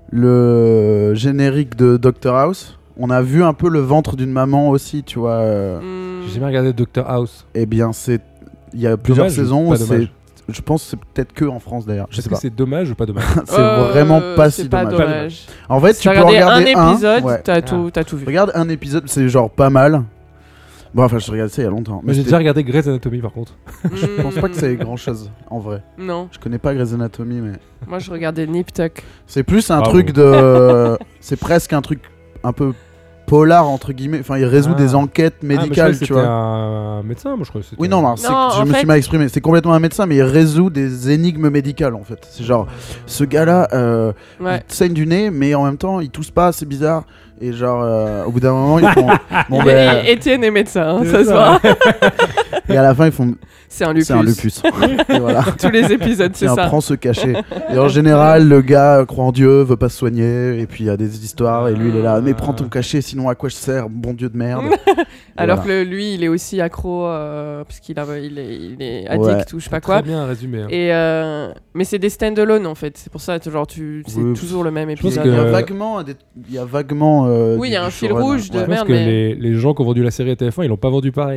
[SPEAKER 2] le générique de Doctor House, on a vu un peu le ventre d'une maman aussi, tu vois. euh,
[SPEAKER 1] Hmm.
[SPEAKER 3] J'ai jamais regardé Doctor House.
[SPEAKER 2] Eh bien, c'est. Il y a plusieurs
[SPEAKER 3] Dommage ou
[SPEAKER 2] saisons.
[SPEAKER 3] pas
[SPEAKER 2] c'est-
[SPEAKER 3] dommage
[SPEAKER 2] Je pense que c'est peut-être que en France d'ailleurs. Je
[SPEAKER 3] Est-ce
[SPEAKER 2] sais
[SPEAKER 3] que
[SPEAKER 2] pas.
[SPEAKER 3] c'est dommage ou pas dommage?
[SPEAKER 2] C'est
[SPEAKER 1] Euh,
[SPEAKER 2] vraiment pas
[SPEAKER 1] c'est
[SPEAKER 2] si
[SPEAKER 1] pas
[SPEAKER 2] dommage.
[SPEAKER 1] dommage.
[SPEAKER 2] En fait,
[SPEAKER 1] Si
[SPEAKER 2] tu
[SPEAKER 1] t'as
[SPEAKER 2] peux
[SPEAKER 1] regardé
[SPEAKER 2] regarder
[SPEAKER 1] un épisode,
[SPEAKER 2] ouais.
[SPEAKER 1] t'as tout, t'as tout vu.
[SPEAKER 2] Regarde un épisode, c'est genre pas mal. Bon, enfin, je regardais ça il y a longtemps.
[SPEAKER 3] Moi,
[SPEAKER 2] Mais
[SPEAKER 3] j'ai
[SPEAKER 2] c'était-
[SPEAKER 3] déjà regardé Grey's Anatomy par contre.
[SPEAKER 2] Je pense pas que c'est grand chose en vrai.
[SPEAKER 1] Non,
[SPEAKER 2] Je connais pas Grey's Anatomy, mais
[SPEAKER 1] moi je regardais Nip Tuck.
[SPEAKER 2] c'est plus un
[SPEAKER 3] Bravo.
[SPEAKER 2] truc de. C'est presque un truc un peu polar entre guillemets. Enfin, il résout
[SPEAKER 3] Ah.
[SPEAKER 2] des enquêtes
[SPEAKER 3] Ah, mais je
[SPEAKER 2] médicales,
[SPEAKER 3] croyais que
[SPEAKER 2] tu vois.
[SPEAKER 3] C'était un médecin, moi je crois. que c'était
[SPEAKER 2] Oui, non,
[SPEAKER 3] un-
[SPEAKER 2] non, c'est-
[SPEAKER 1] Non,
[SPEAKER 2] je
[SPEAKER 1] en
[SPEAKER 2] me
[SPEAKER 1] fait-
[SPEAKER 2] suis mal exprimé. C'est complètement un médecin, mais il résout des énigmes médicales en fait. C'est genre, ce gars-là, euh,
[SPEAKER 1] Ouais.
[SPEAKER 2] il saigne du nez, mais en même temps, il tousse pas, c'est bizarre. Et genre, euh, au bout d'un moment, ils font. Bon,
[SPEAKER 1] Il
[SPEAKER 2] ben,
[SPEAKER 1] est- Étienne est médecin, hein,
[SPEAKER 3] C'est
[SPEAKER 1] ça se
[SPEAKER 3] ça.
[SPEAKER 1] voit.
[SPEAKER 2] et à la fin, ils font.
[SPEAKER 1] C'est un lupus.
[SPEAKER 2] C'est un lupus. Et voilà.
[SPEAKER 1] Tous les épisodes, c'est
[SPEAKER 2] Tiens,
[SPEAKER 1] ça.
[SPEAKER 2] prends ce cachet. Et en général, le gars croit en Dieu, veut pas se soigner, et puis il y a des histoires, et lui il est là, mais prends ton cachet, sinon à quoi je sers, bon Dieu de merde. Et
[SPEAKER 1] Alors
[SPEAKER 2] voilà.
[SPEAKER 1] que le- lui, il est aussi accro, euh, parce qu'il a, il est, il est
[SPEAKER 2] Ouais.
[SPEAKER 1] addict ou je sais pas quoi.
[SPEAKER 3] Très bien résumé. hein.
[SPEAKER 1] Et euh, mais c'est des stand-alone en fait. C'est pour ça, genre, tu, c'est
[SPEAKER 2] Oui,
[SPEAKER 1] toujours le même
[SPEAKER 3] pense
[SPEAKER 1] épisode.
[SPEAKER 2] Il y a
[SPEAKER 3] que-
[SPEAKER 2] vaguement, des- il y a vaguement. euh,
[SPEAKER 1] Oui, il y a
[SPEAKER 2] du-
[SPEAKER 1] un
[SPEAKER 2] du
[SPEAKER 1] fil
[SPEAKER 2] showrun,
[SPEAKER 1] rouge de
[SPEAKER 2] ouais.
[SPEAKER 3] Je pense
[SPEAKER 1] merde,
[SPEAKER 3] que
[SPEAKER 1] mais-
[SPEAKER 3] les, les gens qui ont vendu la série à T F un, ils l'ont pas vendu pareil.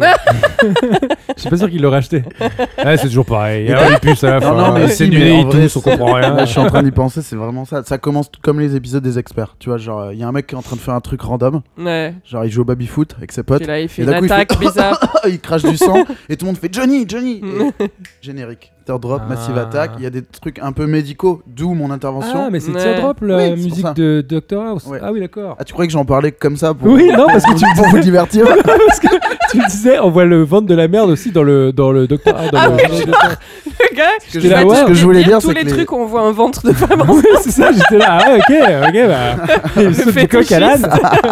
[SPEAKER 3] Je suis pas sûr qu'ils l'auraient acheté. Ouais, c'est toujours pareil. Il y a des puces à la
[SPEAKER 2] Non,
[SPEAKER 3] fin.
[SPEAKER 2] non, mais
[SPEAKER 3] c'est
[SPEAKER 2] si,
[SPEAKER 3] du
[SPEAKER 2] mais
[SPEAKER 3] nez,
[SPEAKER 2] en
[SPEAKER 3] ils
[SPEAKER 2] vrai,
[SPEAKER 3] toussent, on comprend rien.
[SPEAKER 2] Là, je suis en train d'y penser, c'est vraiment ça. Ça commence tout comme les épisodes des experts. Tu vois, genre, il y a un mec qui est en train de faire un truc random.
[SPEAKER 1] Ouais.
[SPEAKER 2] Genre, il joue au baby-foot avec ses potes.
[SPEAKER 1] Puis là, il fait
[SPEAKER 2] Et
[SPEAKER 1] une
[SPEAKER 2] d'un coup, il fait-
[SPEAKER 1] attaque bizarre.
[SPEAKER 2] il crache du sang et tout le monde fait Johnny, Johnny. Et générique. Teardrop,
[SPEAKER 3] Ah.
[SPEAKER 2] Massive Attack. Il y a des trucs un peu médicaux, d'où mon intervention.
[SPEAKER 3] Ah, mais c'est
[SPEAKER 1] Ouais.
[SPEAKER 3] Teardrop, la
[SPEAKER 2] Oui, c'est pour
[SPEAKER 3] musique
[SPEAKER 2] ça.
[SPEAKER 3] de Doctor House.
[SPEAKER 2] Ouais.
[SPEAKER 3] Ah oui, d'accord.
[SPEAKER 2] Ah, tu croyais que j'en parlais comme ça pour,
[SPEAKER 3] Oui, non, parce que tu
[SPEAKER 2] pour vous divertir.
[SPEAKER 3] Parce que tu me disais, on voit le ventre de la merde aussi dans le, dans le Doctor House. Dans
[SPEAKER 1] Ah
[SPEAKER 3] le...
[SPEAKER 1] oui. Le gars,
[SPEAKER 2] Ce que
[SPEAKER 3] J'étais
[SPEAKER 2] je,
[SPEAKER 3] là,
[SPEAKER 2] ce
[SPEAKER 3] ouais.
[SPEAKER 2] que je voulais dire,
[SPEAKER 1] tous
[SPEAKER 2] c'est
[SPEAKER 1] les
[SPEAKER 2] que les-
[SPEAKER 1] trucs où on voit un ventre de femme.
[SPEAKER 3] Oui, c'est ça, j'étais là. Ah ouais, ok, ok, bah. Il saute du coq à l'âne.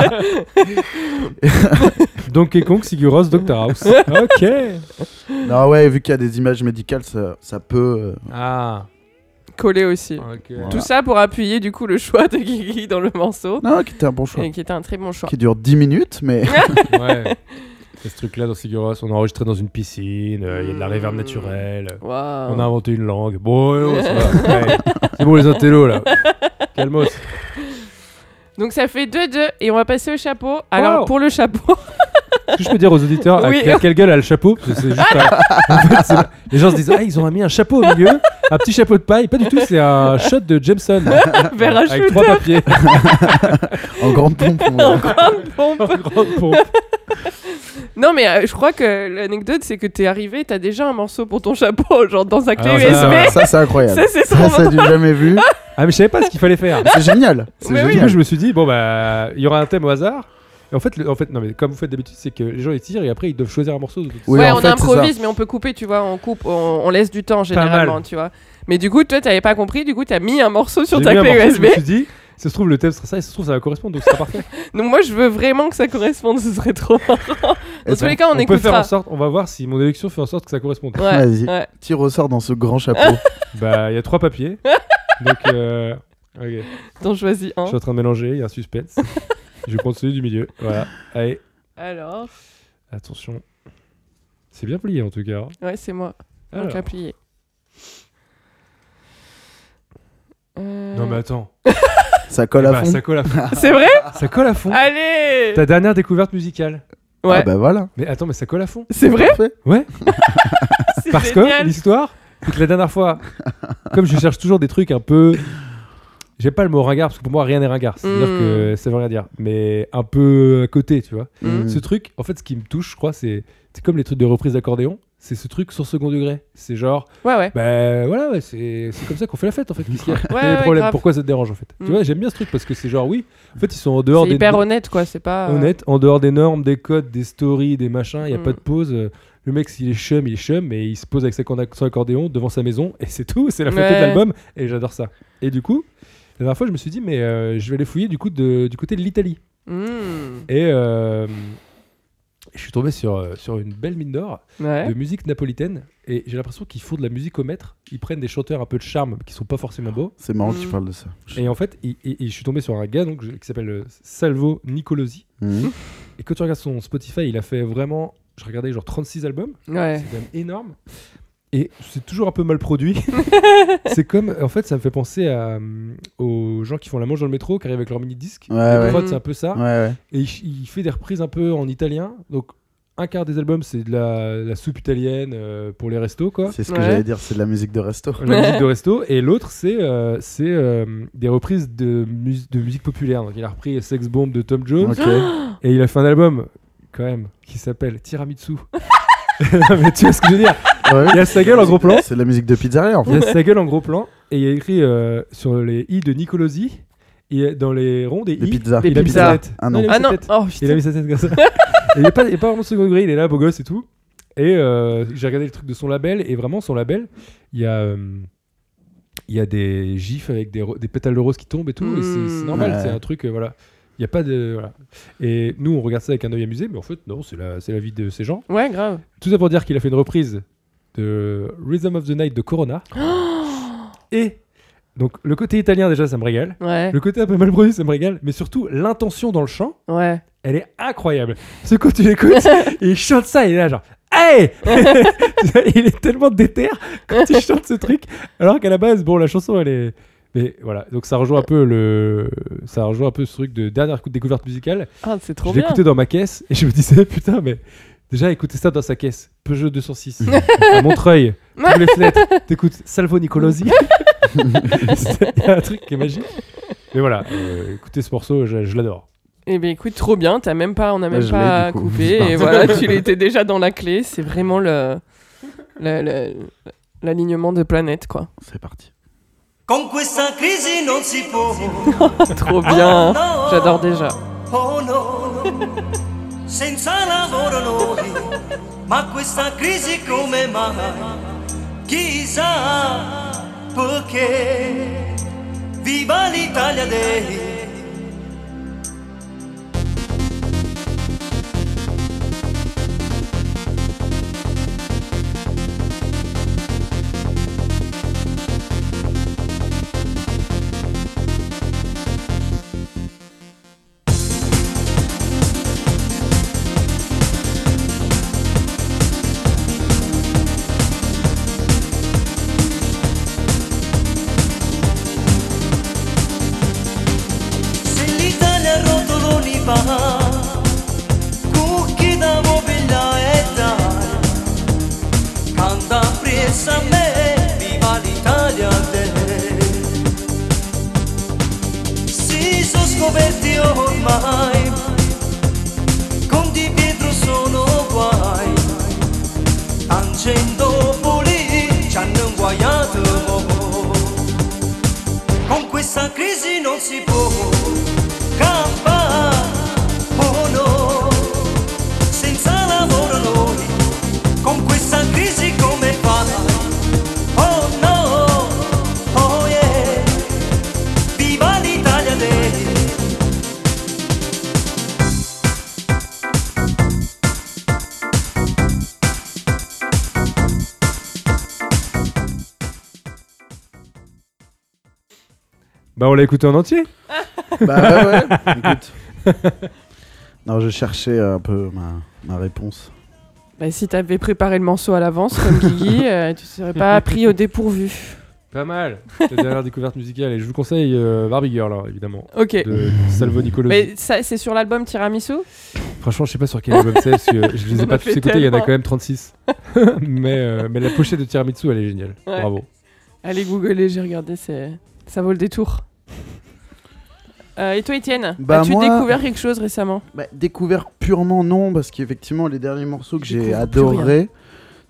[SPEAKER 3] Donkey Kong, Sigur Rós, Doctor House. Ok.
[SPEAKER 2] Non, ouais, vu qu'il y a des images médicales, ça, ça peut. euh,
[SPEAKER 3] Ah.
[SPEAKER 1] Collé aussi.
[SPEAKER 3] Ok.
[SPEAKER 2] Voilà.
[SPEAKER 1] Tout ça pour appuyer du coup le choix de Guigui dans le morceau.
[SPEAKER 2] Non, qui était un bon choix.
[SPEAKER 1] Et qui était un très bon choix.
[SPEAKER 2] Qui dure dix minutes, mais.
[SPEAKER 3] Ouais. C'est ce truc-là dans Sigur Rós. On a enregistré dans une piscine, euh, il y a de la reverb naturelle.
[SPEAKER 1] Waouh.
[SPEAKER 3] On a inventé une langue. Bon, ouais, ouais, ça va. Ouais. C'est bon les intellos là. Calmos.
[SPEAKER 1] Donc ça fait deux deux et on va passer au chapeau. Alors
[SPEAKER 3] Wow.
[SPEAKER 1] pour le chapeau,
[SPEAKER 3] Est-ce que je peux dire aux auditeurs à
[SPEAKER 1] Oui.
[SPEAKER 3] quelle, quelle gueule a le chapeau? Parce que c'est juste un- en fait, c'est- les gens se disent ah ils ont mis un chapeau au milieu, un petit chapeau de paille. Pas du tout, c'est un shot de Jameson
[SPEAKER 1] vers un
[SPEAKER 3] avec
[SPEAKER 1] shooter
[SPEAKER 3] trois papiers
[SPEAKER 2] En grande pompe. on-
[SPEAKER 1] en grande pompe.
[SPEAKER 3] en grande pompe.
[SPEAKER 1] Non mais euh, je crois que l'anecdote c'est que t'es arrivé, t'as déjà un morceau pour ton chapeau, genre dans sa clé
[SPEAKER 3] Alors,
[SPEAKER 1] U S B.
[SPEAKER 3] ça,
[SPEAKER 2] Ça, c'est incroyable.
[SPEAKER 1] Ça c'est
[SPEAKER 2] Ça,
[SPEAKER 1] trop
[SPEAKER 2] c'est du jamais vu.
[SPEAKER 3] Ah mais je savais pas ce qu'il fallait faire.
[SPEAKER 2] C'est génial. C'est
[SPEAKER 1] Mais oui.
[SPEAKER 3] Du coup,
[SPEAKER 2] génial.
[SPEAKER 3] je me suis dit bon bah il y aura un thème au hasard. Et en fait, le- en fait, non mais comme vous faites d'habitude, c'est que les gens ils tirent et après ils doivent choisir un morceau. De...
[SPEAKER 2] Oui,
[SPEAKER 1] ouais,
[SPEAKER 2] en
[SPEAKER 1] on
[SPEAKER 2] fait, c'est
[SPEAKER 1] improvise, mais on peut couper, tu vois, on coupe, on, on laisse du temps généralement,
[SPEAKER 3] mal.
[SPEAKER 1] tu vois. Mais du coup, toi, t'avais pas compris, du coup, t'as mis un morceau sur
[SPEAKER 3] J'ai
[SPEAKER 1] ta
[SPEAKER 3] mis un
[SPEAKER 1] clé
[SPEAKER 3] morceau,
[SPEAKER 1] U S B.
[SPEAKER 3] Je me suis dit, ça se trouve le thème sera ça et ça se trouve ça va correspondre donc ce sera parfait.
[SPEAKER 1] Donc moi, je veux vraiment que ça corresponde, ce serait trop marrant. Dans tous les cas, on,
[SPEAKER 3] peut faire
[SPEAKER 1] écoutera.
[SPEAKER 3] en sorte, on va voir si mon élection fait en sorte que ça corresponde.
[SPEAKER 1] Ouais,
[SPEAKER 2] Vas-y.
[SPEAKER 1] ouais.
[SPEAKER 2] Tire au sort dans ce grand chapeau.
[SPEAKER 3] Bah il y a trois papiers. Donc euh, ok.
[SPEAKER 1] T'en choisis un.
[SPEAKER 3] Je suis en train de mélanger, il y a un suspense. Je vais prendre celui du milieu. Voilà. Allez,
[SPEAKER 1] Alors,
[SPEAKER 3] attention. C'est bien plié en tout cas.
[SPEAKER 1] ouais, c'est moi. Donc
[SPEAKER 3] Alors.
[SPEAKER 1] à plier. Euh,
[SPEAKER 3] Non mais attends.
[SPEAKER 2] Ça colle
[SPEAKER 3] Eh
[SPEAKER 2] à
[SPEAKER 3] bah,
[SPEAKER 2] fond.
[SPEAKER 3] ça colle à fond.
[SPEAKER 1] C'est vrai?
[SPEAKER 3] Ça colle à fond.
[SPEAKER 1] Allez!
[SPEAKER 3] Ta dernière découverte musicale.
[SPEAKER 1] Ouais.
[SPEAKER 2] Ah bah voilà.
[SPEAKER 3] Mais attends, mais ça colle à fond.
[SPEAKER 1] C'est vrai?
[SPEAKER 2] Parfait.
[SPEAKER 3] Ouais.
[SPEAKER 1] C'est
[SPEAKER 3] Parce
[SPEAKER 1] génial.
[SPEAKER 3] que l'histoire, c'est que la dernière fois, comme je cherche toujours des trucs un peu. J'aime pas le mot ringard parce que pour moi rien n'est ringard. C'est-à-dire
[SPEAKER 1] Mm.
[SPEAKER 3] que ça veut rien dire. Mais un peu à côté, tu vois.
[SPEAKER 1] Mm.
[SPEAKER 3] Ce truc, en fait, ce qui me touche, je crois, c'est c'est comme les trucs de reprise d'accordéon. c'est ce truc sur second degré. C'est genre,
[SPEAKER 1] Ouais, ouais.
[SPEAKER 3] bah voilà, ouais, c'est, c'est comme ça qu'on fait la fête en fait. Qu'est-ce qu'il y a
[SPEAKER 1] Ouais,
[SPEAKER 3] Quel est le
[SPEAKER 1] ouais,
[SPEAKER 3] problème
[SPEAKER 1] grave.
[SPEAKER 3] Pourquoi ça te dérange en fait
[SPEAKER 1] Mm.
[SPEAKER 3] Tu vois, j'aime bien ce truc parce que c'est genre, oui, en fait, ils sont en dehors
[SPEAKER 1] C'est
[SPEAKER 3] des.
[SPEAKER 1] hyper honnête, quoi. C'est pas. euh,
[SPEAKER 3] honnête, en dehors des normes, des codes, des stories, des machins, il n'y a
[SPEAKER 1] Mm.
[SPEAKER 3] pas de pause. euh, Le mec, s'il est chum, il est chum, mais il se pose avec sa corda- son accordéon devant sa maison, et c'est tout, c'est la photo
[SPEAKER 1] Ouais.
[SPEAKER 3] de l'album, et j'adore ça. Et du coup, la dernière fois, je me suis dit, mais euh, je vais aller fouiller du, coup de, du côté de l'Italie.
[SPEAKER 1] hmm,
[SPEAKER 3] Et euh, je suis tombé sur, euh, sur une belle mine d'or
[SPEAKER 1] Ouais.
[SPEAKER 3] de musique napolitaine, et j'ai l'impression qu'ils font de la musique au mètre, ils prennent des chanteurs un peu de charme, qui sont pas forcément beaux,
[SPEAKER 2] C'est marrant que
[SPEAKER 1] Mm.
[SPEAKER 2] tu parles de ça.
[SPEAKER 3] et en fait, il- il- il- je suis tombé sur un gars donc, je- qui s'appelle euh, Salvo Nicolosi,
[SPEAKER 2] Mhm.
[SPEAKER 3] et quand tu regardes son Spotify, il a fait vraiment, je regardais genre trente-six albums,
[SPEAKER 1] Ouais.
[SPEAKER 3] c'est quand même énorme. Et c'est toujours un peu mal produit. C'est comme, en fait, ça me fait penser à, euh, aux gens qui font la manche dans le métro, qui arrivent avec leur mini-disque.
[SPEAKER 2] Ouais,
[SPEAKER 3] Les
[SPEAKER 2] ouais.
[SPEAKER 3] prods, c'est un peu ça.
[SPEAKER 2] Ouais, ouais.
[SPEAKER 3] Et il, il fait des reprises un peu en italien. Donc, un quart des albums, c'est de la, la soupe italienne euh, pour les restos, quoi.
[SPEAKER 2] C'est ce que
[SPEAKER 1] Ouais.
[SPEAKER 2] j'allais dire, c'est de la musique de resto.
[SPEAKER 3] La musique de resto. Et l'autre, c'est euh, c'est, euh, des reprises de, mus- de musique populaire. Donc, il a repris Sex Bomb de Tom Jones.
[SPEAKER 2] Ok.
[SPEAKER 3] Et il a fait un album, quand même, qui s'appelle Tiramisu. Non, mais tu vois ce que je veux dire
[SPEAKER 2] Ouais.
[SPEAKER 3] Il y a sa gueule en gros plan.
[SPEAKER 2] C'est de la musique de pizzeria en
[SPEAKER 3] Il y
[SPEAKER 2] fait.
[SPEAKER 3] a sa gueule en gros plan et il y a écrit euh, sur les i de Nicolosi et dans les ronds des
[SPEAKER 2] Des
[SPEAKER 3] i.
[SPEAKER 2] pizzas.
[SPEAKER 1] Des
[SPEAKER 3] il a mis
[SPEAKER 1] pizzas.
[SPEAKER 3] sa tête.
[SPEAKER 2] Ah non.
[SPEAKER 3] il a mis
[SPEAKER 1] Ah
[SPEAKER 3] sa
[SPEAKER 1] non.
[SPEAKER 3] tête.
[SPEAKER 1] Oh
[SPEAKER 3] Il a
[SPEAKER 1] putain.
[SPEAKER 3] mis sa tête comme ça. Et il est pas, il est pas vraiment second degré, il est là, beau gosse et tout. Et euh, j'ai regardé le truc de son label et vraiment son label, il y a, euh, il y a des gifs avec des, ro- des pétales de rose qui tombent et tout. Et c'est, c'est normal,
[SPEAKER 2] Ouais.
[SPEAKER 3] c'est un truc, euh, voilà. Il y a pas de voilà. Et nous on regarde ça avec un œil amusé, mais en fait non, c'est la, c'est la vie de ces gens.
[SPEAKER 1] Ouais, grave.
[SPEAKER 3] Tout ça pour dire qu'il a fait une reprise de Rhythm of the Night de Corona. Et donc le côté italien déjà ça me régale.
[SPEAKER 1] Ouais.
[SPEAKER 3] Le côté un peu mal produit ça me régale. Mais surtout l'intention dans le chant,
[SPEAKER 1] Ouais.
[SPEAKER 3] elle est incroyable. Ce quand tu l'écoutes, il chante ça, il est là genre hey. Il est tellement déter quand il chante ce truc. Alors qu'à la base, bon la chanson elle est... Mais voilà, donc ça rejoint un peu le, ça rejoint un peu ce truc de dernière coup de découverte musicale.
[SPEAKER 1] Ah, c'est trop
[SPEAKER 3] Je
[SPEAKER 1] bien.
[SPEAKER 3] l'écoutais dans ma caisse et je me disais putain mais déjà écoutez ça dans sa caisse Peugeot deux cent six à Montreuil toutes les fenêtres t'écoutes Salvo Nicolosi. C'est- il y a un truc qui est magique mais voilà euh, écoutez ce morceau je, je l'adore.
[SPEAKER 1] Eh bien, écoute, trop bien. T'as même pas, on a même
[SPEAKER 2] Ouais, je
[SPEAKER 1] pas
[SPEAKER 2] l'ai, du coup.
[SPEAKER 1] coupé. Et voilà, tu l'étais déjà dans la clé. C'est vraiment le, le- le- l'alignement de planète, quoi.
[SPEAKER 2] C'est parti.
[SPEAKER 4] Con questa crisi non si può.
[SPEAKER 1] Trop bien. J'adore déjà.
[SPEAKER 4] Oh no, senza lavoro noi, ma questa crisi come mai? Chissà perché. Viva l'Italia Day. Se l'Italia a rotoloni va, cucchi da mobilia e dai, canta presa a me, viva l'Italia Day. Si sono scoperti ormai, con Di Pietro sono guai, Tangentopoli ci hanno inguaiato mo'. Con questa crisi non si può campare, oh no, senza lavoro noi, con questa crisi come fai? Oh no, oh yeah, viva l'Italia Day.
[SPEAKER 3] Bah on l'a écouté en entier.
[SPEAKER 2] Bah ouais, ouais. Écoute. Non, je cherchais un peu ma, ma réponse.
[SPEAKER 1] Bah, si t'avais préparé le morceau à l'avance, comme Guigui, euh, tu serais pas pris au dépourvu.
[SPEAKER 3] Pas mal. La dernière découverte musicale et je vous conseille euh, Barbie Girl hein, évidemment
[SPEAKER 1] Ok.
[SPEAKER 3] de Salvo Nicolosi.
[SPEAKER 1] Mais ça, c'est sur l'album Tiramisu.
[SPEAKER 3] Franchement je sais pas sur quel album c'est parce que je les ai
[SPEAKER 1] On
[SPEAKER 3] pas
[SPEAKER 1] a
[SPEAKER 3] tous
[SPEAKER 1] fait
[SPEAKER 3] écoutés, il y en a
[SPEAKER 1] tellement.
[SPEAKER 3] quand même trente-six. mais, euh, mais la pochette de Tiramisu elle est géniale.
[SPEAKER 1] Ouais.
[SPEAKER 3] Bravo.
[SPEAKER 1] Allez, googler, j'ai regardé, c'est... ça vaut le détour. Euh, et toi, Étienne,
[SPEAKER 2] Bah,
[SPEAKER 1] as-tu
[SPEAKER 2] moi-
[SPEAKER 1] découvert quelque chose récemment?
[SPEAKER 2] Bah, découvert purement non, parce qu'effectivement, les derniers morceaux que j'ai
[SPEAKER 1] Découvre plus
[SPEAKER 2] adorés,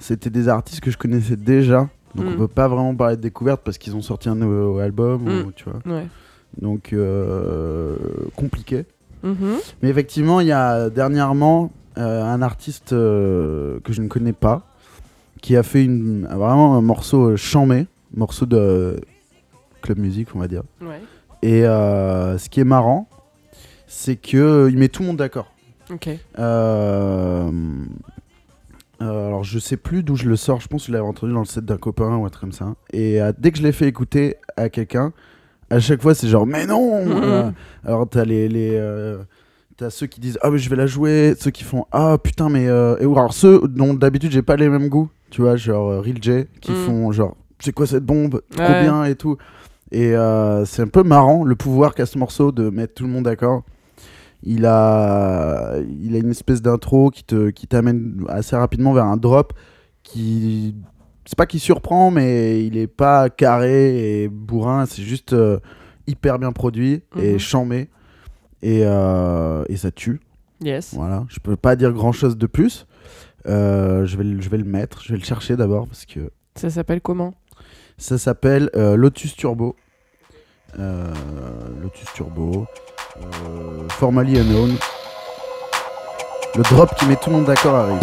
[SPEAKER 2] c'était des artistes que je connaissais déjà. Donc
[SPEAKER 1] Mm.
[SPEAKER 2] on peut pas vraiment parler de découverte parce qu'ils ont sorti un nouveau album,
[SPEAKER 1] Mm.
[SPEAKER 2] ou, tu vois.
[SPEAKER 1] Ouais.
[SPEAKER 2] Donc euh, compliqué.
[SPEAKER 1] Mhm.
[SPEAKER 2] Mais effectivement, il y a dernièrement euh, un artiste euh, que je ne connais pas qui a fait une, vraiment un morceau euh, chamé, morceau de euh, club music, on va dire.
[SPEAKER 1] Ouais.
[SPEAKER 2] Et euh, ce qui est marrant, c'est que euh, il met tout le monde d'accord.
[SPEAKER 1] Ok.
[SPEAKER 2] Euh, euh, alors je sais plus d'où je le sors, je pense que je l'avais entendu dans le set d'un copain ou un truc comme ça. Et euh, dès que je l'ai fait écouter à quelqu'un, à chaque fois c'est genre mais non.
[SPEAKER 1] Mhm.
[SPEAKER 2] Euh, alors t'as les, les euh, t'as ceux qui disent ah mais je vais la jouer, ceux qui font ah putain mais euh... et ou alors ceux dont d'habitude j'ai pas les mêmes goûts, tu vois, genre euh, Real J qui
[SPEAKER 1] Mhm.
[SPEAKER 2] font genre c'est quoi cette bombe, trop
[SPEAKER 1] Ouais.
[SPEAKER 2] bien et tout. Et euh, c'est un peu marrant le pouvoir qu'a ce morceau de mettre tout le monde d'accord. Il a, il a une espèce d'intro qui te, qui t'amène assez rapidement vers un drop qui, c'est pas qui surprend, mais il est pas carré et bourrin. C'est juste euh, hyper bien produit et
[SPEAKER 1] Mhm.
[SPEAKER 2] chambé et, euh, et ça tue.
[SPEAKER 1] Yes.
[SPEAKER 2] Voilà, je peux pas dire grand chose de plus. Euh, je vais, le- je vais le mettre, je vais le chercher d'abord parce que
[SPEAKER 1] Ça s'appelle comment?
[SPEAKER 2] ça s'appelle euh, Lotus Turbo. Euh, Lotus Turbo. Euh, Formally Unknown. Le drop qui met tout le monde d'accord arrive.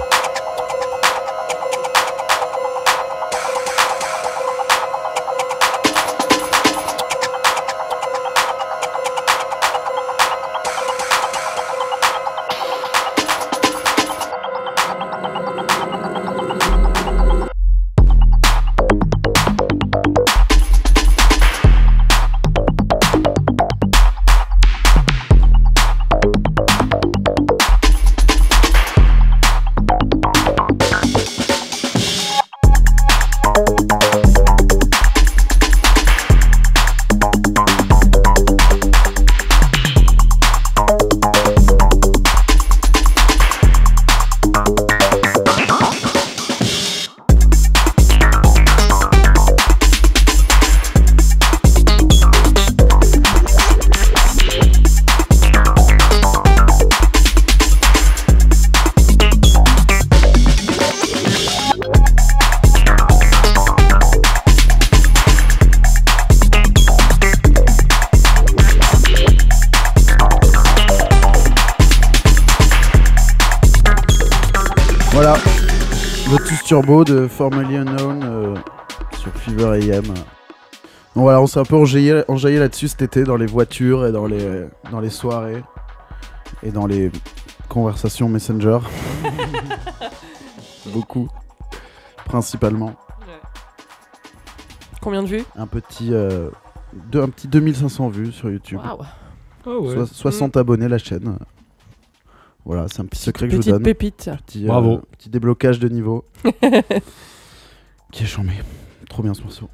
[SPEAKER 2] Voilà, Lotus Turbo de Formerly Unknown euh, sur Fever A M. Donc voilà, on s'est un peu enjaillé, enjaillé là-dessus cet été dans les voitures et dans les, dans les soirées et dans les conversations Messenger. Beaucoup, principalement.
[SPEAKER 1] Combien de vues?
[SPEAKER 2] Un petit, euh, deux, un petit deux mille cinq cents vues sur YouTube.
[SPEAKER 1] Waouh.
[SPEAKER 3] Oh ouais.
[SPEAKER 2] Soi- soixante abonnés la chaîne. Voilà, c'est un petit secret que je vous
[SPEAKER 1] Petite
[SPEAKER 2] donne.
[SPEAKER 1] pépite.
[SPEAKER 2] Petit,
[SPEAKER 3] Bravo.
[SPEAKER 2] euh, petit déblocage de niveau. Qui est chambé. Trop bien ce morceau.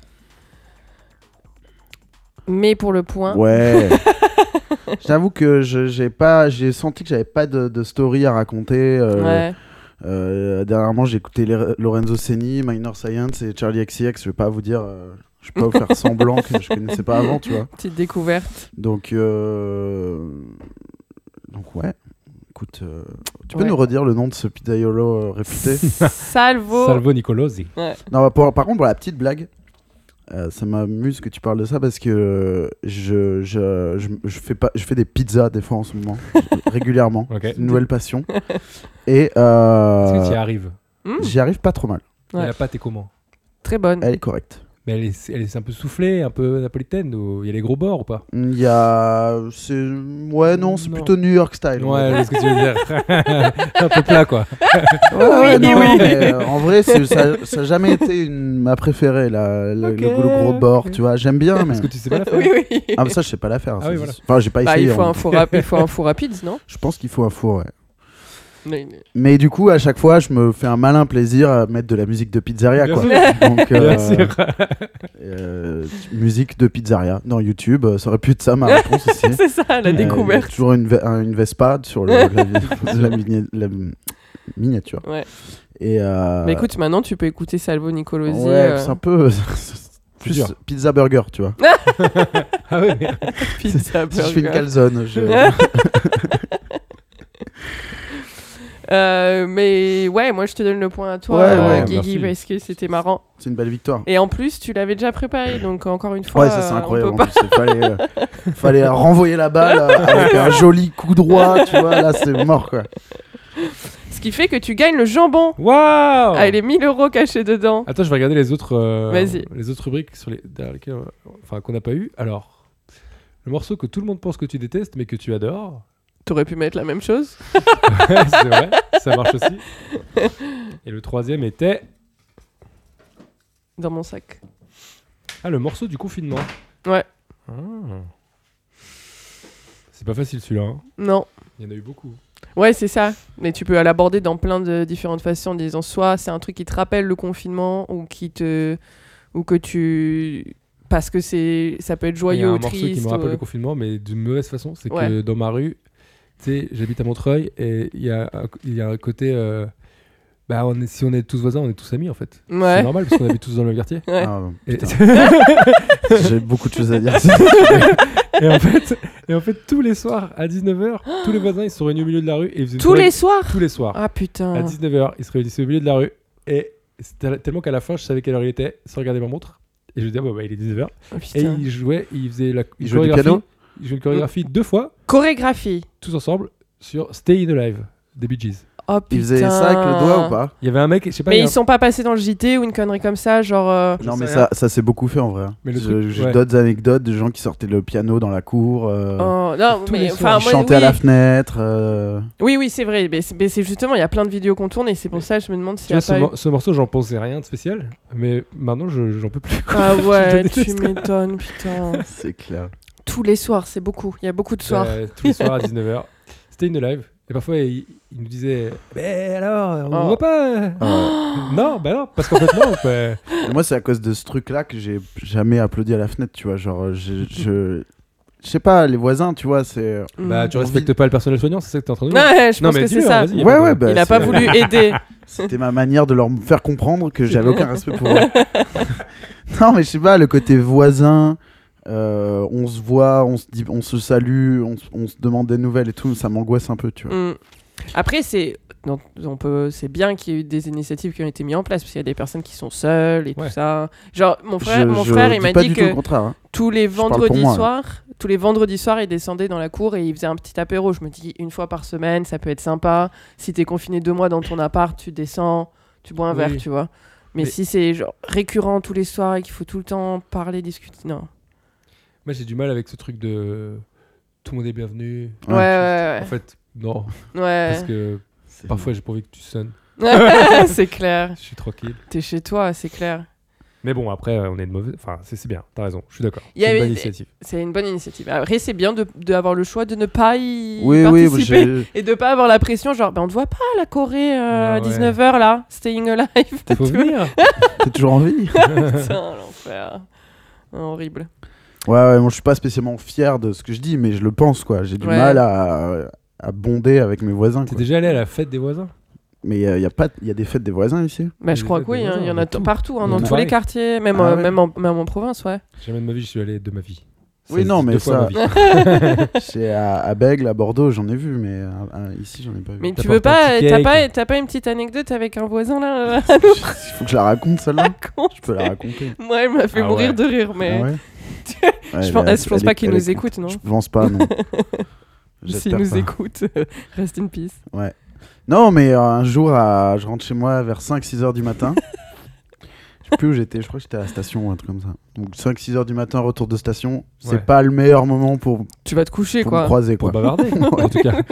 [SPEAKER 1] Mais pour le point.
[SPEAKER 2] Ouais. J'avoue que je- j'ai pas, j'ai senti que j'avais pas de, de story à raconter. euh,
[SPEAKER 1] Ouais.
[SPEAKER 2] euh, dernièrement, j'ai écouté les- Lorenzo Senni, Minor Science et Charlie X C X. Je vais pas vous dire, euh, je vais pas vous faire semblant que je connaissais pas avant, tu vois.
[SPEAKER 1] Petite découverte.
[SPEAKER 2] Donc, euh, donc ouais. Écoute, euh, tu peux
[SPEAKER 1] Ouais.
[SPEAKER 2] nous redire le nom de ce pizzaiolo euh, réputé?
[SPEAKER 1] Salvo.
[SPEAKER 3] Salvo Nicolosi.
[SPEAKER 2] Non, bah, pour- par contre, pour la petite blague, euh, ça m'amuse que tu parles de ça parce que je, je, je, je fais, pas, je fais des pizzas des fois en ce moment, régulièrement.
[SPEAKER 3] Ok.
[SPEAKER 2] C'est une nouvelle passion. Et euh,
[SPEAKER 3] Est-ce que tu y arrives?
[SPEAKER 1] Mmh,
[SPEAKER 2] j'y arrive pas trop mal.
[SPEAKER 1] Ouais.
[SPEAKER 3] Mais la pâte est comment?
[SPEAKER 1] très bonne.
[SPEAKER 2] Elle est correcte.
[SPEAKER 3] Mais elle est, elle est un peu soufflée, un peu napolitaine, ou il y a les gros bords ou pas?
[SPEAKER 2] Il y a. C'est... Ouais, non, c'est
[SPEAKER 3] Non.
[SPEAKER 2] plutôt New York style. on va
[SPEAKER 3] Ouais,
[SPEAKER 2] dire.
[SPEAKER 3] je sais ce que tu veux dire. un peu plat quoi.
[SPEAKER 2] Ouais, ouais,
[SPEAKER 1] Oui,
[SPEAKER 2] non,
[SPEAKER 1] oui.
[SPEAKER 2] mais, euh, en vrai, c'est- ça n'a jamais été une, ma préférée, la, le,
[SPEAKER 1] Ok,
[SPEAKER 2] le gros bord,
[SPEAKER 1] ok.
[SPEAKER 2] tu vois. J'aime bien, mais.
[SPEAKER 3] Est-ce que tu sais pas la faire?
[SPEAKER 1] Oui, oui.
[SPEAKER 2] Ah, mais ça, je sais pas la faire.
[SPEAKER 3] Ah
[SPEAKER 2] ça,
[SPEAKER 3] oui,
[SPEAKER 2] c'est-
[SPEAKER 3] voilà.
[SPEAKER 2] Enfin, j'ai pas
[SPEAKER 1] Bah,
[SPEAKER 2] essayé.
[SPEAKER 1] il faut,
[SPEAKER 2] hein.
[SPEAKER 1] un four rap- il faut un four rapide, non?
[SPEAKER 2] Je pense qu'il faut un four, ouais.
[SPEAKER 1] Mais-
[SPEAKER 2] Mais du coup, à chaque fois, je me fais un malin plaisir à mettre de la musique de pizzeria,
[SPEAKER 3] Bien
[SPEAKER 2] quoi.
[SPEAKER 3] sûr.
[SPEAKER 2] Donc, euh,
[SPEAKER 3] Bien sûr.
[SPEAKER 2] euh, musique de pizzeria dans YouTube, euh, ça aurait pu être ça ma réponse aussi.
[SPEAKER 1] C'est ça, la
[SPEAKER 2] Euh, il y a
[SPEAKER 1] découverte.
[SPEAKER 2] toujours une, ve- un- une Vespa sur le, la, vi- la mini- la miniature.
[SPEAKER 1] Ouais.
[SPEAKER 2] Et euh,
[SPEAKER 1] Mais écoute, maintenant tu peux écouter Salvo Nicolosi.
[SPEAKER 2] ouais,
[SPEAKER 1] euh,
[SPEAKER 2] c'est un peu plus
[SPEAKER 3] dur.
[SPEAKER 2] pizza burger, tu vois.
[SPEAKER 3] Ah ouais, mais...
[SPEAKER 1] Pizza
[SPEAKER 2] Si je fais une
[SPEAKER 1] burger.
[SPEAKER 2] calzone, je...
[SPEAKER 1] Euh, mais ouais, moi je te donne le point à toi,
[SPEAKER 2] Ouais,
[SPEAKER 1] euh,
[SPEAKER 3] ouais,
[SPEAKER 1] Guigui,
[SPEAKER 3] merci.
[SPEAKER 1] parce que c'était marrant.
[SPEAKER 2] C'est une belle victoire.
[SPEAKER 1] Et en plus, tu l'avais déjà préparé, donc encore une fois,
[SPEAKER 2] Ouais, ça c'est
[SPEAKER 1] euh,
[SPEAKER 2] incroyable.
[SPEAKER 1] on peut
[SPEAKER 2] En plus, il fallait, euh, fallait renvoyer la balle euh, avec un joli coup droit, tu vois. Là, c'est mort, quoi.
[SPEAKER 1] pas. Ce qui fait que tu gagnes le jambon.
[SPEAKER 3] Waouh
[SPEAKER 1] Ah, les mille euros cachés dedans.
[SPEAKER 3] Attends, je vais regarder les autres, euh,
[SPEAKER 1] Vas-y.
[SPEAKER 3] les autres rubriques sur les, derrière lesquelles, euh, enfin, qu'on n'a pas eu. Alors, le morceau que tout le monde pense que tu détestes, mais que tu adores.
[SPEAKER 1] T'aurais pu mettre la même chose.
[SPEAKER 3] Ouais, c'est vrai, ça marche aussi. Et le troisième était
[SPEAKER 1] Dans mon sac.
[SPEAKER 3] ah le morceau du confinement.
[SPEAKER 1] Ouais.
[SPEAKER 3] Ah. C'est pas facile celui-là. Hein.
[SPEAKER 1] Non.
[SPEAKER 3] Il y en a eu beaucoup.
[SPEAKER 1] Ouais, c'est ça. Mais tu peux l'aborder dans plein de différentes façons en disant soit c'est un truc qui te rappelle le confinement ou qui te ou que tu parce que c'est ça peut être
[SPEAKER 3] Il y
[SPEAKER 1] joyeux
[SPEAKER 3] a un
[SPEAKER 1] ou
[SPEAKER 3] morceau
[SPEAKER 1] triste.
[SPEAKER 3] qui me rappelle
[SPEAKER 1] ou-
[SPEAKER 3] le confinement, mais d'une mauvaise façon. C'est que
[SPEAKER 1] Ouais.
[SPEAKER 3] dans ma rue, tu sais, j'habite à Montreuil et il y a un, il y a un côté. euh, bah, on est, si on est tous voisins, on est tous amis en fait. C'est
[SPEAKER 1] Ouais.
[SPEAKER 3] normal parce qu'on habite tous dans le même quartier.
[SPEAKER 1] Ouais.
[SPEAKER 2] Ah,
[SPEAKER 3] Et,
[SPEAKER 2] putain. J'ai beaucoup de choses à dire.
[SPEAKER 3] et en fait, et en fait, tous les soirs à dix-neuf heures, tous les voisins ils se sont réunis au milieu de la rue et ils faisaient une
[SPEAKER 1] Tous
[SPEAKER 3] soirée-
[SPEAKER 1] les soirs.
[SPEAKER 3] tous les soirs.
[SPEAKER 1] Ah putain.
[SPEAKER 3] À dix-neuf heures, ils se réunissaient au milieu de la rue et c'était tellement qu'à la fin, je savais quelle heure il était sans regarder ma montre. Et je disais, ah, bah, bah, il est dix-neuf heures.
[SPEAKER 1] Oh,
[SPEAKER 3] Et
[SPEAKER 1] putain.
[SPEAKER 3] il jouait, il faisait la
[SPEAKER 2] Il jouait du
[SPEAKER 3] chorégraphie.
[SPEAKER 2] piano
[SPEAKER 3] Il jouait une chorégraphie deux fois,
[SPEAKER 1] Chorégraphie.
[SPEAKER 3] tous ensemble, sur Stay in Alive des Bee Gees.
[SPEAKER 1] Oh putain.
[SPEAKER 2] Il faisait ça avec le doigt ou pas?
[SPEAKER 3] Il y avait un mec, je sais pas,
[SPEAKER 1] Mais
[SPEAKER 3] il y a
[SPEAKER 1] ils
[SPEAKER 3] un-
[SPEAKER 1] sont pas passés dans le J T ou une connerie comme ça, genre. euh,
[SPEAKER 3] Je
[SPEAKER 2] Non,
[SPEAKER 3] sais
[SPEAKER 2] mais
[SPEAKER 3] rien.
[SPEAKER 2] ça, ça s'est beaucoup fait en vrai.
[SPEAKER 3] Mais le
[SPEAKER 2] Je-
[SPEAKER 3] truc-
[SPEAKER 2] J'ai
[SPEAKER 3] ouais.
[SPEAKER 2] d'autres anecdotes de gens qui sortaient le piano dans la cour, euh,
[SPEAKER 1] oh, non,
[SPEAKER 3] tous
[SPEAKER 1] mais
[SPEAKER 3] les
[SPEAKER 1] enfin,
[SPEAKER 3] soirs,
[SPEAKER 2] qui
[SPEAKER 1] moi,
[SPEAKER 2] chantaient
[SPEAKER 1] oui.
[SPEAKER 2] à la fenêtre. euh,
[SPEAKER 1] Oui, oui, c'est vrai. Mais c'est, mais c'est justement, il y a plein de vidéos qu'on tourne et c'est pour ça que je me demande
[SPEAKER 3] Tu
[SPEAKER 1] s'il y
[SPEAKER 3] vois,
[SPEAKER 1] a
[SPEAKER 3] ce,
[SPEAKER 1] pas eu.
[SPEAKER 3] mor- ce morceau, j'en pensais rien de spécial, mais maintenant, je, j'en peux plus.
[SPEAKER 1] Ah ouais,
[SPEAKER 3] Je
[SPEAKER 1] tu
[SPEAKER 3] déteste.
[SPEAKER 1] m'étonnes, putain.
[SPEAKER 2] C'est clair.
[SPEAKER 1] Tous les soirs, c'est beaucoup. Il y a beaucoup de soirs.
[SPEAKER 3] Euh, tous les soirs à dix-neuf heures. Stay in Alive. Et parfois, il, il nous disait, mais alors, on
[SPEAKER 1] Oh.
[SPEAKER 3] voit pas.
[SPEAKER 2] Ah
[SPEAKER 3] Non, bah non, parce qu'en fait, non. bah,
[SPEAKER 2] ouais. Et moi, c'est à cause de ce truc-là que j'ai jamais applaudi à la fenêtre, tu vois. Genre, je. je... Je sais pas, les voisins, tu vois, c'est.
[SPEAKER 3] bah,
[SPEAKER 1] Mm.
[SPEAKER 3] tu respectes pas le personnel soignant, c'est ça que t'es en train de dire.
[SPEAKER 1] Ouais, je
[SPEAKER 3] Non,
[SPEAKER 1] pense
[SPEAKER 3] mais
[SPEAKER 1] que c'est
[SPEAKER 3] dis-le,
[SPEAKER 1] ça.
[SPEAKER 3] vas-y, y a
[SPEAKER 2] Ouais,
[SPEAKER 3] pas de-
[SPEAKER 2] ouais, bah,
[SPEAKER 1] Il a
[SPEAKER 2] c'est-
[SPEAKER 1] pas voulu aider.
[SPEAKER 2] C'était ma manière de leur faire comprendre que j'avais aucun respect pour eux. Non, mais je sais pas, le côté voisin, euh, on se voit, on se, dit, on se salue, on, s- on se demande des nouvelles et tout, ça m'angoisse un peu, tu vois.
[SPEAKER 1] Mm. Après, c'est non, on peut, c'est bien qu'il y ait eu des initiatives qui ont été mises en place parce qu'il y a des personnes qui sont seules et
[SPEAKER 3] Ouais.
[SPEAKER 1] tout ça. Genre, mon frère,
[SPEAKER 2] Je-
[SPEAKER 1] mon
[SPEAKER 2] je
[SPEAKER 1] frère,
[SPEAKER 2] dis
[SPEAKER 1] il m'a
[SPEAKER 2] pas
[SPEAKER 1] dit
[SPEAKER 2] du tout le
[SPEAKER 1] que
[SPEAKER 2] contraire. hein.
[SPEAKER 1] tous les
[SPEAKER 2] parle pour
[SPEAKER 1] vendredis
[SPEAKER 2] moi, là.
[SPEAKER 1] soirs, tous les vendredis soirs, il descendait dans la cour et il faisait un petit apéro. Je me dis une fois par semaine, ça peut être sympa. Si t'es confiné deux mois dans ton appart, tu descends, tu bois un
[SPEAKER 3] Oui.
[SPEAKER 1] verre, tu vois. Mais,
[SPEAKER 3] Mais-
[SPEAKER 1] si c'est genre récurrent tous les soirs et qu'il faut tout le temps parler, discuter, non.
[SPEAKER 3] Moi, j'ai du mal avec ce truc de tout le monde est bienvenu.
[SPEAKER 1] Ouais, ouais,
[SPEAKER 3] En fait, non.
[SPEAKER 1] ouais. Ouais.
[SPEAKER 3] Parce que
[SPEAKER 2] C'est-
[SPEAKER 3] parfois, j'ai pas envie que tu sonnes.
[SPEAKER 1] c'est clair.
[SPEAKER 3] Je suis tranquille.
[SPEAKER 1] T'es chez toi, c'est clair.
[SPEAKER 3] Mais bon, après, euh, on est de mauvais. Enfin, c'est c'est bien, t'as raison, je suis d'accord.
[SPEAKER 1] Il y
[SPEAKER 3] C'est une
[SPEAKER 1] avait-
[SPEAKER 3] bonne initiative.
[SPEAKER 1] C'est une bonne initiative. Après, c'est bien de, de avoir le choix de ne pas y
[SPEAKER 2] Oui, oui,
[SPEAKER 1] participer
[SPEAKER 2] j'ai-
[SPEAKER 1] et de pas avoir la pression. Genre, ben, on ne voit pas la Corée euh,
[SPEAKER 3] Ah
[SPEAKER 1] à
[SPEAKER 3] ouais.
[SPEAKER 1] dix-neuf heures là, Staying Alive.
[SPEAKER 3] Faut venir.
[SPEAKER 2] t'es toujours en vie.
[SPEAKER 1] Putain, l'enfer. Ah, horrible.
[SPEAKER 2] Ouais, ouais, moi je suis pas spécialement fier de ce que je dis, mais je le pense, quoi. J'ai du
[SPEAKER 1] Ouais.
[SPEAKER 2] mal à, à bonder avec mes voisins,
[SPEAKER 3] T'es
[SPEAKER 2] quoi.
[SPEAKER 3] déjà allé à la fête des voisins?
[SPEAKER 2] Mais il y, a pas, y a des fêtes des voisins ici.
[SPEAKER 1] Bah, je
[SPEAKER 3] Des
[SPEAKER 1] crois
[SPEAKER 3] fêtes
[SPEAKER 1] que oui,
[SPEAKER 3] des
[SPEAKER 1] hein, il y en a
[SPEAKER 3] voisins,
[SPEAKER 1] t- partout, hein,
[SPEAKER 3] Il y
[SPEAKER 1] dans
[SPEAKER 3] en a
[SPEAKER 1] tous
[SPEAKER 3] pareil.
[SPEAKER 1] les quartiers, même,
[SPEAKER 2] Ah
[SPEAKER 1] euh,
[SPEAKER 2] ouais.
[SPEAKER 1] même, en, même en province, ouais.
[SPEAKER 3] Jamais de ma vie, je suis allé de ma vie.
[SPEAKER 2] Oui,
[SPEAKER 3] Ça
[SPEAKER 2] non,
[SPEAKER 3] se dit
[SPEAKER 2] mais
[SPEAKER 3] deux fois
[SPEAKER 2] ça-
[SPEAKER 3] ma vie.
[SPEAKER 2] C'est à, à Bègle, à Bordeaux, j'en ai vu, mais à- à- ici j'en ai pas vu.
[SPEAKER 1] Mais tu
[SPEAKER 3] T'apportes
[SPEAKER 1] veux pas,
[SPEAKER 3] un petit
[SPEAKER 1] t'as
[SPEAKER 3] cake.
[SPEAKER 1] pas, t'as pas une petite anecdote avec un voisin là
[SPEAKER 2] Il faut que je la raconte celle-là.
[SPEAKER 1] raconte.
[SPEAKER 2] Je peux la raconter.
[SPEAKER 1] Moi, elle m'a fait
[SPEAKER 3] Ah
[SPEAKER 1] mourir
[SPEAKER 3] ouais.
[SPEAKER 1] de rire, mais
[SPEAKER 2] Ah ouais Ouais,
[SPEAKER 1] je pense,
[SPEAKER 2] elle-
[SPEAKER 1] je pense
[SPEAKER 2] elle
[SPEAKER 1] pas
[SPEAKER 2] est-
[SPEAKER 1] qu'il
[SPEAKER 2] elle
[SPEAKER 1] nous
[SPEAKER 2] est-
[SPEAKER 1] écoute, non.
[SPEAKER 2] Je pense pas, non.
[SPEAKER 1] S'il
[SPEAKER 2] J'espère
[SPEAKER 1] nous
[SPEAKER 2] pas.
[SPEAKER 1] écoute, rest in peace.
[SPEAKER 2] Non, mais euh, un jour, à- je rentre chez moi vers cinq six heures du matin. Je sais plus où j'étais, je crois que j'étais à la station ou un truc comme ça. Donc cinq six heures du matin, retour de station, c'est
[SPEAKER 3] Ouais.
[SPEAKER 2] pas le meilleur moment pour,
[SPEAKER 1] Tu vas te coucher,
[SPEAKER 2] pour me
[SPEAKER 1] quoi.
[SPEAKER 2] croiser,
[SPEAKER 3] Pour
[SPEAKER 2] quoi.
[SPEAKER 3] bavarder, en tout cas.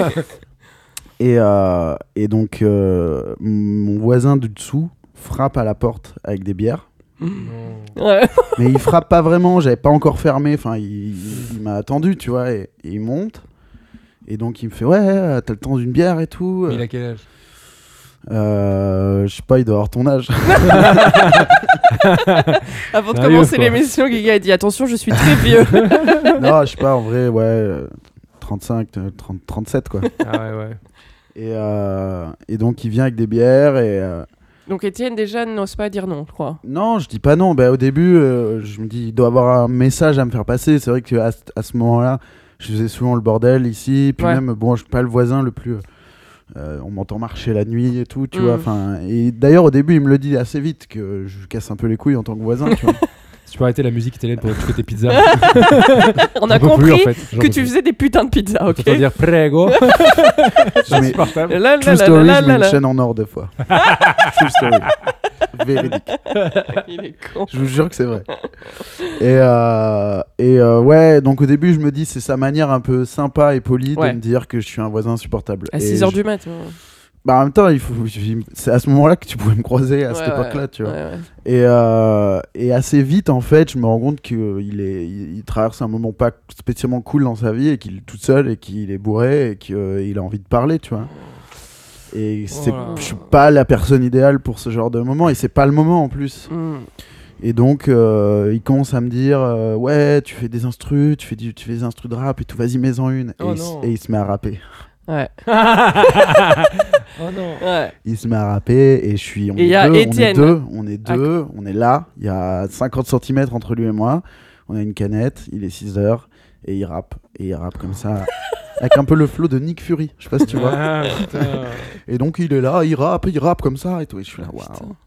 [SPEAKER 2] Et, euh, et donc, euh, mon voisin du dessous frappe à la porte avec des bières.
[SPEAKER 1] Ouais.
[SPEAKER 2] Mais il frappe pas vraiment, j'avais pas encore fermé, enfin il, il- il m'a attendu, tu vois, et, et il monte. Et donc il me fait ouais, euh, t'as le temps d'une bière et tout.
[SPEAKER 3] Mais il a quel âge?
[SPEAKER 2] Euh, je sais pas, il doit avoir ton âge.
[SPEAKER 1] Avant de
[SPEAKER 3] Sérieux,
[SPEAKER 1] commencer
[SPEAKER 3] quoi.
[SPEAKER 1] l'émission, Guigui a dit attention, je suis très vieux.
[SPEAKER 2] Non, je sais pas, en vrai, ouais, euh, trente-cinq, euh, trente, trente-sept quoi.
[SPEAKER 3] Ah ouais, ouais.
[SPEAKER 2] Et, euh, et donc il vient avec des bières et... euh,
[SPEAKER 1] Donc Étienne déjà n'ose pas dire non, je crois.
[SPEAKER 2] Non, je dis pas non. Bah, au début, euh, je me dis, il doit avoir un message à me faire passer. C'est vrai qu'à à ce moment-là, je faisais souvent le bordel ici. Puis
[SPEAKER 1] Ouais.
[SPEAKER 2] même, bon, je suis pas le voisin le plus, Euh, on m'entend marcher la nuit et tout, tu
[SPEAKER 1] Mm.
[SPEAKER 2] vois. Enfin, et d'ailleurs, au début, il me le dit assez vite que je casse un peu les couilles en tant que voisin, tu vois.
[SPEAKER 3] Si tu peux arrêter la musique italienne pour que tu fais tes pizzas.
[SPEAKER 1] On a
[SPEAKER 3] J'en peux plus,
[SPEAKER 1] compris
[SPEAKER 3] en fait. J'en
[SPEAKER 1] que
[SPEAKER 3] peux
[SPEAKER 1] tu
[SPEAKER 3] plus.
[SPEAKER 1] faisais des putains de pizzas, ok?
[SPEAKER 3] Faut dire prego.
[SPEAKER 2] Je mets-
[SPEAKER 3] Insupportable.
[SPEAKER 1] Là, là,
[SPEAKER 2] True
[SPEAKER 1] là,
[SPEAKER 2] story,
[SPEAKER 1] là,
[SPEAKER 2] je mets
[SPEAKER 1] là,
[SPEAKER 2] une
[SPEAKER 1] là.
[SPEAKER 2] chaîne en or deux fois. True story. Véridique.
[SPEAKER 1] Il est con.
[SPEAKER 2] Je vous jure que c'est vrai. Et, euh, et euh, ouais, donc au début, je me dis, c'est sa manière un peu sympa et polie
[SPEAKER 1] Ouais.
[SPEAKER 2] de me dire que je suis un voisin insupportable.
[SPEAKER 1] À
[SPEAKER 2] Et
[SPEAKER 1] six heures
[SPEAKER 2] je-
[SPEAKER 1] du matin.
[SPEAKER 2] Bah, en même temps, il faut... c'est à ce moment-là que tu pouvais me croiser, à cette
[SPEAKER 1] Ouais,
[SPEAKER 2] époque-là,
[SPEAKER 1] ouais.
[SPEAKER 2] tu vois.
[SPEAKER 1] Ouais, ouais.
[SPEAKER 2] Et, euh, et assez vite, en fait, je me rends compte qu'il est, il, il traverse un moment pas spécialement cool dans sa vie et qu'il est tout seul et qu'il est bourré et qu'il a envie de parler, tu vois. Et c'est,
[SPEAKER 3] Voilà.
[SPEAKER 2] je suis pas la personne idéale pour ce genre de moment et c'est pas le moment en plus.
[SPEAKER 1] Mm.
[SPEAKER 2] Et donc, euh, il commence à me dire euh, ouais, tu fais des instrus, tu fais, du, tu fais des instrus de rap et tout, vas-y, mets-en une.
[SPEAKER 3] Oh
[SPEAKER 2] et, il, s-
[SPEAKER 3] non.
[SPEAKER 2] et il se met à rapper.
[SPEAKER 1] Ouais.
[SPEAKER 3] Oh non.
[SPEAKER 1] Ouais.
[SPEAKER 2] Il se met à rapper et je suis. On
[SPEAKER 1] Et
[SPEAKER 2] est
[SPEAKER 1] il y a
[SPEAKER 2] deux, on est
[SPEAKER 1] Étienne.
[SPEAKER 2] deux, on est
[SPEAKER 1] Ah.
[SPEAKER 2] deux, on est là. Il y a cinquante centimètres entre lui et moi. On a une canette, il est six heures et il rappe. Et il rappe comme ça. Avec un peu le flow de Nick Fury, je sais pas si tu vois.
[SPEAKER 3] Ah, putain.
[SPEAKER 2] Et donc il est là, il rappe, il rappe comme ça et tout. Et je suis là, waouh.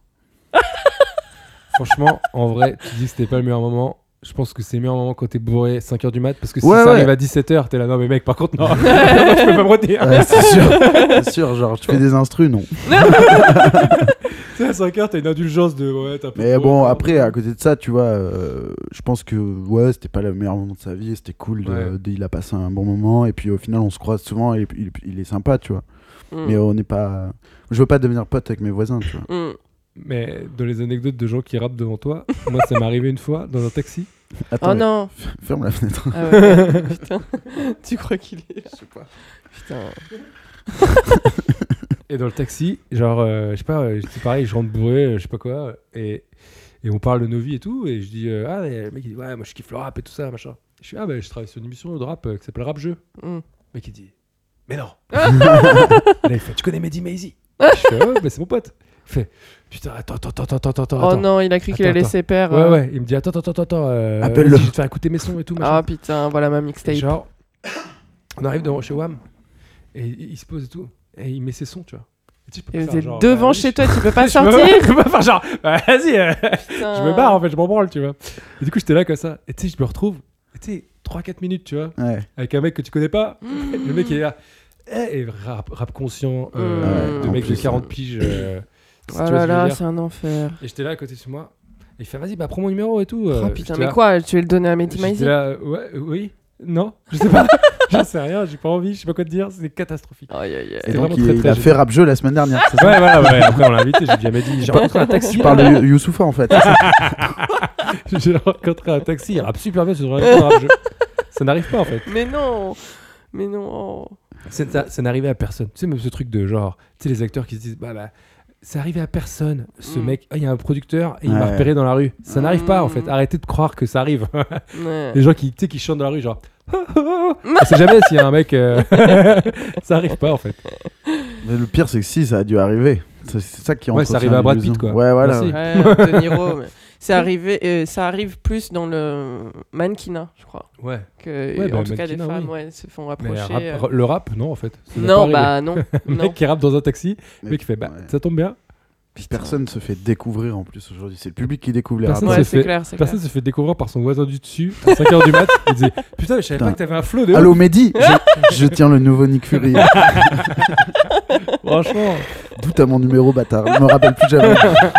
[SPEAKER 3] Franchement, en vrai, tu dis que c'était pas le meilleur moment. Je pense que c'est le meilleur moment quand t'es bourré cinq heures du mat. Parce que si
[SPEAKER 2] Ouais,
[SPEAKER 3] ça
[SPEAKER 2] ouais.
[SPEAKER 3] arrive à dix-sept heures, t'es là, non mais mec, par contre, non. Tu peux pas me retenir.
[SPEAKER 2] Ouais, c'est sûr, c'est sûr, genre je fais des instrus, non.
[SPEAKER 3] Tu sais, à cinq heures, t'as une indulgence de. Ouais, t'as un peu
[SPEAKER 2] Mais
[SPEAKER 3] de
[SPEAKER 2] bon,
[SPEAKER 3] bourré,
[SPEAKER 2] après,
[SPEAKER 3] quoi.
[SPEAKER 2] à côté de ça, tu vois, euh, je pense que ouais, c'était pas le meilleur moment de sa vie, c'était cool, de-
[SPEAKER 3] Ouais.
[SPEAKER 2] de- il a passé un bon moment, et puis au final, on se croise souvent, et il, il est sympa, tu vois.
[SPEAKER 1] Mm.
[SPEAKER 2] Mais on n'est pas. Je veux pas devenir pote avec mes voisins, tu vois.
[SPEAKER 1] Mm.
[SPEAKER 3] Mais dans les anecdotes de gens qui rappent devant toi, moi, ça m'est arrivé une fois dans un taxi.
[SPEAKER 2] Attends,
[SPEAKER 1] Oh
[SPEAKER 2] mais
[SPEAKER 1] non.
[SPEAKER 2] f- ferme la fenêtre.
[SPEAKER 1] Ah ouais. Putain. Tu crois qu'il est là?
[SPEAKER 2] Je sais pas.
[SPEAKER 1] Putain.
[SPEAKER 3] Et dans le taxi, genre, euh, je sais pas, euh, c'est pareil, je rentre bourré, euh, je sais pas quoi, et, et on parle de nos vies et tout, et je dis, euh, ah, mais le mec il dit, ouais, moi je kiffe le rap et tout ça, machin. Je suis, ah, bah je travaille sur une émission de rap euh, qui s'appelle Rap Jeu.
[SPEAKER 1] Mm.
[SPEAKER 3] Le mec il dit, mais non. Là il fait, tu connais Mehdi Maizy? Je fais, ouais, bah c'est mon pote. Il fait, putain, attends, attends, attends, attends, attends,
[SPEAKER 1] Oh
[SPEAKER 3] attends.
[SPEAKER 1] non, il a cru qu'il
[SPEAKER 3] Attends,
[SPEAKER 1] allait
[SPEAKER 3] attends.
[SPEAKER 1] ses pères.
[SPEAKER 3] Ouais,
[SPEAKER 1] euh.
[SPEAKER 3] ouais, il me dit, attends, attends, attends, attends, euh,
[SPEAKER 2] Appelle-le.
[SPEAKER 3] vas-y, je vais te faire écouter mes sons et tout, machin.
[SPEAKER 1] Ah putain, voilà ma
[SPEAKER 3] Et
[SPEAKER 1] mixtape.
[SPEAKER 3] genre, on arrive devant chez Wam, et il il se pose et tout, et il met ses sons, tu vois. Et tu sais, je peux
[SPEAKER 1] Et
[SPEAKER 3] pas
[SPEAKER 1] vous
[SPEAKER 3] faire
[SPEAKER 1] êtes
[SPEAKER 3] genre,
[SPEAKER 1] devant
[SPEAKER 3] bah,
[SPEAKER 1] chez
[SPEAKER 3] je-
[SPEAKER 1] toi, tu peux pas
[SPEAKER 3] je peux-
[SPEAKER 1] sortir.
[SPEAKER 3] Je peux pas faire genre, bah, vas-y, euh,
[SPEAKER 1] Putain.
[SPEAKER 3] je me barre en fait, je m'en branle, tu vois. Et du coup, j'étais là comme ça. Et tu sais, je me retrouve, et tu sais, trois quatre minutes, tu vois,
[SPEAKER 2] Ouais.
[SPEAKER 3] avec un mec que tu connais pas.
[SPEAKER 1] Mmh.
[SPEAKER 3] Le mec il est là, eh, et rap, rap conscient, euh,
[SPEAKER 1] Mmh.
[SPEAKER 3] de
[SPEAKER 2] En
[SPEAKER 3] mec de
[SPEAKER 2] plus,
[SPEAKER 3] quarante
[SPEAKER 2] euh,
[SPEAKER 3] piges. euh, si
[SPEAKER 1] Oh
[SPEAKER 3] tu vois
[SPEAKER 1] là
[SPEAKER 3] ce que je veux
[SPEAKER 1] là,
[SPEAKER 3] dire.
[SPEAKER 1] c'est un enfer.
[SPEAKER 3] Et j'étais là à côté de moi. Et il fait, vas-y, bah prends mon numéro et tout.
[SPEAKER 1] Oh
[SPEAKER 3] euh,
[SPEAKER 1] putain,
[SPEAKER 3] j'étais
[SPEAKER 1] mais
[SPEAKER 3] là-
[SPEAKER 1] quoi? Tu veux le donner à Mehdi
[SPEAKER 3] J'étais
[SPEAKER 1] Maizy?
[SPEAKER 3] là, euh, ouais, euh, oui, non, je sais pas. J'en sais rien, j'ai pas envie, je sais pas quoi te dire, c'est catastrophique.
[SPEAKER 1] Aïe aïe
[SPEAKER 2] Et
[SPEAKER 1] aïe.
[SPEAKER 3] C'est
[SPEAKER 2] donc
[SPEAKER 3] vraiment
[SPEAKER 2] il,
[SPEAKER 3] très,
[SPEAKER 2] il
[SPEAKER 3] très
[SPEAKER 2] a
[SPEAKER 3] gênant.
[SPEAKER 2] fait rap jeu la semaine dernière, c'est ça?
[SPEAKER 3] Ouais, voilà, ouais. Après, on l'a invité, j'ai dit à Mehdi, j'ai rencontré un taxi.
[SPEAKER 2] Tu parles de You- Youssoufa en fait.
[SPEAKER 3] J'ai rencontré un taxi, il rappe super bien sur un rap jeu. Ça n'arrive pas en fait.
[SPEAKER 1] Mais non. Mais non.
[SPEAKER 3] C'est- Ça, ça n'arrivait à personne. Tu sais, même ce truc de genre, tu sais, les acteurs qui se disent, bah, bah, c'est arrivé à personne. Ce
[SPEAKER 1] Mm.
[SPEAKER 3] mec, ah, il y a un producteur et il m'a
[SPEAKER 2] Ouais.
[SPEAKER 3] repéré dans la rue. Ça n'arrive pas en fait.
[SPEAKER 1] Mm.
[SPEAKER 3] Arrêtez de croire que ça arrive.
[SPEAKER 1] Ouais.
[SPEAKER 3] Les gens qui, tu sais, qui chantent dans la rue, genre, on sait jamais s'il y a un mec. euh, ça arrive pas en fait.
[SPEAKER 2] Mais le pire, c'est que si, ça a dû arriver. C'est c'est ça qui
[SPEAKER 3] Ouais,
[SPEAKER 2] entretient
[SPEAKER 3] ça arrive à Brad
[SPEAKER 2] l'illusion.
[SPEAKER 3] Pitt, quoi.
[SPEAKER 2] Ouais, voilà.
[SPEAKER 3] Merci.
[SPEAKER 1] Ouais, De Niro. mais C'est arrivé, euh, ça arrive plus dans le mannequinat, je crois.
[SPEAKER 3] Ouais.
[SPEAKER 1] Que,
[SPEAKER 3] Ouais, bah,
[SPEAKER 1] en tout cas, des
[SPEAKER 3] mannequinat,
[SPEAKER 1] femmes
[SPEAKER 3] oui.
[SPEAKER 1] ouais, se font
[SPEAKER 3] Mais
[SPEAKER 1] rapprocher.
[SPEAKER 3] rap-
[SPEAKER 1] euh.
[SPEAKER 3] ra- le rap, non en fait. Ça n'est
[SPEAKER 1] Non,
[SPEAKER 3] pas
[SPEAKER 1] bah
[SPEAKER 3] arrivé.
[SPEAKER 1] non.
[SPEAKER 3] Le
[SPEAKER 1] non.
[SPEAKER 3] mec qui rappe dans un taxi, le
[SPEAKER 2] Mais-
[SPEAKER 3] mec qui fait, bah,
[SPEAKER 2] ouais.
[SPEAKER 3] ça tombe bien.
[SPEAKER 2] Personne se fait découvrir en plus aujourd'hui. C'est le public qui découvre les
[SPEAKER 3] Personne
[SPEAKER 2] rappeurs.
[SPEAKER 1] Ouais,
[SPEAKER 3] se
[SPEAKER 1] c'est
[SPEAKER 3] fait-
[SPEAKER 1] clair, c'est
[SPEAKER 3] Personne
[SPEAKER 1] clair.
[SPEAKER 3] se fait découvrir par son voisin du dessus à cinq heures du mat. Il disait, putain, mais je savais
[SPEAKER 2] Putain.
[SPEAKER 3] pas que t'avais un flow de.
[SPEAKER 2] Allô Mehdi, je, je tiens le nouveau Nick Fury.
[SPEAKER 3] Franchement.
[SPEAKER 2] D'où t'as mon numéro, bâtard. Je me rappelle plus jamais.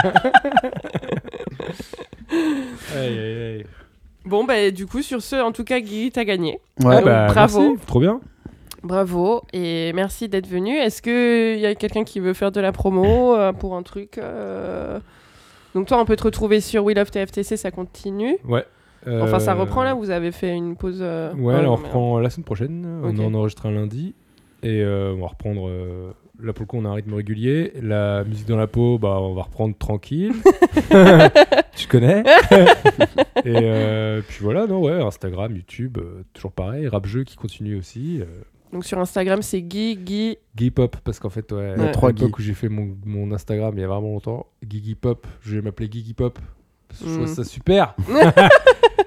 [SPEAKER 3] Aïe, aïe, aïe.
[SPEAKER 1] Bon, bah, du coup, sur ce, en tout cas, Guy, t'as gagné.
[SPEAKER 2] Ouais.
[SPEAKER 3] Ah bah,
[SPEAKER 1] bravo.
[SPEAKER 3] merci, trop bien.
[SPEAKER 1] Bravo et merci d'être venu. Est-ce qu'il y a quelqu'un qui veut faire de la promo euh, pour un truc euh, Donc, toi, on peut te retrouver sur We Love T F T C, ça continue.
[SPEAKER 3] Ouais.
[SPEAKER 1] Enfin, ça
[SPEAKER 3] Euh,
[SPEAKER 1] reprend là, vous avez fait une pause. euh,
[SPEAKER 3] Ouais,
[SPEAKER 1] oh,
[SPEAKER 3] là, on
[SPEAKER 1] non, mais-
[SPEAKER 3] reprend la semaine prochaine.
[SPEAKER 1] Ok.
[SPEAKER 3] On en enregistre un lundi. Et euh, on va reprendre. euh, Là, pour le coup, on a un rythme régulier. La musique dans la peau, bah, on va reprendre tranquille. Tu connais. Et euh, puis voilà, non, ouais, Instagram, YouTube, euh, toujours pareil. Rap jeu qui continue aussi. euh,
[SPEAKER 1] Donc, sur Instagram, c'est Guy, Guy.
[SPEAKER 3] Guy Pop, parce qu'en fait, ouais,
[SPEAKER 1] Il y a
[SPEAKER 3] à
[SPEAKER 2] trois
[SPEAKER 3] l'époque
[SPEAKER 2] Guy.
[SPEAKER 3] où j'ai fait mon, mon Instagram il y a vraiment longtemps, Guy Guy Pop, je vais m'appeler Guy Guy Pop. Parce que je
[SPEAKER 1] Mhm.
[SPEAKER 3] trouve ça super.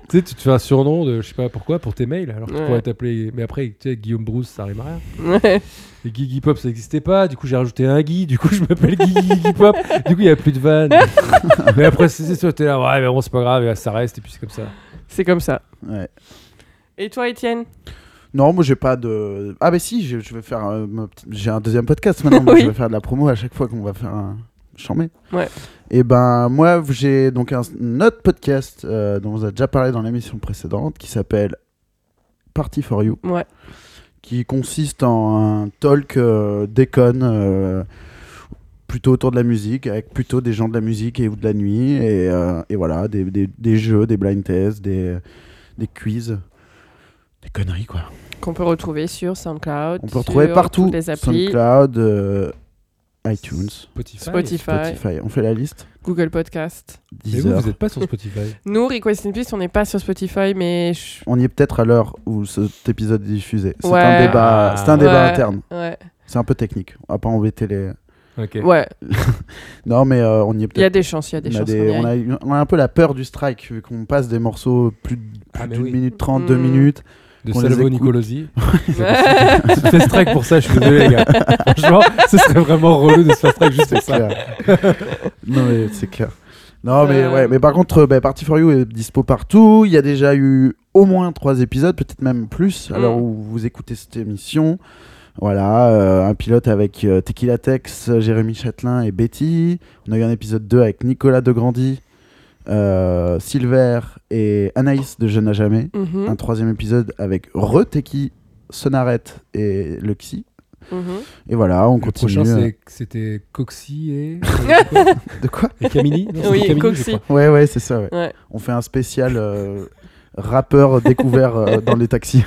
[SPEAKER 3] Tu sais, tu te fais un surnom de je sais pas pourquoi pour tes mails, alors que tu
[SPEAKER 1] Ouais.
[SPEAKER 3] pourrais t'appeler. Mais après, tu sais, Guillaume Bruce, ça rime à rien.
[SPEAKER 1] Ouais.
[SPEAKER 3] Et Guigui Pop, ça n'existait pas. Du coup, j'ai rajouté un Guy. Du coup, je m'appelle Guigui Guigui Pop. Du coup, il n'y a plus de vannes. Mais après, c'est sûr, t'es là, ouais, mais bon, c'est pas grave, ça reste. Et puis, c'est comme ça.
[SPEAKER 1] C'est comme ça.
[SPEAKER 2] Ouais.
[SPEAKER 1] Et toi, Étienne?
[SPEAKER 2] Non, moi j'ai pas de. Ah, bah si, je, je vais faire. euh, ma petite- J'ai un deuxième podcast maintenant. Moi,
[SPEAKER 1] Oui.
[SPEAKER 2] je vais faire de la promo à chaque fois qu'on va faire un. Chambé.
[SPEAKER 1] Ouais.
[SPEAKER 2] Et ben, moi, j'ai donc un, un autre podcast euh, dont on a déjà parlé dans l'émission précédente qui s'appelle Party for You,
[SPEAKER 1] Ouais.
[SPEAKER 2] qui consiste en un talk euh, déconne euh, plutôt autour de la musique, avec plutôt des gens de la musique et ou de la nuit, et, euh, et voilà, des, des, des jeux, des blind tests, des, des quiz, des conneries quoi.
[SPEAKER 1] Qu'on peut retrouver sur SoundCloud.
[SPEAKER 2] On peut retrouver
[SPEAKER 1] sur
[SPEAKER 2] partout,
[SPEAKER 1] toutes les applis,
[SPEAKER 2] SoundCloud, euh, iTunes,
[SPEAKER 3] Spotify.
[SPEAKER 1] Spotify,
[SPEAKER 2] Spotify. On fait la liste.
[SPEAKER 1] Google Podcast.
[SPEAKER 3] Et vous,
[SPEAKER 2] Deezer.
[SPEAKER 3] vous n'êtes pas sur Spotify.
[SPEAKER 1] Nous, Request in Peace, on n'est pas sur Spotify, mais je-
[SPEAKER 2] On y est peut-être à l'heure où cet épisode est diffusé. C'est
[SPEAKER 1] Ouais.
[SPEAKER 2] un débat,
[SPEAKER 3] Ah.
[SPEAKER 2] c'est un débat
[SPEAKER 1] Ouais.
[SPEAKER 2] interne.
[SPEAKER 1] ouais,
[SPEAKER 2] C'est un peu technique. On va pas embêter les.
[SPEAKER 3] Ok.
[SPEAKER 1] ouais.
[SPEAKER 2] Non, mais euh, on y est
[SPEAKER 1] Il y a
[SPEAKER 2] peut-être.
[SPEAKER 1] des chances, il y a des
[SPEAKER 2] On a,
[SPEAKER 1] chances.
[SPEAKER 2] des-
[SPEAKER 1] qu'on y
[SPEAKER 2] on,
[SPEAKER 1] aille.
[SPEAKER 2] a, eu- on a un peu la peur du strike, vu qu'on passe des morceaux plus, de- plus
[SPEAKER 3] Ah, mais
[SPEAKER 2] d'une
[SPEAKER 3] oui.
[SPEAKER 2] minute trente,
[SPEAKER 1] Mm.
[SPEAKER 2] deux minutes.
[SPEAKER 3] De
[SPEAKER 2] qu'on les
[SPEAKER 3] Salvo
[SPEAKER 2] écoute.
[SPEAKER 3] Nicolosi.
[SPEAKER 1] Ouais.
[SPEAKER 3] Tu te fais strike pour ça, je suis désolé, les gars. Franchement, ce serait vraiment relou de se faire strike juste pour
[SPEAKER 2] C'est
[SPEAKER 3] ça.
[SPEAKER 2] clair. Non, mais c'est clair. Non, mais
[SPEAKER 1] Euh.
[SPEAKER 2] ouais, mais par contre, euh, bah, Party for You est dispo partout. Il y a déjà eu au moins trois épisodes, peut-être même plus, à
[SPEAKER 1] Mm.
[SPEAKER 2] l'heure où vous écoutez cette émission. Voilà, euh, un pilote avec euh, Tequila Tex, Jérémy Châtelain et Betty. On a eu un épisode deux avec Nicolas Degrandi, euh, Silver et Anaïs de Jeune à Jamais.
[SPEAKER 1] Mhm,
[SPEAKER 2] Un troisième épisode avec Reteki, Sonarette et Luxi.
[SPEAKER 1] mhm.
[SPEAKER 2] Et voilà, on
[SPEAKER 3] Le
[SPEAKER 2] continue.
[SPEAKER 3] prochain,
[SPEAKER 2] euh,
[SPEAKER 3] c'est- c'était Coxy et.
[SPEAKER 2] De quoi?
[SPEAKER 3] et Camini Non, c'était
[SPEAKER 1] Oui,
[SPEAKER 3] Camini, je
[SPEAKER 1] Coxy.
[SPEAKER 3] crois.
[SPEAKER 2] Ouais, ouais, c'est ça, ouais.
[SPEAKER 1] Ouais.
[SPEAKER 2] On fait un spécial euh, rappeur découvert euh, dans les taxis.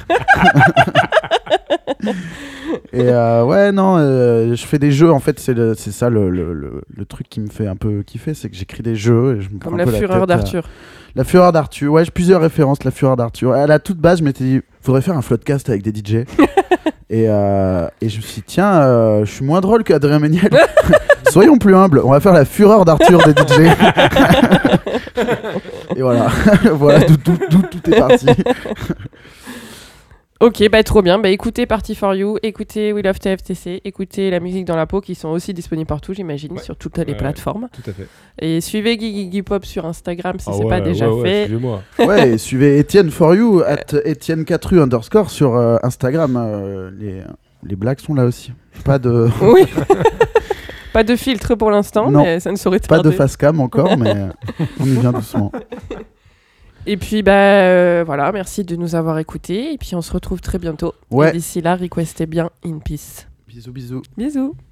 [SPEAKER 2] Et euh, ouais, non, euh, je fais des jeux. En fait, c'est le- c'est ça le, le, le, le truc qui me fait un peu kiffer, c'est que j'écris des jeux. Et je me prends
[SPEAKER 1] Comme
[SPEAKER 2] un
[SPEAKER 1] la
[SPEAKER 2] peu
[SPEAKER 1] fureur
[SPEAKER 2] tête à-
[SPEAKER 1] d'Arthur.
[SPEAKER 2] La fureur d'Arthur. Ouais, j'ai plusieurs références. La fureur d'Arthur. À la toute base, je m'étais dit, faudrait faire un floodcast avec des D J. et, euh, et je me suis dit, tiens, euh, je suis moins drôle qu'Adrien Méniel. Soyons plus humbles. On va faire la fureur d'Arthur des D J. Et voilà, voilà d'où d'où- d'où tout est parti.
[SPEAKER 1] Ok, bah trop bien. Bah écoutez Party for You, écoutez We Love T F T C, écoutez La Musique dans la Peau qui sont aussi disponibles partout, j'imagine,
[SPEAKER 3] Ouais.
[SPEAKER 1] sur toutes les
[SPEAKER 3] Ouais,
[SPEAKER 1] plateformes.
[SPEAKER 3] Tout à fait.
[SPEAKER 1] Et suivez Guigui Guigui Pop sur Instagram si
[SPEAKER 3] Ah
[SPEAKER 1] c'est
[SPEAKER 3] ouais,
[SPEAKER 1] pas déjà
[SPEAKER 3] ouais, ouais,
[SPEAKER 1] fait.
[SPEAKER 3] suivez-moi.
[SPEAKER 2] Ouais, et suivez Etienne for you, at Etienne quatre U underscore sur euh, Instagram. euh, les, les blagues sont là aussi. Pas de,
[SPEAKER 1] Oui. Pas de filtre pour l'instant,
[SPEAKER 2] Non.
[SPEAKER 1] mais ça ne saurait
[SPEAKER 2] pas
[SPEAKER 1] tarder.
[SPEAKER 2] de face cam encore, mais euh, on y vient doucement.
[SPEAKER 1] Et puis bah euh, voilà, merci de nous avoir écoutés et puis on se retrouve très bientôt.
[SPEAKER 2] Ouais.
[SPEAKER 1] Et d'ici là, requestez bien in peace.
[SPEAKER 2] Bisous, bisous.
[SPEAKER 1] Bisous.